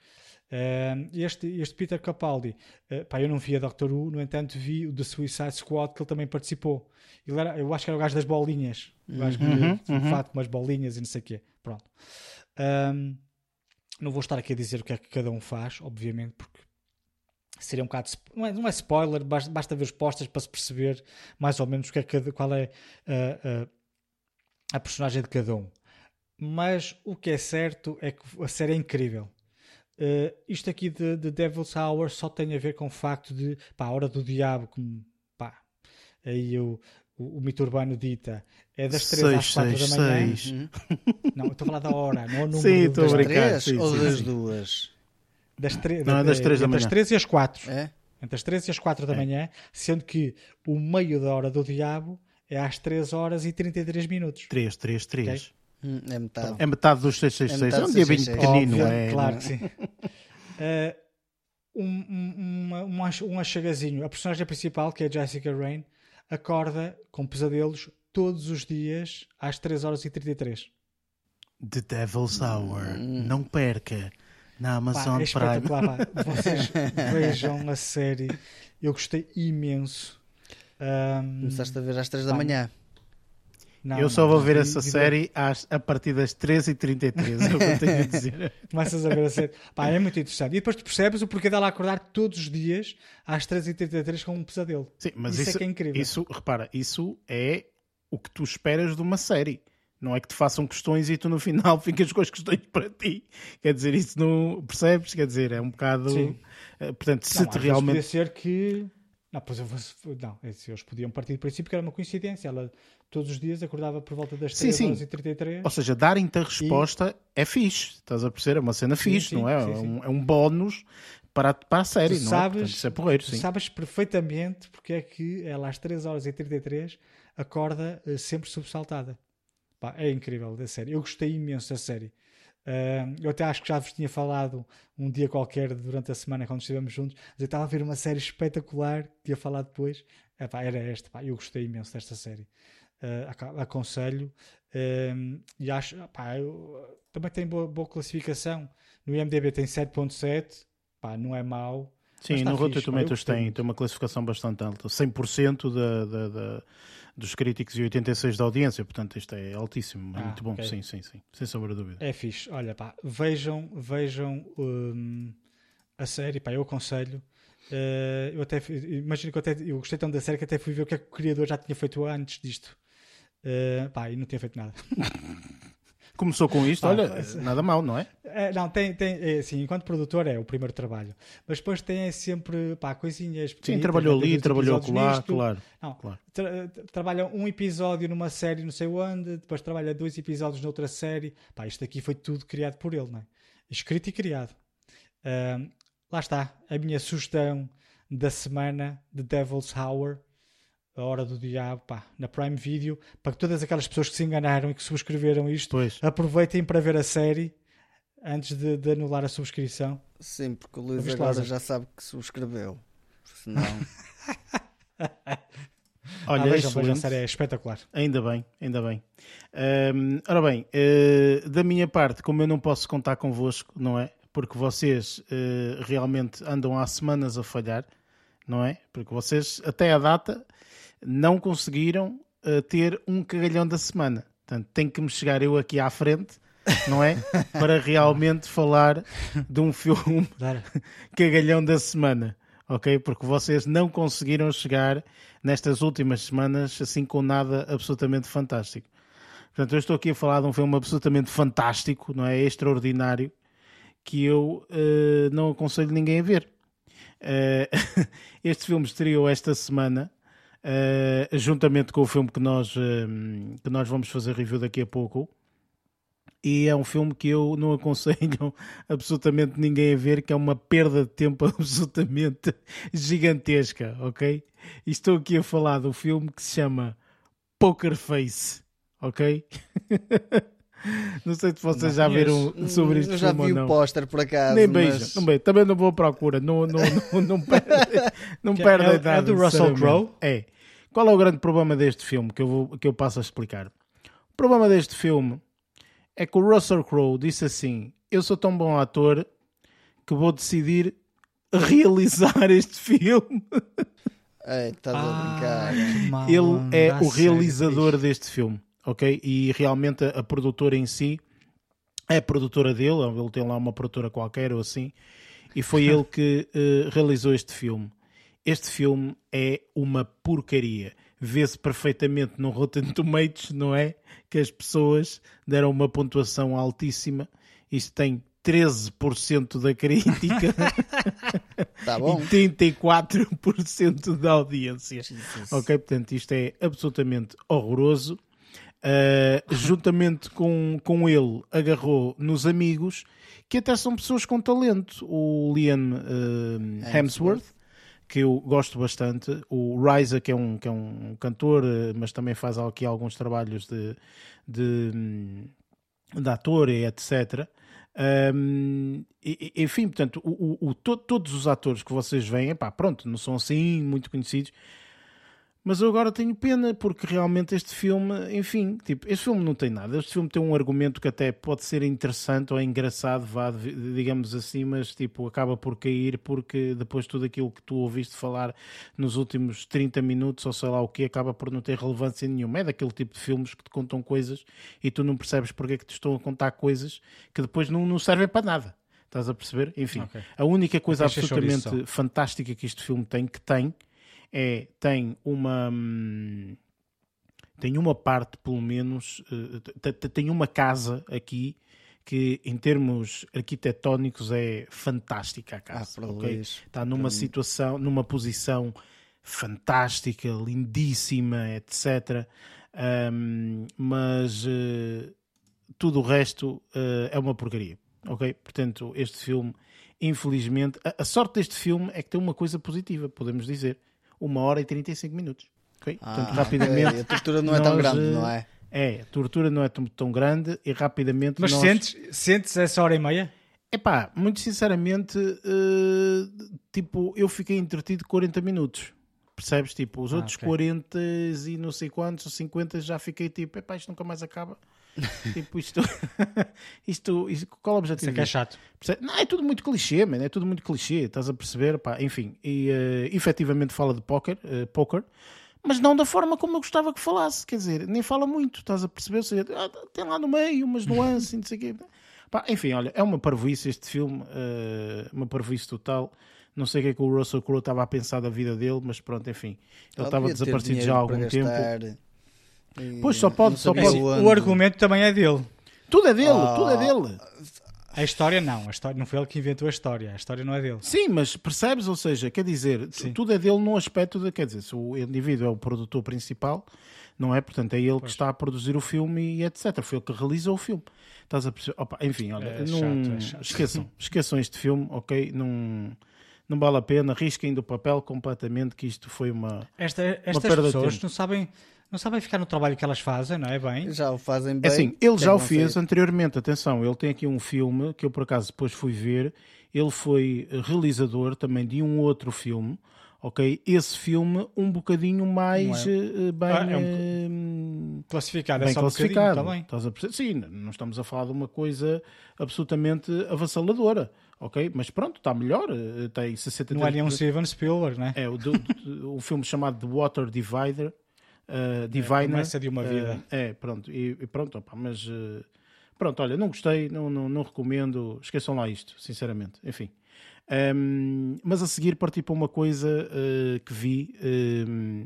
Uh, este, este Peter Capaldi, uh, pá, eu não vi a Doctor Who, no entanto vi o The Suicide Squad, que ele também participou. Ele era, eu acho que era o gajo das bolinhas, o gajo que Uhum, tinha um uhum. fato com umas bolinhas e não sei o quê. Pronto. Um, não vou estar aqui a dizer o que é que cada um faz, obviamente, porque seria um bocado, não é, não é spoiler, basta, basta ver os posters para se perceber mais ou menos o que é que, qual é uh, uh, a personagem de cada um. Mas o que é certo é que a série é incrível. Uh, isto aqui de, de Devil's Hour só tem a ver com o facto de, pá, a hora do diabo, como, pá, aí o, o, o mito urbano dita, é das três às seis, quatro seis, da manhã. seis. Uhum. Não, eu estou a falar da hora, não é o número Sim, do- estou a das Das brincar. três sim, ou sim, das sim. duas? Das tre- Não, é das três da entre as manhã. três e as quatro. É? Entre as três e as quatro da É. manhã, sendo que o meio da hora do diabo é às três horas e trinta e três minutos. três, três, três. Hum, é metade. É metade dos seiscentos e sessenta e seis. É É metade um dos diabinho seiscentos e sessenta e seis. pequenino, Óbvio, é. claro não- que sim. Eh, um, um, uma, um, ach- um achagazinho. A personagem principal, que é a Jessica Raine, acorda com pesadelos todos os dias às três horas e trinta e três. The Devil's Hour. Não perca. Na Pá, Amazon é Prime. espetacular. Pá. Vocês vejam a série. Eu gostei imenso. Ahm, Começaste a ver às três da pá, manhã. não, Eu só não, vou não, ver vi- essa vi- série às, a partir das três e trinta e três. É o que eu tenho a dizer. Começas a ver a série. Pá, é muito interessante. E depois tu percebes o porquê dela acordar todos os dias às três e trinta e três com um pesadelo. Sim, mas Isso é isso, que é incrível. Isso, repara, isso é o que tu esperas de uma série. Não é que te façam questões e tu no final ficas com as questões para ti. Quer dizer, isso não percebes? Quer dizer, é um bocado. Sim. eh, Portanto, se Não, te às vezes realmente. podia ser que... Não, pois eu vou... não, é assim, eles podiam partir do princípio que era uma coincidência. Ela todos os dias acordava por volta das Sim, três sim. horas e trinta e três. Ou seja, darem-te a resposta é fixe. Estás a perceber? É uma cena Sim, fixe, sim, não é? sim, é, sim. um, é um bónus para, a- para a série, Tu não é? sabes, Portanto, isso é porreiro, tu sim. sabes perfeitamente porque é que ela às três horas e trinta e três acorda eh, sempre sobressaltada. Pá, é incrível da série. Eu gostei imenso da série. Ah, eu até acho que já vos tinha falado um dia qualquer durante a semana quando estivemos juntos. Mas eu estava a ver uma série espetacular que ia falar depois. Epá, era esta. Pá, eu gostei imenso desta série. Ah, aca- aconselho. Ah, e acho. Pá, eu- também tem boa, boa classificação. No I M D B tem sete ponto sete. Pá, não é mau. Sim, Mas está no Rotten fixe, pá, eu Tomatoes gostei tem, muito. tem uma classificação bastante alta. cem por cento da, da, da, dos críticos e oitenta e seis por cento da audiência. Portanto, isto é altíssimo. É Ah, muito bom. ok. Sim, sim, sim. Sem sombra de dúvida. É fixe, olha pá, vejam, vejam hum, a série, pá, eu aconselho. Eh, eu até fui- imagino que eu, até, eu gostei tanto da série que até fui ver o que é que o criador já tinha feito antes disto. Eh, pá, e não tinha feito nada. Começou com isto, Pá, olha, mas- nada mal, não é? Eh, não, tem, tem é, assim, enquanto produtor é o primeiro trabalho, mas depois tem sempre pá, coisinhas. Sim, pequenitas, trabalhou vai ter ali, dois trabalhou episódios lá, nisto. claro. Não, claro. tra- tra- trabalha um episódio numa série não sei onde, depois trabalha dois episódios noutra série. Pá, isto aqui foi tudo criado por ele, não é? Escrito e criado. Ahm, lá está, a minha sugestão da semana de Devil's Hour, a hora do diabo, pá, na Prime Video, para que todas aquelas pessoas que se enganaram e que subscreveram isto, Pois. aproveitem para ver a série antes de, de anular a subscrição. Sim, porque o Luís Ouviste lá, agora Zé? já sabe que subscreveu. Senão, Olha, ah, vejam, vejam, a excelente. série é espetacular. Ainda bem, ainda bem. Hum, ora bem, eh, da minha parte, como eu não posso contar convosco, não é? Porque vocês eh, realmente andam há semanas a falhar, não é? Porque vocês, até à data, não conseguiram uh, ter um cagalhão da semana. Portanto, tem que me chegar eu aqui à frente, não é? Para realmente falar de um filme cagalhão da semana, ok? Porque vocês não conseguiram chegar nestas últimas semanas assim com nada absolutamente fantástico. Portanto, eu estou aqui a falar de um filme absolutamente fantástico, não é? Extraordinário, que eu uh, não aconselho ninguém a ver. Uh, este filme estreou esta semana, uh, juntamente com o filme que nós, uh, que nós vamos fazer review daqui a pouco. E é um filme que eu não aconselho absolutamente ninguém a ver, que é uma perda de tempo absolutamente gigantesca, ok? E estou aqui a falar do filme que se chama Poker Face, ok? Não sei se vocês não já viram sobre este eu filme já vi ou não. O póster por acaso. Nem beijo, mas... não beijo. Também não vou à procura. Não, não, não, não perde, não perde é, nada. É do Russell Crowe? É. Qual é o grande problema deste filme que eu, vou, que eu passo a explicar? O problema deste filme é que o Russell Crowe disse assim: eu sou tão bom ator que vou decidir realizar este filme. É, estás ah, a brincar. Ele é o realizador sério, deste filme, ok? E realmente a, a produtora em si é a produtora dele, ele tem lá uma produtora qualquer ou assim, e foi ele que uh, realizou este filme. Este filme é uma porcaria. Vê-se perfeitamente no Rotten Tomatoes, não é? Que as pessoas deram uma pontuação altíssima. Isto tem treze por cento da crítica tá bom. e trinta e quatro por cento da audiência. Jesus. Ok, portanto, isto é absolutamente horroroso. Uh, juntamente com, com ele, agarrou nos amigos, que até são pessoas com talento. O Liam uh, Hemsworth, que eu gosto bastante. O Ryza, que é um, que é um cantor, mas também faz aqui alguns trabalhos de, de, de ator e etcétera. Um, e, enfim, portanto, o, o, o, to, todos os atores que vocês veem, epá, pronto, não são assim muito conhecidos. Mas eu agora tenho pena, porque realmente este filme, enfim, tipo, este filme não tem nada. Este filme tem um argumento que até pode ser interessante ou engraçado, vá, digamos assim, mas tipo, acaba por cair porque depois tudo aquilo que tu ouviste falar nos últimos trinta minutos ou sei lá o que, acaba por não ter relevância nenhuma. É daquele tipo de filmes que te contam coisas e tu não percebes porque é que te estão a contar coisas que depois não, não servem para nada. Estás a perceber? Enfim, okay. A única coisa absolutamente fantástica que este filme tem, que tem, é, tem uma tem uma parte, pelo menos, tem uma casa aqui que em termos arquitetónicos é fantástica a casa, ah, okay? Está numa situação, numa posição fantástica, lindíssima, etcétera. Um, mas uh, tudo o resto uh, é uma porcaria, ok? Portanto, este filme, infelizmente, a, a sorte deste filme é que tem uma coisa positiva, podemos dizer. Uma hora e trinta e cinco minutos. Okay? Ah, Portanto, rapidamente. Okay. A tortura não é nós, tão grande, não é? É, a tortura não é tão, tão grande e rapidamente. Mas nós... sentes, sentes essa hora e meia? Epá, muito sinceramente, uh, tipo, eu fiquei entretido quarenta minutos. Percebes? Tipo, os ah, outros okay. quarenta e não sei quantos, ou cinquenta, já fiquei tipo, epá, isto nunca mais acaba. Tipo, isto, isto, isto, qual é o objetivo? Isso é que é chato. Não, é tudo muito clichê, man, é tudo muito clichê, estás a perceber? Pá, enfim, e uh, efetivamente fala de póquer, uh, póquer, mas não da forma como eu gostava que falasse, quer dizer, nem fala muito, estás a perceber? Ou seja, ah, tem lá no meio umas nuances, não sei o quê. Pá, enfim, olha, é uma parvoíce este filme, uh, uma parvoíce total. Não sei o que é que o Russell Crowe estava a pensar da vida dele, mas pronto, enfim, ele estava desaparecido já há algum tempo. E pois só pode, só pode. O argumento também é dele. Tudo é dele, oh. tudo é dele. A história não, a história não foi ele que inventou a história, a história não é dele. Sim, mas percebes, ou seja, quer dizer, Sim. tudo é dele no aspecto de, quer dizer, se o indivíduo é o produtor principal, não é? Portanto, é ele pois. que está a produzir o filme e etcétera. Foi ele que realizou o filme. Estás a perceber? Opa, enfim, olha, é não... chato, é chato. esqueçam, esqueçam este filme, ok? Não... Não vale a pena, risquem do papel completamente que isto foi uma, Esta, uma estas perda pessoas de tempo. Não sabem, não sabem ficar no trabalho que elas fazem, não é bem? Já o fazem bem. É assim, ele já o fez ser. anteriormente, atenção, ele tem aqui um filme que eu por acaso depois fui ver, ele foi realizador também de um outro filme, ok, esse filme um bocadinho mais Não é? uh, bem, Ah, é um... Classificado, bem é só classificado. um também. Estás a perceber? Sim, não estamos a falar de uma coisa absolutamente avassaladora, ok? Mas pronto, está melhor. uh, Tem sessenta e três por cento. Não é nenhum Steven Spielberg, né? É o, do, do, o filme chamado The Water Divider. Uh, Diviner. É, promessa de uma vida. Uh, é, pronto. E, e pronto, opa, mas... Uh, pronto, olha, não gostei, não, não, não recomendo. Esqueçam lá isto, sinceramente. Enfim. Um, mas a seguir parti para uma coisa uh, que vi um,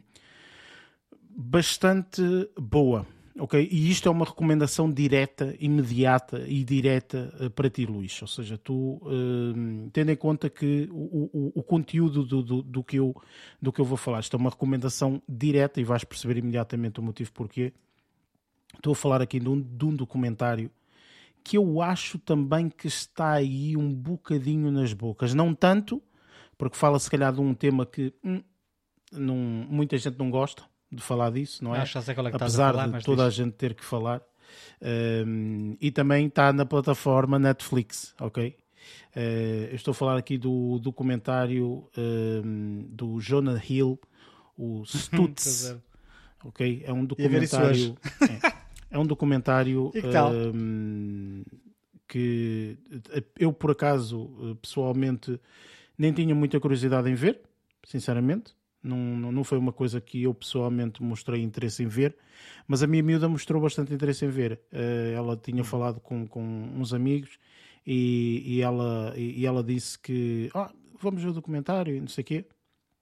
bastante boa, ok? E isto é uma recomendação direta, imediata e direta uh, para ti, Luís. Ou seja, tu, um, tendo em conta que o, o, o conteúdo do, do, do, que eu, do que eu vou falar, isto é uma recomendação direta e vais perceber imediatamente o motivo porquê. Estou a falar aqui de um, de um documentário que eu acho também que está aí um bocadinho nas bocas. Não tanto, porque fala se calhar de um tema que hum, não, muita gente não gosta de falar disso, não é? Acho que sei qual é que estás Apesar a falar, de mas toda diz. a gente ter que falar. Um, e também está na plataforma Netflix, ok? Uh, eu estou a falar aqui do documentário um, do Jonah Hill, o Stutz, ok? É um documentário... É um documentário E que tal? um, que eu, por acaso, pessoalmente, nem tinha muita curiosidade em ver, sinceramente. Não, não foi uma coisa que eu, pessoalmente, mostrei interesse em ver, mas a minha miúda mostrou bastante interesse em ver. Uh, ela tinha falado com, com uns amigos e, e, ela, e ela disse que ah, vamos ver o documentário e não sei o quê.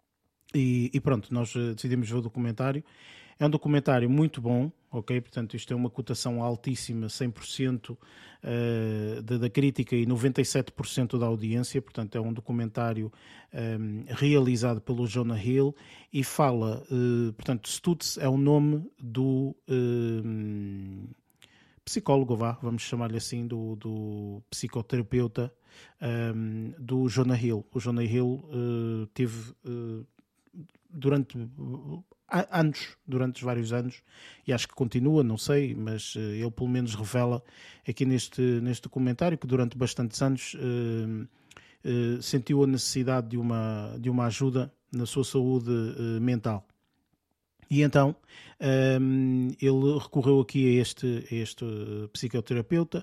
E, e pronto, nós decidimos ver o documentário. É um documentário muito bom, ok? Portanto, isto é uma cotação altíssima, cem por cento uh, da, da crítica e noventa e sete por cento da audiência. Portanto, é um documentário um, realizado pelo Jonah Hill e fala, uh, portanto, Stutz é o nome do uh, psicólogo, vá, vamos chamar-lhe assim, do, do psicoterapeuta um, do Jonah Hill. O Jonah Hill uh, teve uh, durante... anos, durante vários anos, e acho que continua, não sei, mas uh, ele pelo menos revela aqui neste, neste documentário que durante bastantes anos uh, uh, sentiu a necessidade de uma, de uma ajuda na sua saúde uh, mental. E então um, ele recorreu aqui a este, a este psicoterapeuta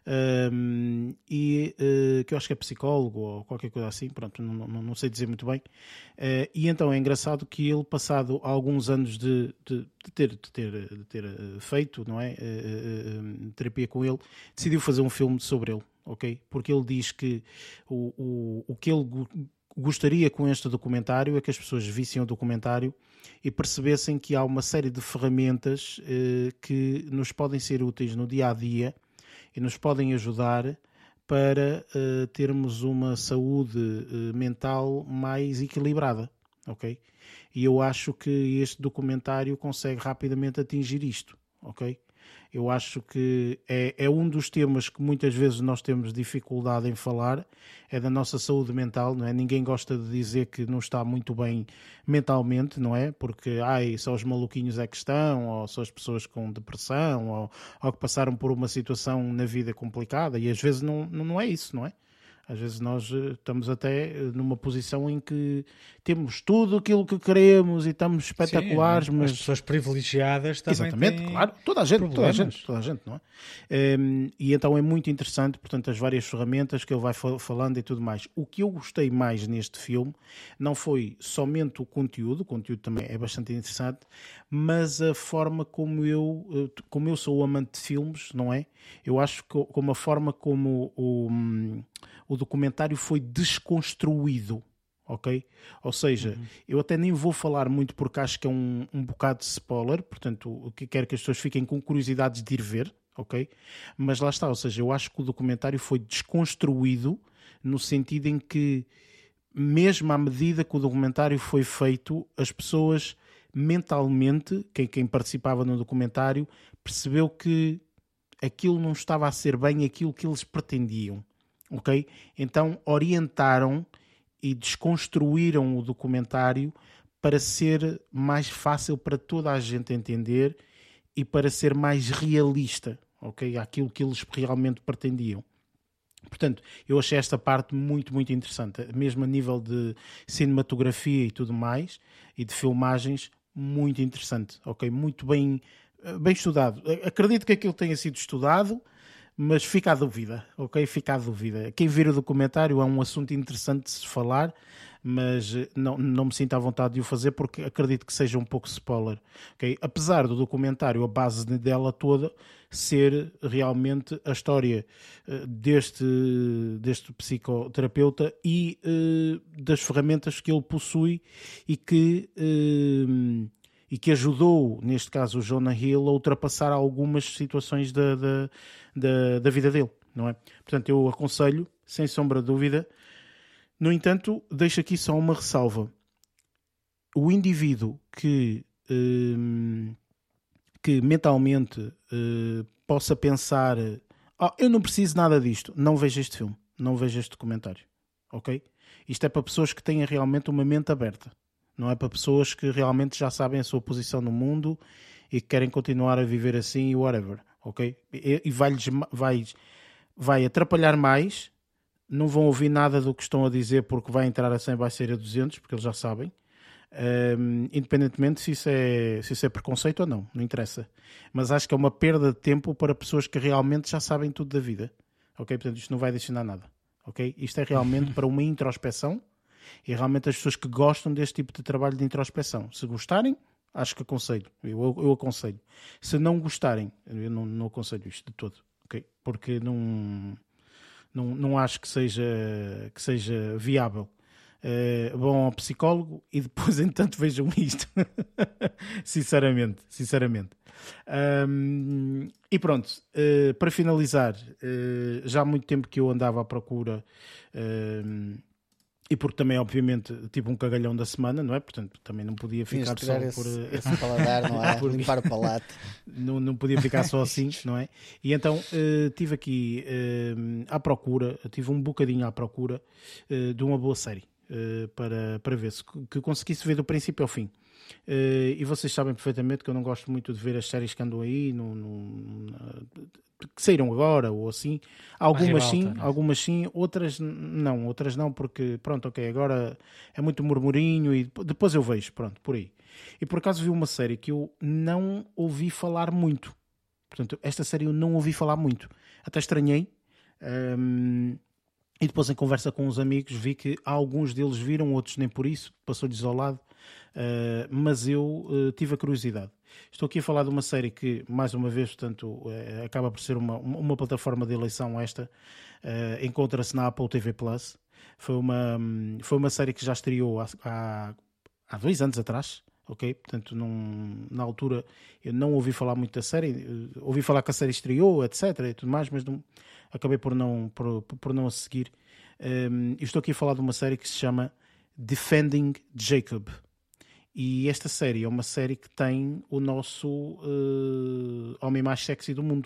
um, e uh, que eu acho que é psicólogo ou qualquer coisa assim, pronto, não, não, não sei dizer muito bem. Uh, e então é engraçado que ele, passado alguns anos de, de, de, ter, de, ter, de ter feito, não é, uh, uh, terapia com ele, decidiu fazer um filme sobre ele, ok? Porque ele diz que o, o, o que ele gostaria com este documentário é que as pessoas vissem o documentário e percebessem que há uma série de ferramentas eh, que nos podem ser úteis no dia-a-dia e nos podem ajudar para eh, termos uma saúde eh, mental mais equilibrada, ok? E eu acho que este documentário consegue rapidamente atingir isto, ok? Eu acho que é, é um dos temas que muitas vezes nós temos dificuldade em falar, é da nossa saúde mental, não é? Ninguém gosta de dizer que não está muito bem mentalmente, não é? Porque, ai, só os maluquinhos é que estão, ou só as pessoas com depressão, ou, ou que passaram por uma situação na vida complicada, e às vezes não, não é isso, não é? Às vezes nós estamos até numa posição em que temos tudo aquilo que queremos e estamos espetaculares, Sim, mas... as pessoas privilegiadas também Exatamente, têm claro, toda a gente, toda a problemas. gente, toda a gente, não é? Um, e então é muito interessante, portanto, as várias ferramentas que ele vai falando e tudo mais. O que eu gostei mais neste filme não foi somente o conteúdo, o conteúdo também é bastante interessante, mas a forma como eu, como eu sou amante de filmes, não é? Eu acho que como a forma como o, o documentário foi desconstruído. Ok? Ou seja, uhum. eu até nem vou falar muito porque acho que é um, um bocado de spoiler, portanto, o que quero que as pessoas fiquem com curiosidades de ir ver, ok? Mas lá está, ou seja, eu acho que o documentário foi desconstruído no sentido em que, mesmo à medida que o documentário foi feito, as pessoas mentalmente, quem, quem participava no documentário, percebeu que aquilo não estava a ser bem aquilo que eles pretendiam, ok? Então orientaram e desconstruíram o documentário para ser mais fácil para toda a gente entender e para ser mais realista, ok? Aquilo que eles realmente pretendiam. Portanto, eu achei esta parte muito, muito interessante, mesmo a nível de cinematografia e tudo mais, e de filmagens, muito interessante, ok? Muito bem, bem estudado. Acredito que aquilo tenha sido estudado, mas fica à dúvida, ok? Fica à dúvida. Quem vir o documentário é um assunto interessante de se falar, mas não, não me sinto à vontade de o fazer porque acredito que seja um pouco spoiler, ok? Apesar do documentário, a base dela toda, ser realmente a história uh, deste, deste psicoterapeuta e uh, das ferramentas que ele possui e que... Uh, e que ajudou, neste caso, o Jonah Hill a ultrapassar algumas situações da, da, da, da vida dele, não é? Portanto, eu aconselho, sem sombra de dúvida. No entanto, deixo aqui só uma ressalva. O indivíduo que, hum, que mentalmente hum, possa pensar oh, eu não preciso nada disto, não veja este filme, não veja este documentário, ok? Isto é para pessoas que têm realmente uma mente aberta. Não é para pessoas que realmente já sabem a sua posição no mundo e que querem continuar a viver assim e whatever, ok? E, e vai-lhes, vai, vai atrapalhar mais, não vão ouvir nada do que estão a dizer porque vai entrar a cem, vai ser a duzentos, porque eles já sabem. Um, independentemente se isso, é, se isso é preconceito ou não, não interessa. Mas acho que é uma perda de tempo para pessoas que realmente já sabem tudo da vida, ok? Portanto, isto não vai adicionar nada, ok? Isto é realmente para uma introspeção. E realmente as pessoas que gostam deste tipo de trabalho de introspeção, se gostarem, acho que aconselho, eu, eu aconselho. Se não gostarem, eu não, não aconselho isto de todo, okay? Porque não, não, não acho que seja, que seja viável. Uh, vão ao psicólogo e depois, entanto, vejam isto. sinceramente, sinceramente. Um, e pronto, uh, para finalizar, uh, já há muito tempo que eu andava à procura... Uh, E porque também, obviamente, tive um cagalhão da semana, não é? Portanto, também não podia ficar só esse, por... esse paladar, não é? Porque... Limpar o palato. Não, não podia ficar só assim, não é? E então, uh, tive aqui uh, à procura, tive um bocadinho à procura uh, de uma boa série uh, para, para ver se que conseguisse ver do princípio ao fim. Uh, e vocês sabem perfeitamente que eu não gosto muito de ver as séries que andam aí, no, no, que saíram agora ou assim. Algumas sim, Ribalta, algumas sim, outras não, outras não, porque pronto, ok, agora é muito murmurinho e depois eu vejo, pronto, por aí. E por acaso vi uma série que eu não ouvi falar muito. Portanto, esta série eu não ouvi falar muito. Até estranhei. Um, e depois em conversa com uns amigos vi que alguns deles viram, outros nem por isso, passou-lhes ao lado. Uh, mas eu uh, tive a curiosidade. Estou aqui a falar de uma série que, mais uma vez, portanto, uh, acaba por ser uma, uma plataforma de eleição esta. Uh, encontra-se na Apple T V Plus. Foi uma, foi uma série que já estreou há, há, há dois anos atrás. Ok? Portanto, num, na altura eu não ouvi falar muito da série. Uh, ouvi falar que a série estreou, etcétera e tudo mais, mas não, acabei por não, por, por não a seguir. Um, estou aqui a falar de uma série que se chama Defending Jacob. E esta série é uma série que tem o nosso uh, homem mais sexy do mundo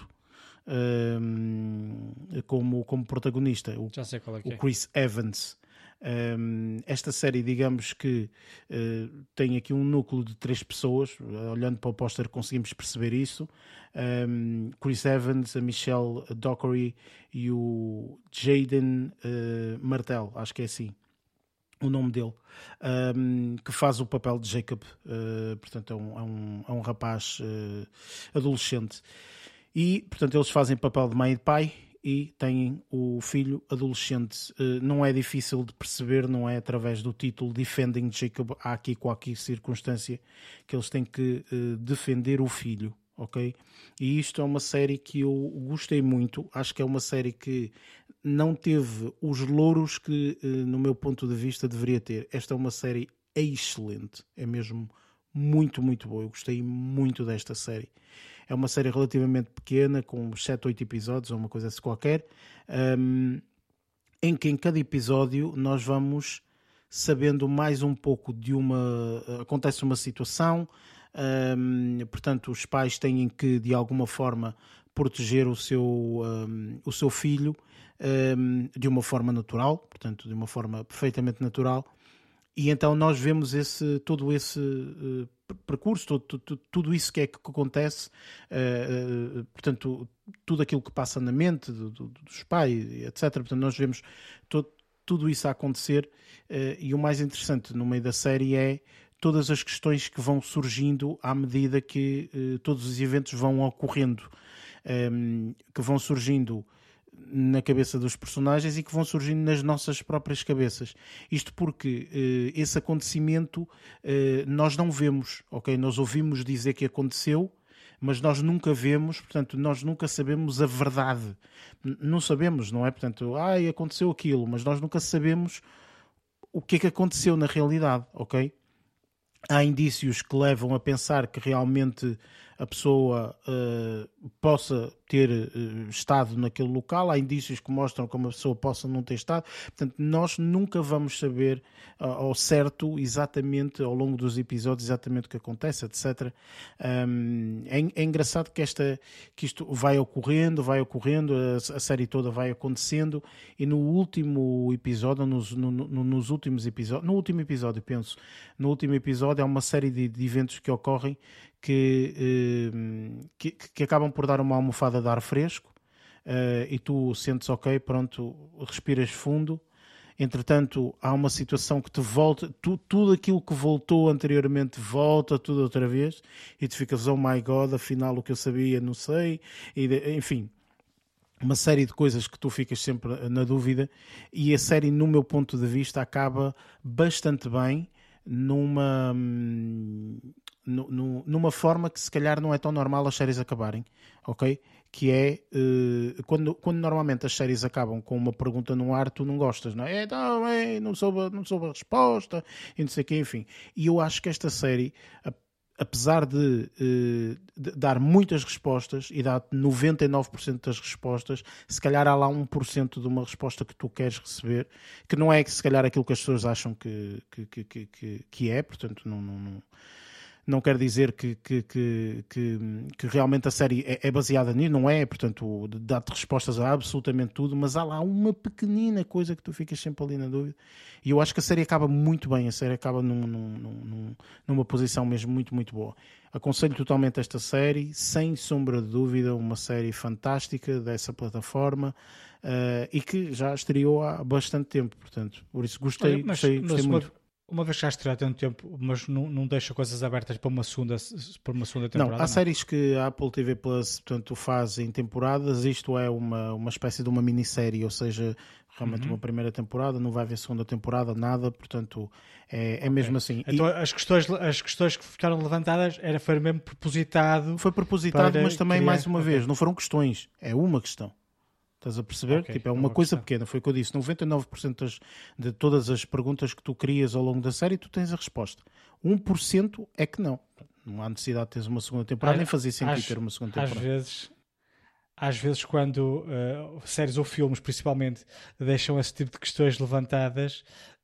uh, como, como protagonista, o, Já sei qual é que o é. Chris Evans. Um, esta série, digamos que uh, tem aqui um núcleo de três pessoas. Olhando para o póster conseguimos perceber isso. um, Chris Evans, a Michelle Dockery e o Jaden uh, Martell, acho que é assim o nome dele, um, que faz o papel de Jacob. Uh, portanto é um, é um, é um rapaz uh, adolescente e portanto eles fazem papel de mãe e de pai e têm o filho adolescente. Uh, não é difícil de perceber, não é através do título Defending Jacob, há aqui qualquer circunstância que eles têm que uh, defender o filho, ok? E isto é uma série que eu gostei muito, acho que é uma série que não teve os louros que, no meu ponto de vista, deveria ter. Esta é uma série excelente, é mesmo muito, muito boa. Eu gostei muito desta série. É uma série relativamente pequena, com sete, oito episódios, ou uma coisa assim qualquer, um, em que em cada episódio nós vamos sabendo mais um pouco de uma... Acontece uma situação, um, portanto os pais têm que, de alguma forma, proteger o seu, um, o seu filho um, de uma forma natural, portanto de uma forma perfeitamente natural, e então nós vemos esse, todo esse uh, percurso, todo, tudo, tudo isso que é que acontece, uh, uh, portanto, tudo aquilo que passa na mente do, do, dos pais, etcétera. Portanto, nós vemos todo, tudo isso a acontecer uh, e o mais interessante no meio da série é todas as questões que vão surgindo à medida que uh, todos os eventos vão ocorrendo, um, que vão surgindo na cabeça dos personagens e que vão surgindo nas nossas próprias cabeças. Isto porque uh, esse acontecimento uh, nós não vemos, ok? Nós ouvimos dizer que aconteceu, mas nós nunca vemos, portanto, nós nunca sabemos a verdade. N- não sabemos, não é? Portanto, ai, aconteceu aquilo, mas nós nunca sabemos o que é que aconteceu na realidade, ok? Há indícios que levam a pensar que realmente a pessoa uh, possa ter uh, estado naquele local, há indícios que mostram como a pessoa possa não ter estado. Portanto, nós nunca vamos saber uh, ao certo, exatamente, ao longo dos episódios, exatamente o que acontece, etcétera. Um, é, é engraçado que, esta, que isto vai ocorrendo, vai ocorrendo, a, a série toda vai acontecendo, e no último episódio, nos, no, no, nos últimos episódios, no último episódio, penso, no último episódio há uma série de, de eventos que ocorrem que, eh, que, que acabam por dar uma almofada de ar fresco, eh, e tu sentes ok, pronto, respiras fundo. Entretanto, há uma situação que te volta, tu, tudo aquilo que voltou anteriormente volta tudo outra vez e tu ficas, oh my god, afinal o que eu sabia não sei, e de, enfim, uma série de coisas que tu ficas sempre na dúvida, e a série, no meu ponto de vista, acaba bastante bem numa, numa forma que se calhar não é tão normal as séries acabarem, ok? Que é, uh, quando, quando normalmente as séries acabam com uma pergunta no ar, tu não gostas, não é? É, não, é, não, soube, não soube a resposta, e não sei o quê, enfim. E eu acho que esta série, apesar de, uh, de dar muitas respostas e dar noventa e nove por cento das respostas, se calhar há lá um por cento de uma resposta que tu queres receber, que não é se calhar aquilo que as pessoas acham que, que, que, que, que é, portanto não... não, não Não quer dizer que, que, que, que, que realmente a série é, é baseada nisso, não é, portanto, dá-te respostas a absolutamente tudo, mas há lá uma pequenina coisa que tu ficas sempre ali na dúvida. E eu acho que a série acaba muito bem, a série acaba num, num, num, numa posição mesmo muito, muito boa. Aconselho totalmente esta série, sem sombra de dúvida, uma série fantástica dessa plataforma, uh, e que já estreou há bastante tempo, portanto, por isso gostei, Olha, mas, gostei, mas gostei uma... muito. Uma vez que já estreou há tanto tempo, mas não, não deixa coisas abertas para uma segunda, para uma segunda temporada? Não, há não? séries que a Apple T V Plus, portanto, faz em temporadas. Isto é uma, uma espécie de uma minissérie, ou seja, realmente Uhum. uma primeira temporada, não vai haver segunda temporada, nada, portanto, é, é Okay. mesmo assim. Então E as questões, as questões que ficaram levantadas era, foi mesmo propositado? foi propositado, para mas também, criar... mais uma okay. vez, não foram questões, é uma questão. Estás a perceber? Okay, Tipo, é é uma uma coisa questão. pequena, foi o que eu disse. noventa e nove por cento das, de todas as perguntas que tu crias ao longo da série, tu tens a resposta. um por cento é que não. Não há necessidade de teres uma segunda temporada, Às- nem fazia sentido às- ter uma segunda Às temporada. vezes, às vezes quando uh, séries ou filmes, principalmente, deixam esse tipo de questões levantadas,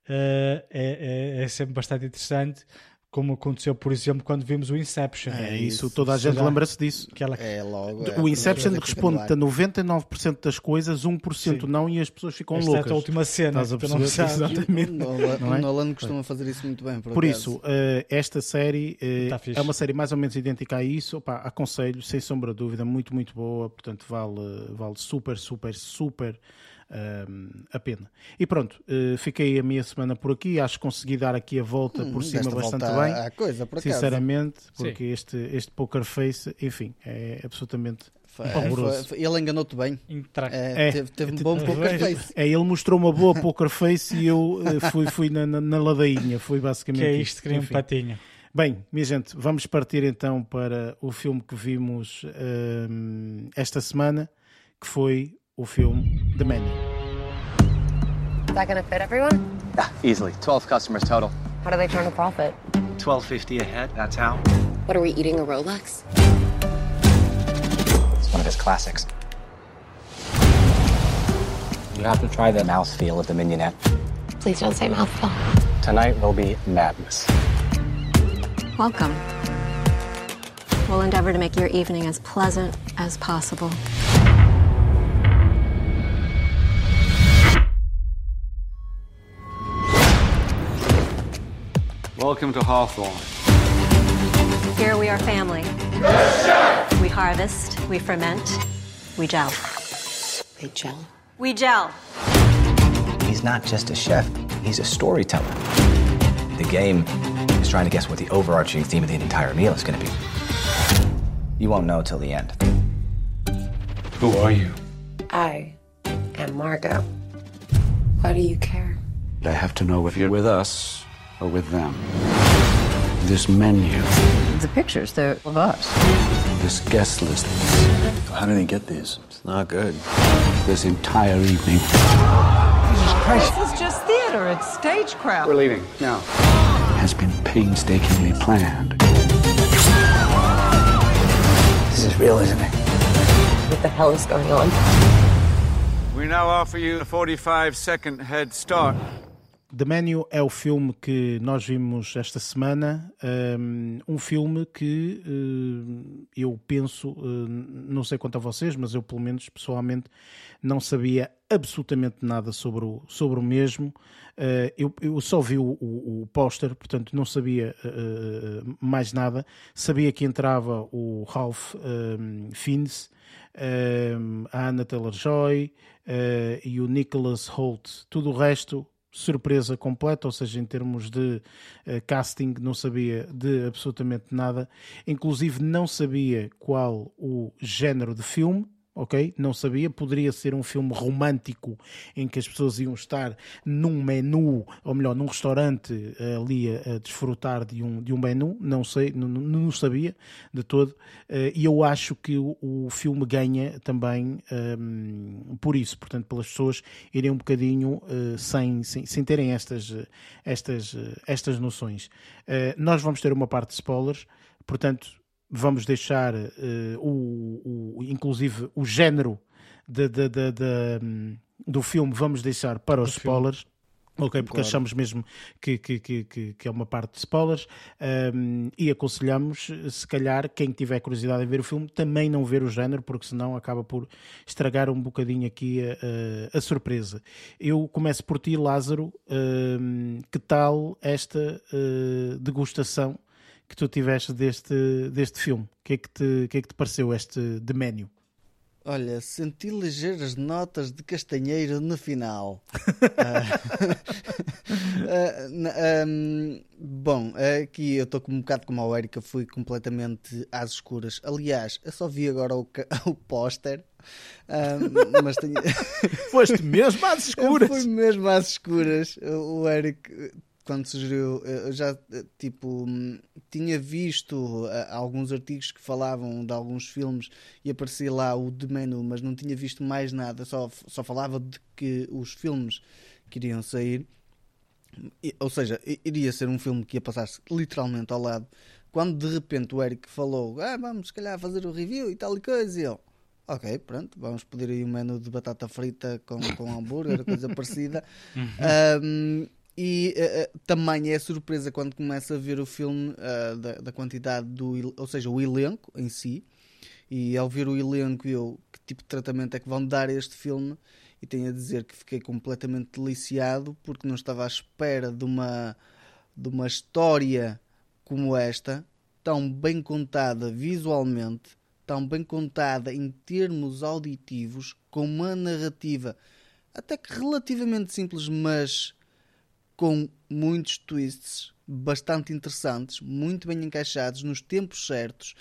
uh, é, é, é sempre bastante interessante, como aconteceu, por exemplo, quando vimos o Inception. É isso. isso, toda a gente Será? lembra-se disso. Aquela... É logo. é O Inception a primeira coisa que fica no responde-te a ar. noventa e nove por cento das coisas, um por cento Sim. não, e as pessoas ficam Esta é a loucas. tua última cena. Estás a que tu não perceber? sabes. Exatamente. O Nolan, Não é? o Nolan costuma fazer isso muito bem. Por, Por acaso. isso, eh, esta série eh, Tá fixe. é uma série mais ou menos idêntica a isso. Opa, aconselho, sem sombra de dúvida, muito, muito boa. Portanto, vale, vale super, super, super um, a pena. E pronto, eh, fiquei a minha semana por aqui. Acho que consegui dar aqui a volta Hum, por cima desta bastante volta bem. à coisa, por acaso. Sinceramente, porque este, este Poker Face, enfim, é absolutamente Foi- horroroso. foi- ele enganou-te bem. Intra... É, É. teve, teve um bom É. poker face. É, ele mostrou uma boa poker face e eu eh, fui, fui na, na, na ladainha. Foi basicamente Que é isto que queria um Enfim. patinho. Bem, minha gente, vamos partir então para o filme que vimos hum, esta semana, que foi o filme The Menu. Is that gonna fit everyone? Yeah, easily. twelve customers total. How do they turn a profit? twelve fifty a head, that's how. What are we eating, a Rolex? It's one of his classics. You have to try the mouthfeel of the mignonette. Please don't say mouthful. Tonight will be madness. Welcome. We'll endeavor to make your evening as pleasant as possible. Welcome to Hawthorne. Here we are family. We harvest, we ferment, we gel. They gel. We gel. He's not just a chef, he's a storyteller. The game is trying to guess what the overarching theme of the entire meal is going to be. You won't know till the end. Who are you? I am Margot. Why do you care? I have to know if you're with us or with them. This menu, The pictures, they're of us. this guest list, How did he get these? It's not good. this entire evening This is just theater. It's stagecraft. We're leaving now. Has been painstakingly planned. This is real, isn't it? What the hell is going on? We now offer you a forty-five second head start. The Menu é o filme que nós vimos esta semana, um, um filme que uh, eu penso, uh, não sei quanto a vocês, mas eu pelo menos pessoalmente não sabia absolutamente nada sobre o, sobre o mesmo. Uh, eu, eu só vi o, o, o póster, portanto não sabia uh, mais nada. Sabia que entrava o Ralph um, Fiennes, um, a Anya Taylor-Joy uh, e o Nicholas Hoult. Tudo o resto surpresa completa, ou seja, em termos de uh, casting não sabia de absolutamente nada, inclusive não sabia qual o género de filme, ok? Não sabia, poderia ser um filme romântico em que as pessoas iam estar num menu, ou melhor, num restaurante ali a, a desfrutar de um, de um menu, não sei, não, não sabia de todo, uh, e eu acho que o, o filme ganha também um, por isso, portanto, pelas pessoas irem um bocadinho uh, sem, sem, sem terem estas, estas, estas noções. Uh, nós vamos ter uma parte de spoilers, portanto, vamos deixar uh, o, o, inclusive o género de, de, de, de, um, do filme, vamos deixar para os spoilers, ok? Porque claro, achamos mesmo que, que, que, que é uma parte de spoilers, um, e aconselhamos, se calhar, quem tiver curiosidade em ver o filme, também não ver o género, porque senão acaba por estragar um bocadinho aqui a, a, a surpresa. Eu começo por ti, Lázaro. Um, que tal esta uh, degustação que tu tiveste deste, deste filme? O que é que te, que é que te pareceu este The Menu? Olha, senti ligeiras notas de castanheiro no final. uh, uh, um, bom, aqui eu estou um bocado como a Erika, fui completamente às escuras. Aliás, eu só vi agora o, o póster. Um, mas tenho... Foste mesmo às escuras? Eu fui mesmo às escuras. O Eric, quando sugeriu, eu já tipo tinha visto alguns artigos que falavam de alguns filmes e aparecia lá o The Menu, mas não tinha visto mais nada, só, só falava de que os filmes que iriam sair, ou seja, iria ser um filme que ia passar-se literalmente ao lado. Quando de repente o Eric falou, ah, vamos se calhar fazer o review e tal e coisa, e eu, ok, pronto, vamos pedir aí um menu de batata frita com, com hambúrguer, coisa parecida. um, E uh, também é surpresa quando começa a ver o filme uh, da, da quantidade do, ou seja, o elenco em si. E ao ver o elenco, eu, que tipo de tratamento é que vão dar a este filme? E tenho a dizer que fiquei completamente deliciado, porque não estava à espera de uma, de uma história como esta, tão bem contada visualmente, tão bem contada em termos auditivos, com uma narrativa até que relativamente simples, mas com muitos twists bastante interessantes, muito bem encaixados nos tempos certos.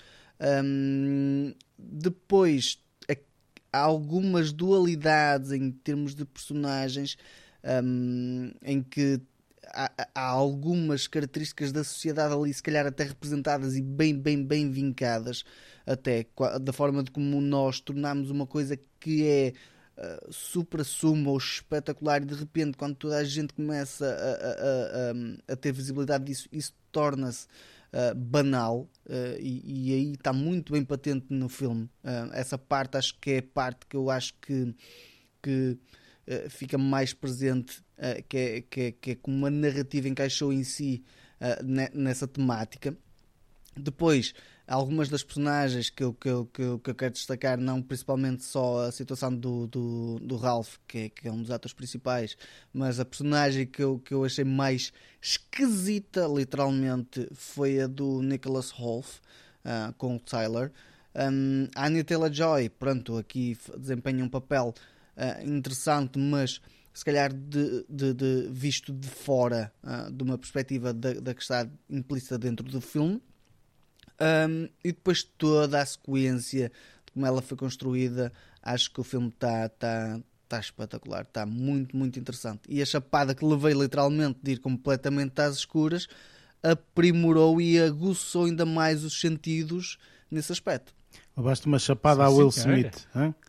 Um, depois há algumas dualidades em termos de personagens, um, em que há, há algumas características da sociedade ali, se calhar até representadas e bem, bem, bem vincadas, até da forma de como nós tornamos uma coisa que é Uh, supra-sumo ou espetacular, e de repente quando toda a gente começa a, a, a, a ter visibilidade disso, isso torna-se uh, banal, uh, e, e aí está muito bem patente no filme. Uh, essa parte acho que é a parte que eu acho que, que uh, fica mais presente, uh, que, é, que, é, que é como uma narrativa encaixou em si uh, nessa temática. Depois algumas das personagens que eu, que, eu, que, eu, que eu quero destacar, não principalmente só a situação do, do, do Ralph, que é, que é um dos atores principais, mas a personagem que eu, que eu achei mais esquisita, literalmente, foi a do Nicholas Hoult, uh, com o Tyler. Um, a Anya Taylor-Joy, pronto, aqui desempenha um papel uh, interessante, mas se calhar de, de, de, visto de fora, uh, de uma perspectiva da, da que está implícita dentro do filme. Um, e depois toda a sequência de como ela foi construída, acho que o filme está tá, tá espetacular, está muito, muito interessante. E a chapada que levei literalmente de ir completamente às escuras aprimorou e aguçou ainda mais os sentidos nesse aspecto. Levaste uma chapada a Will Smith.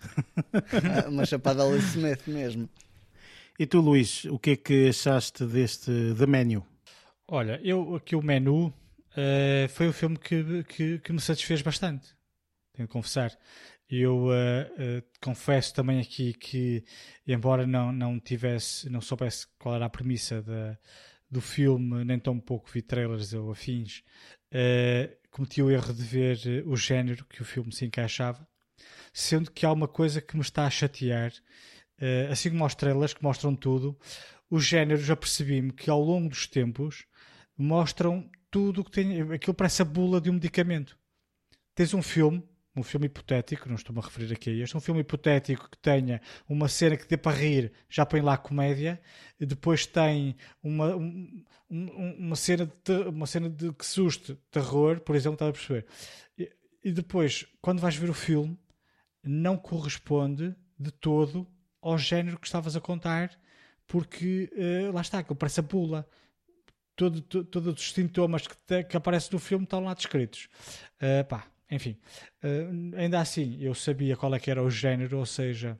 Uma chapada a Will Smith mesmo. E tu, Luís, o que é que achaste deste The Menu? Olha, eu aqui o Menu uh, foi o filme que, que, que me satisfez bastante, tenho de confessar. Eu uh, uh, confesso também aqui que, embora não, não tivesse, não soubesse qual era a premissa da, do filme, nem tão pouco vi trailers ou afins, uh, cometi o erro de ver o género que o filme se encaixava, sendo que há uma coisa que me está a chatear. Uh, assim como aos trailers que mostram tudo, os géneros, apercebi-me que ao longo dos tempos mostram tudo o que tem. Aquilo parece a bula de um medicamento. Tens um filme, um filme hipotético, não estou-me a referir aqui a este, um filme hipotético que tenha uma cena que dê para rir, já põe lá a comédia, e depois tem uma, um, uma cena, de, uma cena de que suste, terror, por exemplo, estás a perceber? E, e depois, quando vais ver o filme, não corresponde de todo ao género que estavas a contar, porque uh, lá está, aquilo parece a bula. Todo, todo, todos os sintomas que, te, que aparecem no filme estão lá descritos. Uh, pá, enfim. Uh, ainda assim, eu sabia qual é que era o género, ou seja,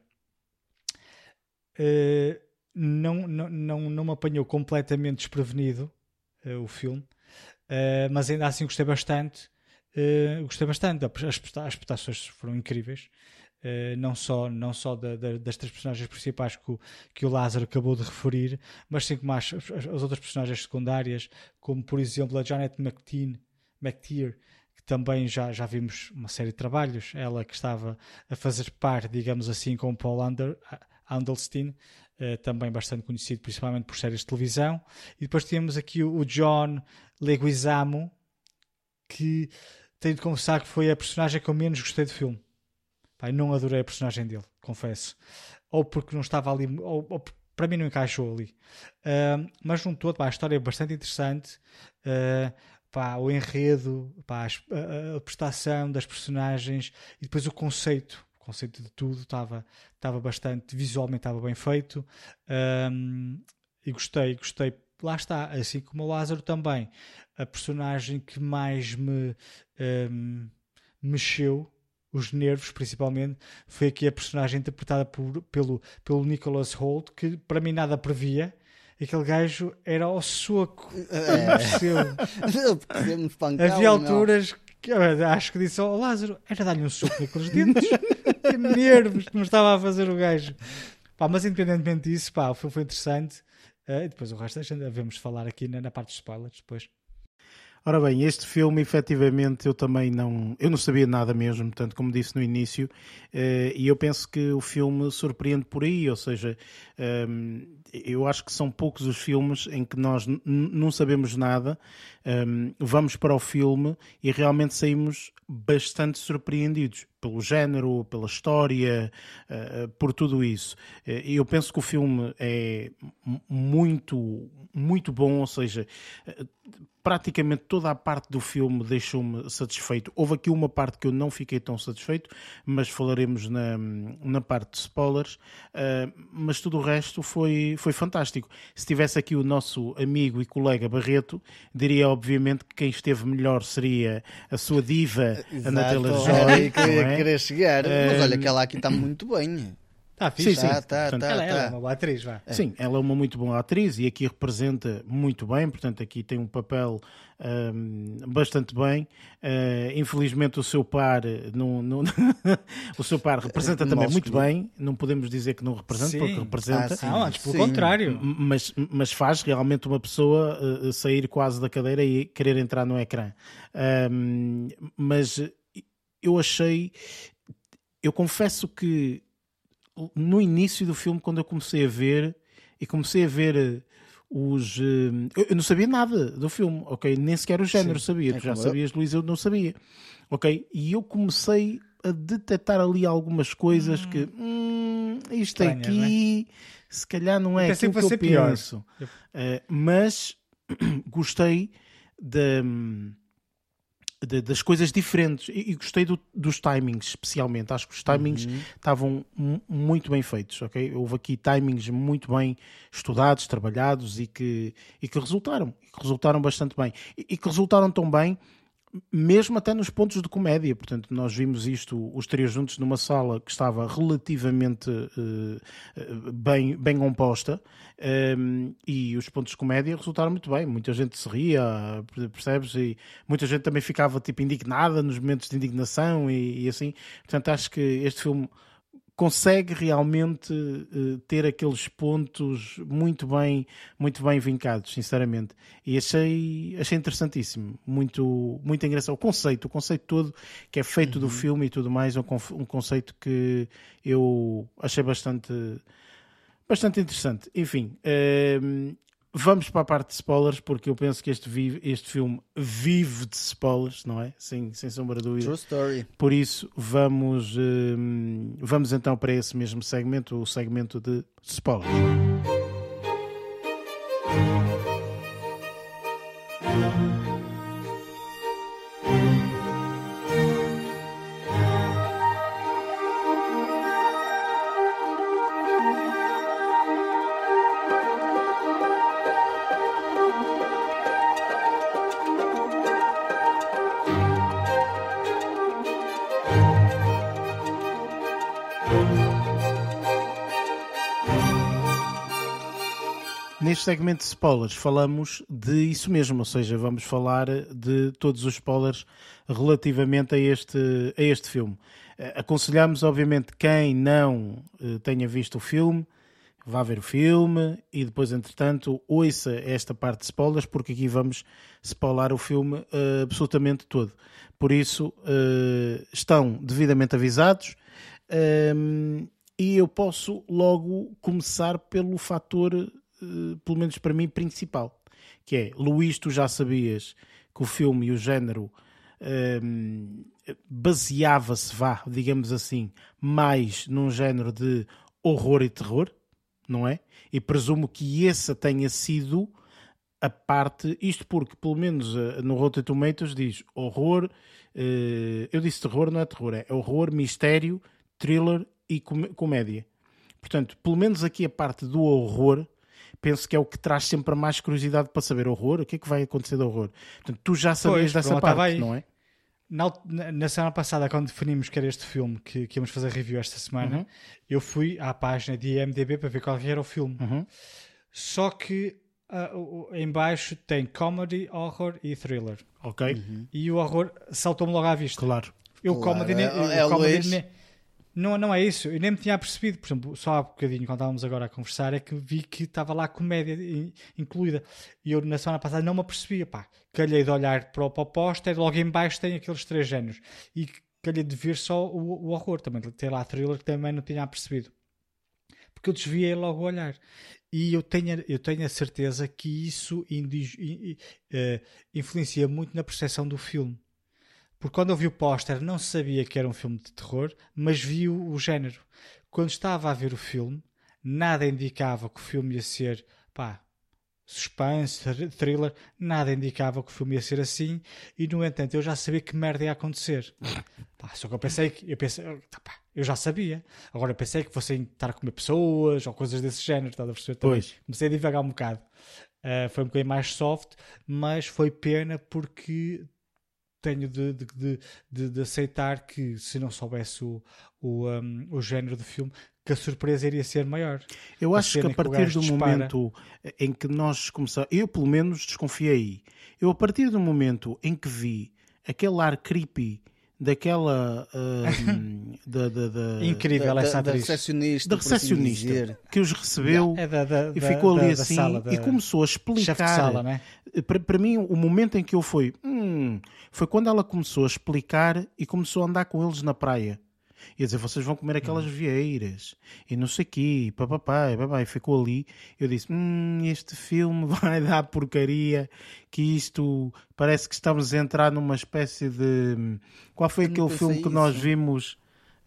uh, não, não, não, não me apanhou completamente desprevenido uh, o filme, uh, mas ainda assim gostei bastante. Uh, gostei bastante. As, as prestações foram incríveis. Uh, não só, não só da, da, das três personagens principais que o, que o Lázaro acabou de referir, mas sim como as, as, as outras personagens secundárias, como por exemplo a Janet McTeer, McTeer que também já, já vimos uma série de trabalhos, ela que estava a fazer par, digamos assim, com o Paul Ander, Andelstein, uh, também bastante conhecido principalmente por séries de televisão. E depois temos aqui o, o John Leguizamo, que tenho de confessar que foi a personagem que eu menos gostei do filme. Pai, não adorei a personagem dele, confesso. Ou porque não estava ali, ou, ou para mim não encaixou ali. Uh, mas num todo, pá, a história é bastante interessante. Uh, pá, o enredo, pá, a, a prestação das personagens e depois o conceito. O conceito de tudo estava, estava bastante, visualmente estava bem feito. Um, e gostei, gostei. Lá está, assim como o Lázaro também. A personagem que mais me um, mexeu, os nervos principalmente, foi aqui a personagem interpretada por, pelo, pelo Nicholas Hoult, que para mim nada previa. Aquele gajo era ao soco. É. Havia alturas que acho que disse ao Lázaro, era dar-lhe um soco naqueles dentes. Que nervos que me estava a fazer o gajo. Pá, mas independentemente disso, pá, o filme foi interessante. Uh, e depois o resto devemos falar aqui na, na parte dos spoilers depois. Ora bem, este filme, efetivamente, eu também não, eu não sabia nada mesmo, portanto, como disse no início, uh, e eu penso que o filme surpreende por aí, ou seja, um, eu acho que são poucos os filmes em que nós n- não sabemos nada, um, vamos para o filme e realmente saímos bastante surpreendidos pelo género, pela história, uh, por tudo isso. Uh, eu penso que o filme é muito, muito bom, ou seja, uh, praticamente toda a parte do filme deixou-me satisfeito. Houve aqui uma parte que eu não fiquei tão satisfeito, mas falaremos na, na parte de spoilers, uh, mas tudo o resto foi, foi fantástico. Se tivesse aqui o nosso amigo e colega Barreto, diria obviamente que quem esteve melhor seria a sua diva, Exato, Ana Taylor-Joy. que eu ia querer chegar, mas olha que ela aqui está muito bem. Tá fixe. Sim, sim. Tá, tá, Portanto, tá, ela, ela é tá. uma boa atriz, vá. Sim, ela é uma muito boa atriz e aqui representa muito bem, portanto aqui tem um papel hum, bastante bem. Uh, infelizmente o seu par não, não o seu par representa também Mal muito escolhido. bem, não podemos dizer que não representa, Sim. porque representa. Ah, sim. Não, antes, pelo Sim. contrário. Mas, mas faz realmente uma pessoa uh, sair quase da cadeira e querer entrar no ecrã. Um, mas eu achei, eu confesso que no início do filme, quando eu comecei a ver, e comecei a ver os... uh, eu não sabia nada do filme, ok? Nem sequer o género Sim. sabia. É Tu já como eu. sabias, Luís, eu não sabia. Ok? E eu comecei a detectar ali algumas coisas que... Hum, isto Estranha, aqui... Se calhar não é Eu pensei aquilo que que, fosse eu pior. penso. Uh, mas gostei da... de- das coisas diferentes e, e gostei do- dos timings especialmente, acho que os timings estavam mu- muito bem feitos, ok? Houve aqui timings muito bem estudados, trabalhados e que, e que resultaram, e que resultaram bastante bem e, e que resultaram tão bem mesmo até nos pontos de comédia. Portanto, nós vimos isto, os três juntos, numa sala que estava relativamente uh, uh, bem, bem composta, um, e os pontos de comédia resultaram muito bem. Muita gente se ria, percebes? E muita gente também ficava tipo indignada nos momentos de indignação e, e assim. Portanto, acho que este filme consegue realmente uh, ter aqueles pontos muito bem, muito bem vincados, sinceramente. E achei, achei interessantíssimo, muito, muito engraçado. O conceito, o conceito todo que é feito do filme e tudo mais, é um, conf- um conceito que eu achei bastante, bastante interessante. Enfim, uh, vamos para a parte de spoilers, porque eu penso que este, vive, este filme vive de spoilers, não é? Sem, sem sombra de dúvida. True story. Por isso, vamos, hum, vamos então para esse mesmo segmento, o segmento de spoilers. Neste segmento de spoilers falamos de isso mesmo, ou seja, vamos falar de todos os spoilers relativamente a este, a este filme. Eh, Aconselhamos, obviamente, quem não eh, tenha visto o filme, vá ver o filme e depois, entretanto, ouça esta parte de spoilers, porque aqui vamos spoiler o filme eh, absolutamente todo. Por isso, eh, estão devidamente avisados. Ehm, e eu posso logo começar pelo fator, uh, pelo menos para mim, principal, que é, Luís, tu já sabias que o filme e o género um, baseava-se, vá, digamos assim, mais num género de horror e terror, não é? E presumo que essa tenha sido a parte, isto porque, pelo menos uh, no Rotten Tomatoes diz horror, uh, eu disse terror, não é terror, é horror, mistério, thriller e com- comédia. Portanto, pelo menos aqui a parte do horror, penso que é o que traz sempre mais curiosidade para saber horror, o que é que vai acontecer de horror. Portanto, tu já sabias Pois, dessa pronto, estava parte, aí. não é? Na, na- na semana passada, quando definimos que era este filme que, que íamos fazer review esta semana, Uhum. eu fui à página de I M D B para ver qual era o filme. Uhum. Só que ah, o- o- em baixo tem comedy, horror e thriller. Ok? E o horror saltou-me logo à vista. Claro. Eu Claro, comedy, nem- é- é o comedy Luís. nem- não, não é isso, eu nem me tinha percebido. Por exemplo, só há bocadinho, quando estávamos agora a conversar, é que vi que estava lá comédia in- incluída. E eu na semana passada não me apercebia. Pá, calhei de olhar para o, para o póster, logo em baixo tem aqueles três géneros. E calhei de ver só o, o horror também. Tem lá thriller que também não tinha percebido. Porque eu desviei logo o olhar. E eu tenho, eu tenho a certeza que isso indi- i- i- eh, influencia muito na percepção do filme. Porque quando eu vi o póster não sabia que era um filme de terror, mas vi o, o género. Quando estava a ver o filme, nada indicava que o filme ia ser, pá, suspense, thr- thriller, nada indicava que o filme ia ser assim, e no entanto eu já sabia que merda ia acontecer. Pá, só que eu pensei que, eu pensei, tá, pá, eu já sabia. Agora eu pensei que fossem estar a comer pessoas ou coisas desse género, estás a perceber? Também Pois. comecei a divagar um bocado. Uh, foi um bocadinho mais soft, mas foi pena porque tenho de, de, de, de, de aceitar que, se não soubesse o, o, um, o género do filme, que a surpresa iria ser maior. Eu acho que a partir do dispara... momento em que nós começamos... Eu, pelo menos, desconfiei. Eu, a partir do momento em que vi aquele ar creepy daquela... Uh, da, da, da, Incrível da, essa da, atriz. Da recepcionista, da recepcionista que os recebeu é da, da, e ficou da, ali da, assim da sala, da... e começou a explicar. Chefe de sala, não é? Para, para mim, o momento em que eu fui... Hum, foi quando ela começou a explicar e começou a andar com eles na praia. E a dizer, vocês vão comer aquelas vieiras e não sei o quê, papapá, papapá, e ficou ali. Eu disse, hum, este filme vai dar porcaria, que isto parece que estamos a entrar numa espécie de... Qual foi aquele filme que isso. nós vimos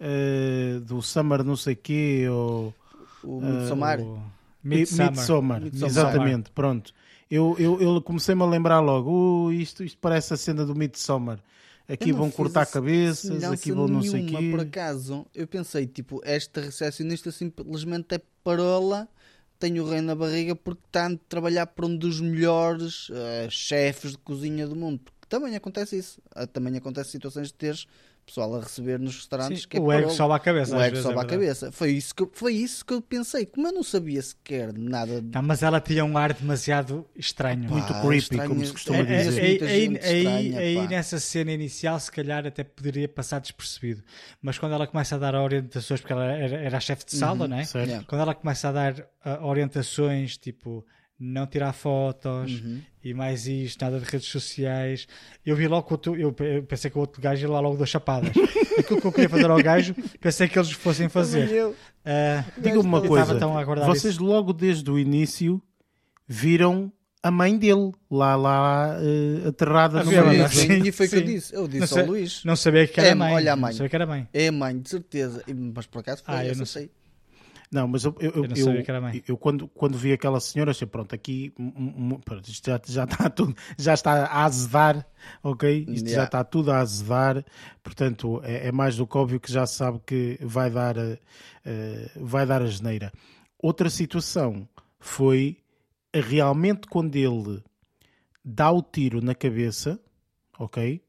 uh, do Summer não sei o quê? Ou, o Midsommar. Uh, o... Midsommar. Midsommar. Midsommar. Exatamente, pronto. Eu, eu, eu comecei-me a lembrar logo, uh, isto, isto parece a cena do Midsommar. Aqui vão cortar cabeças, aqui vão não sei o quê. Por acaso, eu pensei, tipo, esta recepcionista simplesmente é parola, tem o rei na barriga porque está a trabalhar para um dos melhores uh, chefes de cozinha do mundo. Porque também acontece isso. Uh, também acontece situações de teres pessoal a receber nos restaurantes. Sim, que é o ego sobe à cabeça. O ego sobe é à cabeça. Foi isso, que eu, foi isso que eu pensei. Como eu não sabia sequer nada... De... Não, mas ela tinha um ar demasiado estranho. Pá, muito creepy, estranho, como se costuma é, dizer. Aí, aí, aí, aí nessa cena inicial, se calhar até poderia passar despercebido. Mas quando ela começa a dar orientações, porque ela era, era a chefe de sala, uhum, não é? Certo. Quando ela começa a dar uh, orientações, tipo... não tirar fotos uhum. e mais isto, nada de redes sociais. Eu vi logo que outro, eu pensei que o outro gajo ia lá logo das chapadas. Aquilo que eu queria fazer ao gajo, pensei que eles fossem fazer. Uh, Diga-me uma coisa, vocês isso. logo desde o início viram a mãe dele lá, lá uh, aterrada no meio. E foi o que eu disse. Eu disse não ao Luís. Não sabia que era é, mãe. Olha a mãe. Não sabia que era mãe. É a mãe, de certeza. Mas por acaso foi, ah, eu não sei. sei. Não, mas eu, eu, eu, não eu, eu, eu quando, quando vi aquela senhora, achei, pronto, aqui pronto, isto já, já, está tudo, já está a azedar, ok? Isto yeah. já está tudo a azedar, portanto, é, é mais do que óbvio que já sabe que vai dar, uh, vai dar a geneira. Outra situação foi realmente quando ele dá o tiro na cabeça, ok?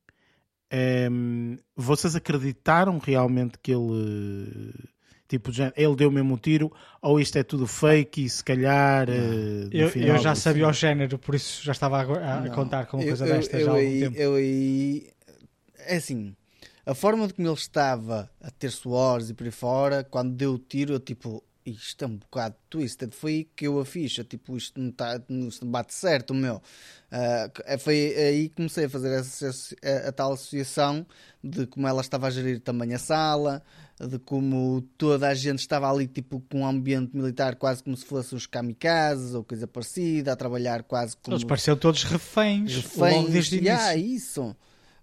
Um, vocês acreditaram realmente que ele... Tipo, ele deu mesmo um tiro, ou isto é tudo fake e se calhar... Uh, eu, final, eu já sabia assim. o género, por isso já estava a, a contar com uma coisa eu, desta eu, já há algum aí, tempo. Eu aí... É assim, a forma de como ele estava a ter suores e por aí fora, quando deu o tiro, eu tipo... Isto é um bocado twisted. Foi aí que eu a ficha. Tipo, isto não, tá, não bate certo, meu. Uh, foi aí que comecei a fazer essa, a, a tal associação de como ela estava a gerir também a sala, de como toda a gente estava ali, tipo, com um ambiente militar, quase como se fossem os kamikazes ou coisa parecida, a trabalhar quase como... Eles pareciam todos reféns, reféns logo desde o início. Yeah, isso.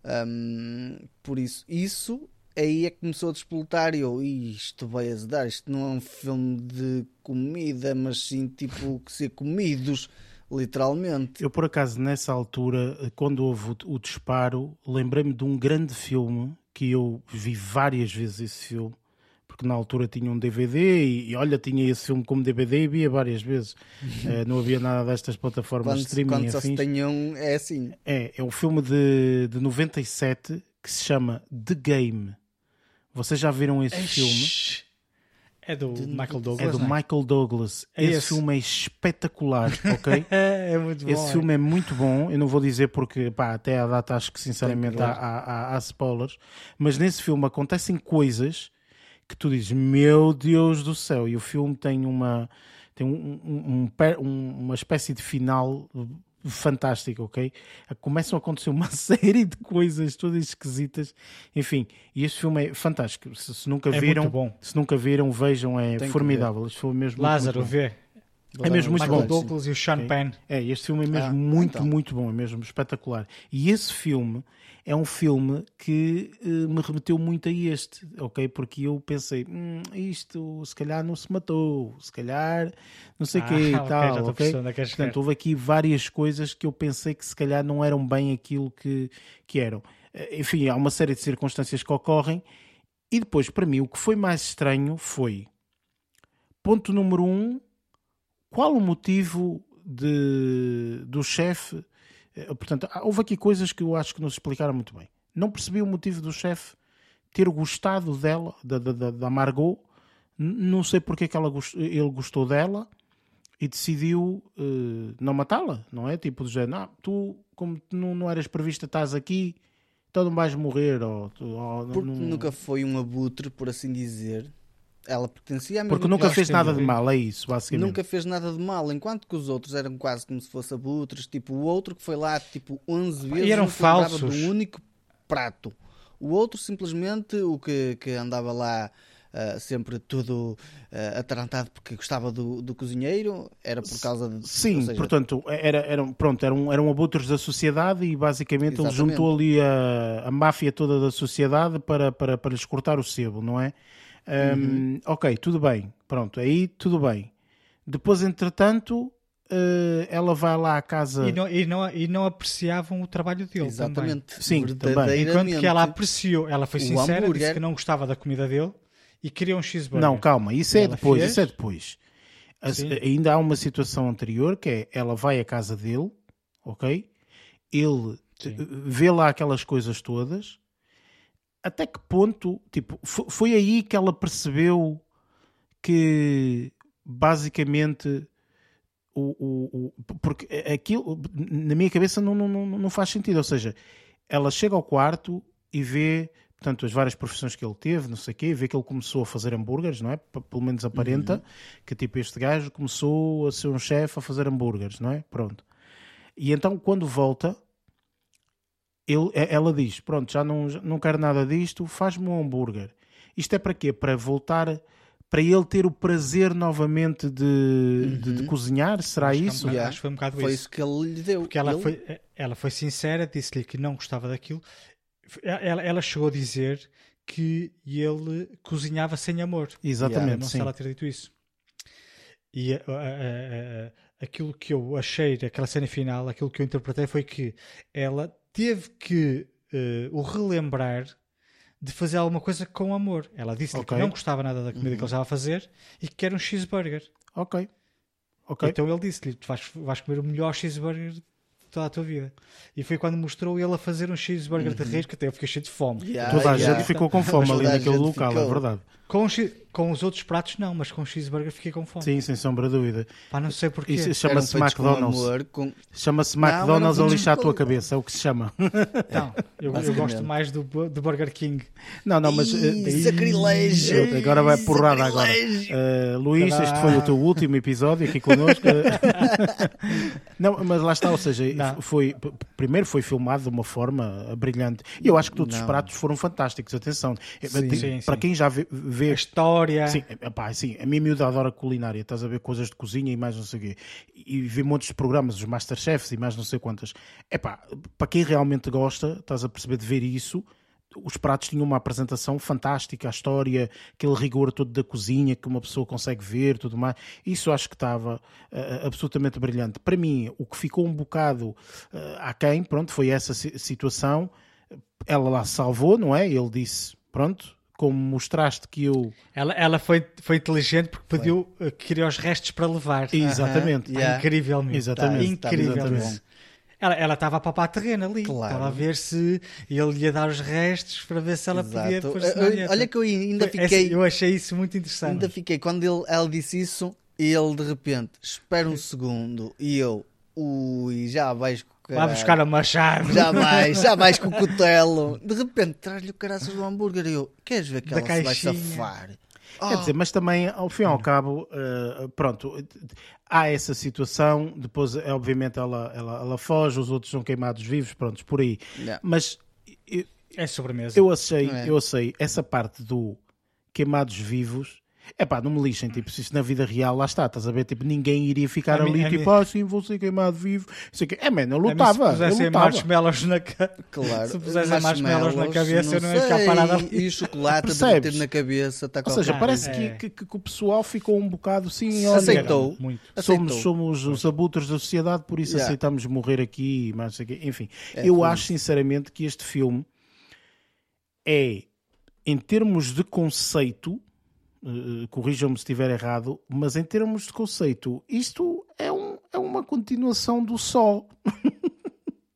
Um, por isso, isso... Aí é que começou a despoltar e eu, isto vai azedar, isto não é um filme de comida, mas sim tipo que ser comidos, literalmente. Eu por acaso nessa altura, quando houve o, o disparo, lembrei-me de um grande filme que eu vi várias vezes esse filme, porque na altura tinha um D V D e, e olha, tinha esse filme como D V D e via várias vezes. uh, não havia nada destas plataformas quando, de streaming. Quando só se tenham, é assim. É, é um filme de, de noventa e sete que se chama The Game. Vocês já viram esse Eish. filme? É do de, Michael Douglas. É do não? Michael Douglas. É esse, esse filme é espetacular, ok? É muito bom. Esse filme é muito bom. Eu não vou dizer porque, pá, até à data acho que sinceramente que há, há, há spoilers. Mas nesse filme acontecem coisas que tu dizes, meu Deus do céu. E o filme tem uma, tem um, um, um, uma espécie de final fantástico, ok? Começam a acontecer uma série de coisas todas esquisitas, enfim, e este filme é fantástico. Se, se nunca é viram, muito bom. se nunca viram, vejam, é Tem formidável. Este filme é mesmo Lázaro, muito, vê. É mesmo muito Michael bom. Douglas e o Sean okay. Penn. É, este filme é mesmo ah, muito, então. muito bom, é mesmo espetacular. E esse filme é um filme que uh, me remeteu muito a este, ok? Porque eu pensei, hum, isto se calhar não se matou, se calhar não sei o ah, quê e okay, tal, ok? Portanto, houve aqui várias coisas que eu pensei que se calhar não eram bem aquilo que, que eram. Enfim, há uma série de circunstâncias que ocorrem e depois, para mim, o que foi mais estranho foi, ponto número um, qual o motivo de, do chefe Portanto, houve aqui coisas que eu acho que não se explicaram muito bem. Não percebi o motivo do chefe ter gostado dela, da, da, da Margot. Não sei porque é que ela, ele gostou dela e decidiu uh, não matá-la, não é? Tipo, do género, ah, tu, como tu não, não eras prevista, estás aqui, então não vais morrer. Ou, ou, porque não... nunca foi um abutre, por assim dizer. Ela pertencia à mesma Porque nunca fez nada de mal, é isso, basicamente. Nunca fez nada de mal, enquanto que os outros eram quase como se fossem abutres. Tipo, o outro que foi lá, tipo, onze vezes, e eram não se lembrava falsos. de um único prato. O outro, simplesmente, o que, que andava lá uh, sempre tudo uh, atarantado porque gostava do, do cozinheiro, era por causa de... Sim, seja, portanto, era, era, pronto, eram, eram abutres da sociedade e basicamente Exatamente. ele juntou ali a, a máfia toda da sociedade para, para, para lhes cortar o sebo, não é? Um, Uhum. Ok, tudo bem, pronto, aí tudo bem. Depois, entretanto, uh, ela vai lá à casa... E não, e, não, e não apreciavam o trabalho dele. Exatamente. Também. Sim, também. Enquanto que ela apreciou, ela foi o sincera, hambúrguer. disse que não gostava da comida dele e queria um cheeseburger. Não, calma, isso E é ela depois, fez. isso é depois. A- Sim. ainda há uma situação anterior que é, ela vai à casa dele, ok? Ele Sim. eh, vê lá aquelas coisas todas. Até que ponto, tipo, fo- foi aí que ela percebeu que basicamente o, o, o- porque aquilo na minha cabeça não, não, não, não faz sentido. Ou seja, ela chega ao quarto e vê, portanto, as várias profissões que ele teve, não sei o quê, vê que ele começou a fazer hambúrgueres, não é? P- Pelo menos aparenta Uhum. que tipo este gajo começou a ser um chefe a fazer hambúrgueres, não é? Pronto. E então quando volta, ele, ela diz, pronto, já não, já não quero nada disto, faz-me um hambúrguer. Isto é para quê? Para voltar, para ele ter o prazer novamente de, de, de cozinhar? Será Acho que é um isso? bocado- Yeah. Acho que foi um bocado Foi isso. isso que ele lhe deu. Porque ela Ele- foi, ela foi sincera, disse-lhe que não gostava daquilo. Ela, ela chegou a dizer que ele cozinhava sem amor. Exatamente, Não sim. sei ela ter dito isso. E a- a- a- a- aquilo que eu achei daquela cena final, aquilo que eu interpretei foi que ela teve que eh, o relembrar de fazer alguma coisa com amor. Ela disse-lhe Ok. que não gostava nada da comida Uhum. que ele estava a fazer e que quer um cheeseburger. Ok. Ok. Então ele disse-lhe, tu vais, vais comer o melhor cheeseburger de toda a tua vida. E foi quando mostrou ele a fazer um cheeseburger de reis, que até eu fiquei cheio de fome. Yeah, Toda a yeah. gente ficou com fome ali Toda a naquele gente local, ficou. é verdade. Com, os che- com os outros pratos não, mas com o cheeseburger fiquei com fome. Sim, sem sombra de dúvida. Pá, não sei porquê. Isso Eram chama-se feitos com McDonald's. amor, com- Chama-se Não, McDonald's eram a feitos lixar a com- tua cabeça, é o que se chama. Não, eu, eu Basicamente. gosto mais do, bu- do Burger King. Não, não, mas... Ih, eh, sacrilégio! Agora vai porrada agora. Sacrilégio! Uh, Luís, este foi o teu último episódio aqui connosco. Não, mas lá está, ou seja, Não. foi, p- primeiro foi filmado de uma forma brilhante. E eu acho que todos os Não. pratos foram fantásticos, atenção. Sim. Tem- Sim, para sim. quem já vê... vê A história. Sim, epá, sim, a minha miúda adora culinária, estás a ver coisas de cozinha e mais não sei o quê. E vê montes de programas, os Masterchefs e mais não sei quantas. Epá, para quem realmente gosta, estás a perceber de ver isso, os pratos tinham uma apresentação fantástica, a história, aquele rigor todo da cozinha que uma pessoa consegue ver, tudo mais. Isso acho que estava uh, absolutamente brilhante. Para mim, o que ficou um bocado uh, aquém, pronto, foi essa si- situação. Ela lá salvou, não é? Ele disse, pronto, como mostraste que eu... Ela, ela foi, foi inteligente porque pediu, uh, queria os restos para levar. Exatamente. Pá, Yeah. incrivelmente. Exatamente. Tá, Tá, incrivelmente. exatamente. Ela ela estava a papar terreno ali. Claro. Estava a ver se ele ia dar os restos para ver se ela Exato. podia depois Eh, na dieta. Olha que eu ainda Foi- fiquei... essa- Eu achei isso muito interessante. Ainda fiquei, quando ele, ela disse isso, e ele de repente, espera um segundo, e eu, ui, já vais com o Vai caralho. buscar a machado. Já vais, já vais com o cutelo. De repente, traz-lhe o caraças do hambúrguer e eu, queres ver que Da ela se vai caixinha. safar? Quer dizer, mas também, ao fim e ao cabo, uh, pronto, há essa situação, depois, é, obviamente, ela, ela, ela foge, os outros são queimados vivos, prontos, por aí. Yeah. Mas eu, É sobremesa. eu achei, Não é? eu achei essa parte do queimados vivos, é pá, não me lixem, tipo, se isso na vida real, lá está, estás a ver, tipo, ninguém iria ficar A mim- ali, a tipo, mim- ah, sim, vou ser queimado vivo, sei que, é, mano, eu A mim, lutava, se eu pusessem lutava. marshmallows na ca... Claro. Se pusessem marshmallows na cabeça, eu não ia sei. ficar parado ali. E o chocolate a Percebes? derreter na cabeça, está Ou seja, Ah, parece é. que, que, que o pessoal ficou um bocado assim, olha, Aceitou. Muito. Somos, Aceitou. somos os abutres da sociedade, por isso Yeah. aceitamos morrer aqui, mas não sei o quê. Enfim, É, eu foi acho isso. sinceramente que este filme é, em termos de conceito, uh, corrijam-me se estiver errado, mas em termos de conceito, isto é, um, é uma continuação do Só.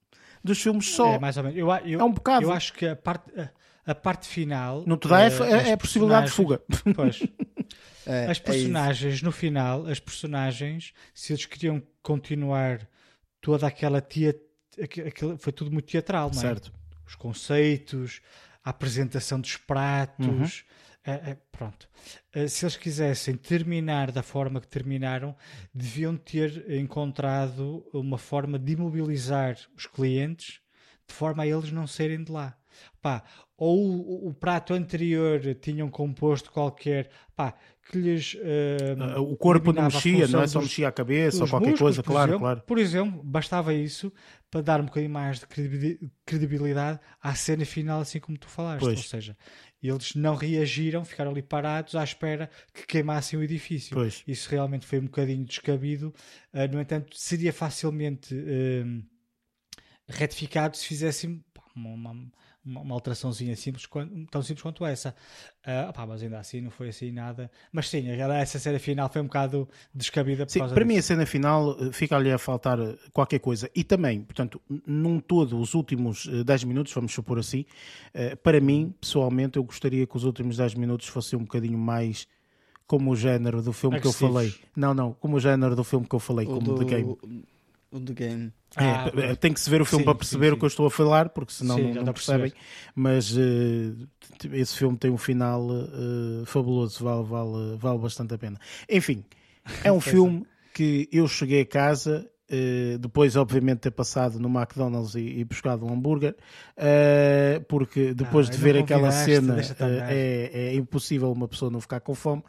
dos filmes só. É, mais ou menos. Eu, eu, é um bocado. Eu acho que a parte, a, a parte final... Não te dá é, é, é a possibilidade de fuga. Pois. É, as personagens, é no final, as personagens, se eles queriam continuar toda aquela tia... Aquilo, foi tudo muito teatral, não é? Certo. Os conceitos, a apresentação dos pratos... Uhum. É, é, pronto. Se eles quisessem terminar da forma que terminaram, deviam ter encontrado uma forma de imobilizar os clientes de forma a eles não saírem de lá. Pá, ou o, o prato anterior tinha um composto qualquer, pá, que lhes uh, o corpo não mexia, não é só mexia a cabeça ou qualquer músculos, coisa, claro, exemplo, claro. Por exemplo, bastava isso para dar um bocadinho mais de credibilidade à cena final, assim como tu falaste. Pois. Ou seja, eles não reagiram, ficaram ali parados à espera que queimassem o edifício. Pois. Isso realmente foi um bocadinho descabido. Uh, no entanto, seria facilmente uh, retificado se fizessem uma, uma, uma alteraçãozinha simples, tão simples quanto essa. Uh, opá, mas ainda assim não foi assim nada. Mas sim, essa cena final foi um bocado descabida por sim, causa para disso. mim a cena final fica ali a faltar qualquer coisa. E também, portanto, num todo, os últimos dez minutos, vamos supor assim, uh, para mim, pessoalmente, eu gostaria que os últimos dez minutos fossem um bocadinho mais como o género do filme agressivos. que eu falei. Não, não, como o género do filme que eu falei, o como do, The Game. O The Game. Ah, é, tem que se ver o filme sim, para perceber sim, sim. o que eu estou a falar, porque senão Sim, não, não percebem. Mas uh, esse filme tem um final uh, fabuloso, vale, vale, vale bastante a pena. Enfim, é um filme que eu cheguei a casa, uh, depois obviamente de ter passado no McDonald's e, e buscado um hambúrguer, uh, porque depois ah, de ver aquela cena uh, é, é, é impossível uma pessoa não ficar com fome.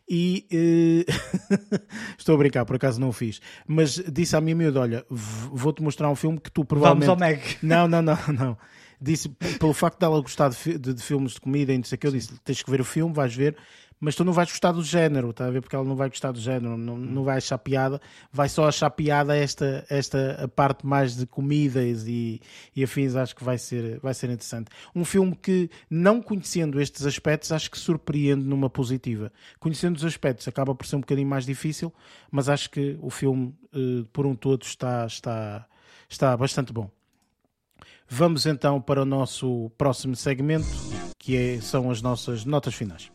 E uh, estou a brincar, por acaso não o fiz, mas disse à minha miúda: olha, vou-te mostrar um filme que tu provavelmente... Vamos ao Meg. Não, não, não, não. Disse, pelo facto dela gostar de, de, de filmes de comida e não sei o que, eu disse: tens que ver o filme, vais ver, mas tu não vais gostar do género, está a ver? Porque ela não vai gostar do género, não, não vai achar piada, vai só achar piada esta, esta a parte mais de comidas e, e afins. Acho que vai ser, vai ser interessante. Um filme que, não conhecendo estes aspectos, acho que surpreende numa positiva. Conhecendo os aspectos acaba por ser um bocadinho mais difícil, mas acho que o filme, eh, por um todo, está, está, está bastante bom. Vamos então para o nosso próximo segmento, que é, são as nossas notas finais.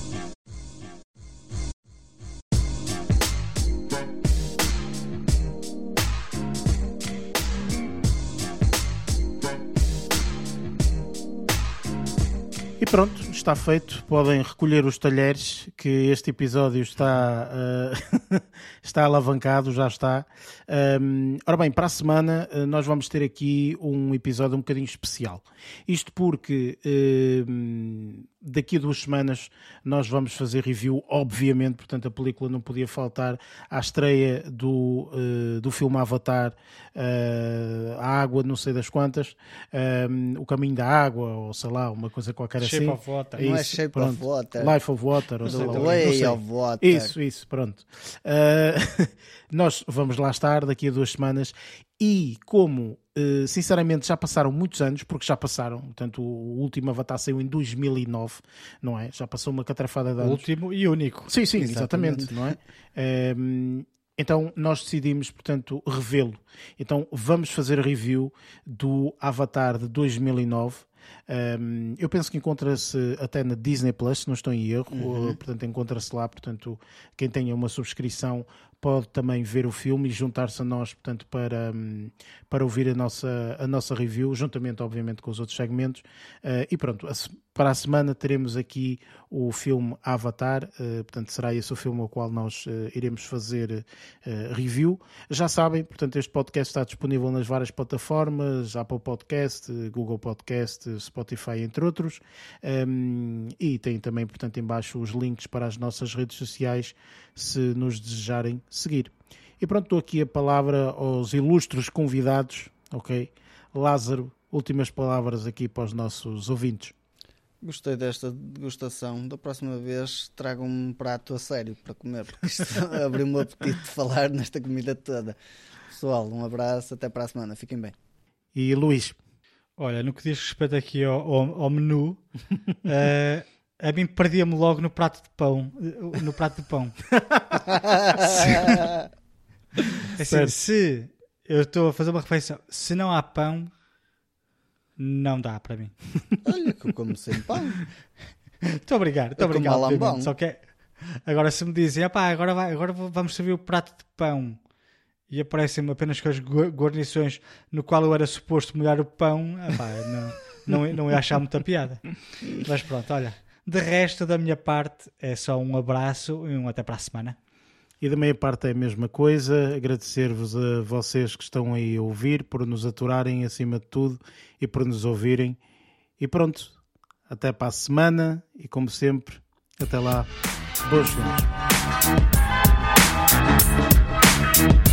E pronto, está feito. Podem recolher os talheres, que este episódio está, uh, está alavancado, já está. Um, ora bem, para a semana uh, nós vamos ter aqui um episódio um bocadinho especial. Isto porque uh, daqui a duas semanas nós vamos fazer review, obviamente, portanto a película não podia faltar à estreia do, uh, do filme Avatar, uh, a água, não sei das quantas, uh, o caminho da água, ou sei lá, uma coisa qualquer Shape assim. of Water. Não é Isso, Shape pronto. of Water. Life of Water. Ou sei lá, Way não sei. of Water. Isso, isso, pronto. Uh, nós vamos lá estar daqui a duas semanas e como, uh, sinceramente, já passaram muitos anos, porque já passaram, portanto, o último Avatar saiu em dois mil e nove, não é? Já passou uma catrafada de anos. O último e único. Sim, sim, exatamente, Exatamente. não é? Um, então nós decidimos, portanto, revê-lo. Então vamos fazer a review do Avatar de dois mil e nove. Um, eu penso que encontra-se até na Disney Plus, se não estou em erro, Uhum. portanto encontra-se lá, portanto quem tenha uma subscrição pode também ver o filme e juntar-se a nós, portanto, para, para ouvir a nossa, a nossa review, juntamente, obviamente, com os outros segmentos. Uh, e pronto, a, para a semana teremos aqui o filme Avatar, uh, portanto, será esse o filme ao qual nós uh, iremos fazer uh, review. Já sabem, portanto, este podcast está disponível nas várias plataformas, Apple Podcast, Google Podcast, Spotify, entre outros. Um, e tem também, portanto, em baixo os links para as nossas redes sociais, se nos desejarem seguir. E pronto, dou aqui a palavra aos ilustres convidados, ok? Lázaro, últimas palavras aqui para os nossos ouvintes. Gostei desta degustação. Da próxima vez trago um prato a sério para comer, porque isto abriu-me o apetite de falar nesta comida toda. Pessoal, um abraço, até para a semana. Fiquem bem. E Luís? Olha, no que diz respeito aqui ao, ao, ao menu, uh, a mim perdia-me logo no prato de pão. No prato de pão. se, assim, se eu estou a fazer uma refeição, se não há pão, não dá para mim. Olha que eu como sem pão. Estou a brincar, estou a Eu como brincar, lambão. obviamente, só que é... Agora se me dizem, epá, agora, vai, agora vamos servir o prato de pão e aparecem-me apenas com as guarnições no qual eu era suposto molhar o pão, epá, não, não, não ia achar muita piada. Mas pronto, olha, de resto da minha parte é só um abraço e um até para a semana. E da minha parte é a mesma coisa, agradecer-vos a vocês que estão aí a ouvir, por nos aturarem acima de tudo e por nos ouvirem. E pronto, até para a semana e como sempre, até lá, boas filmes.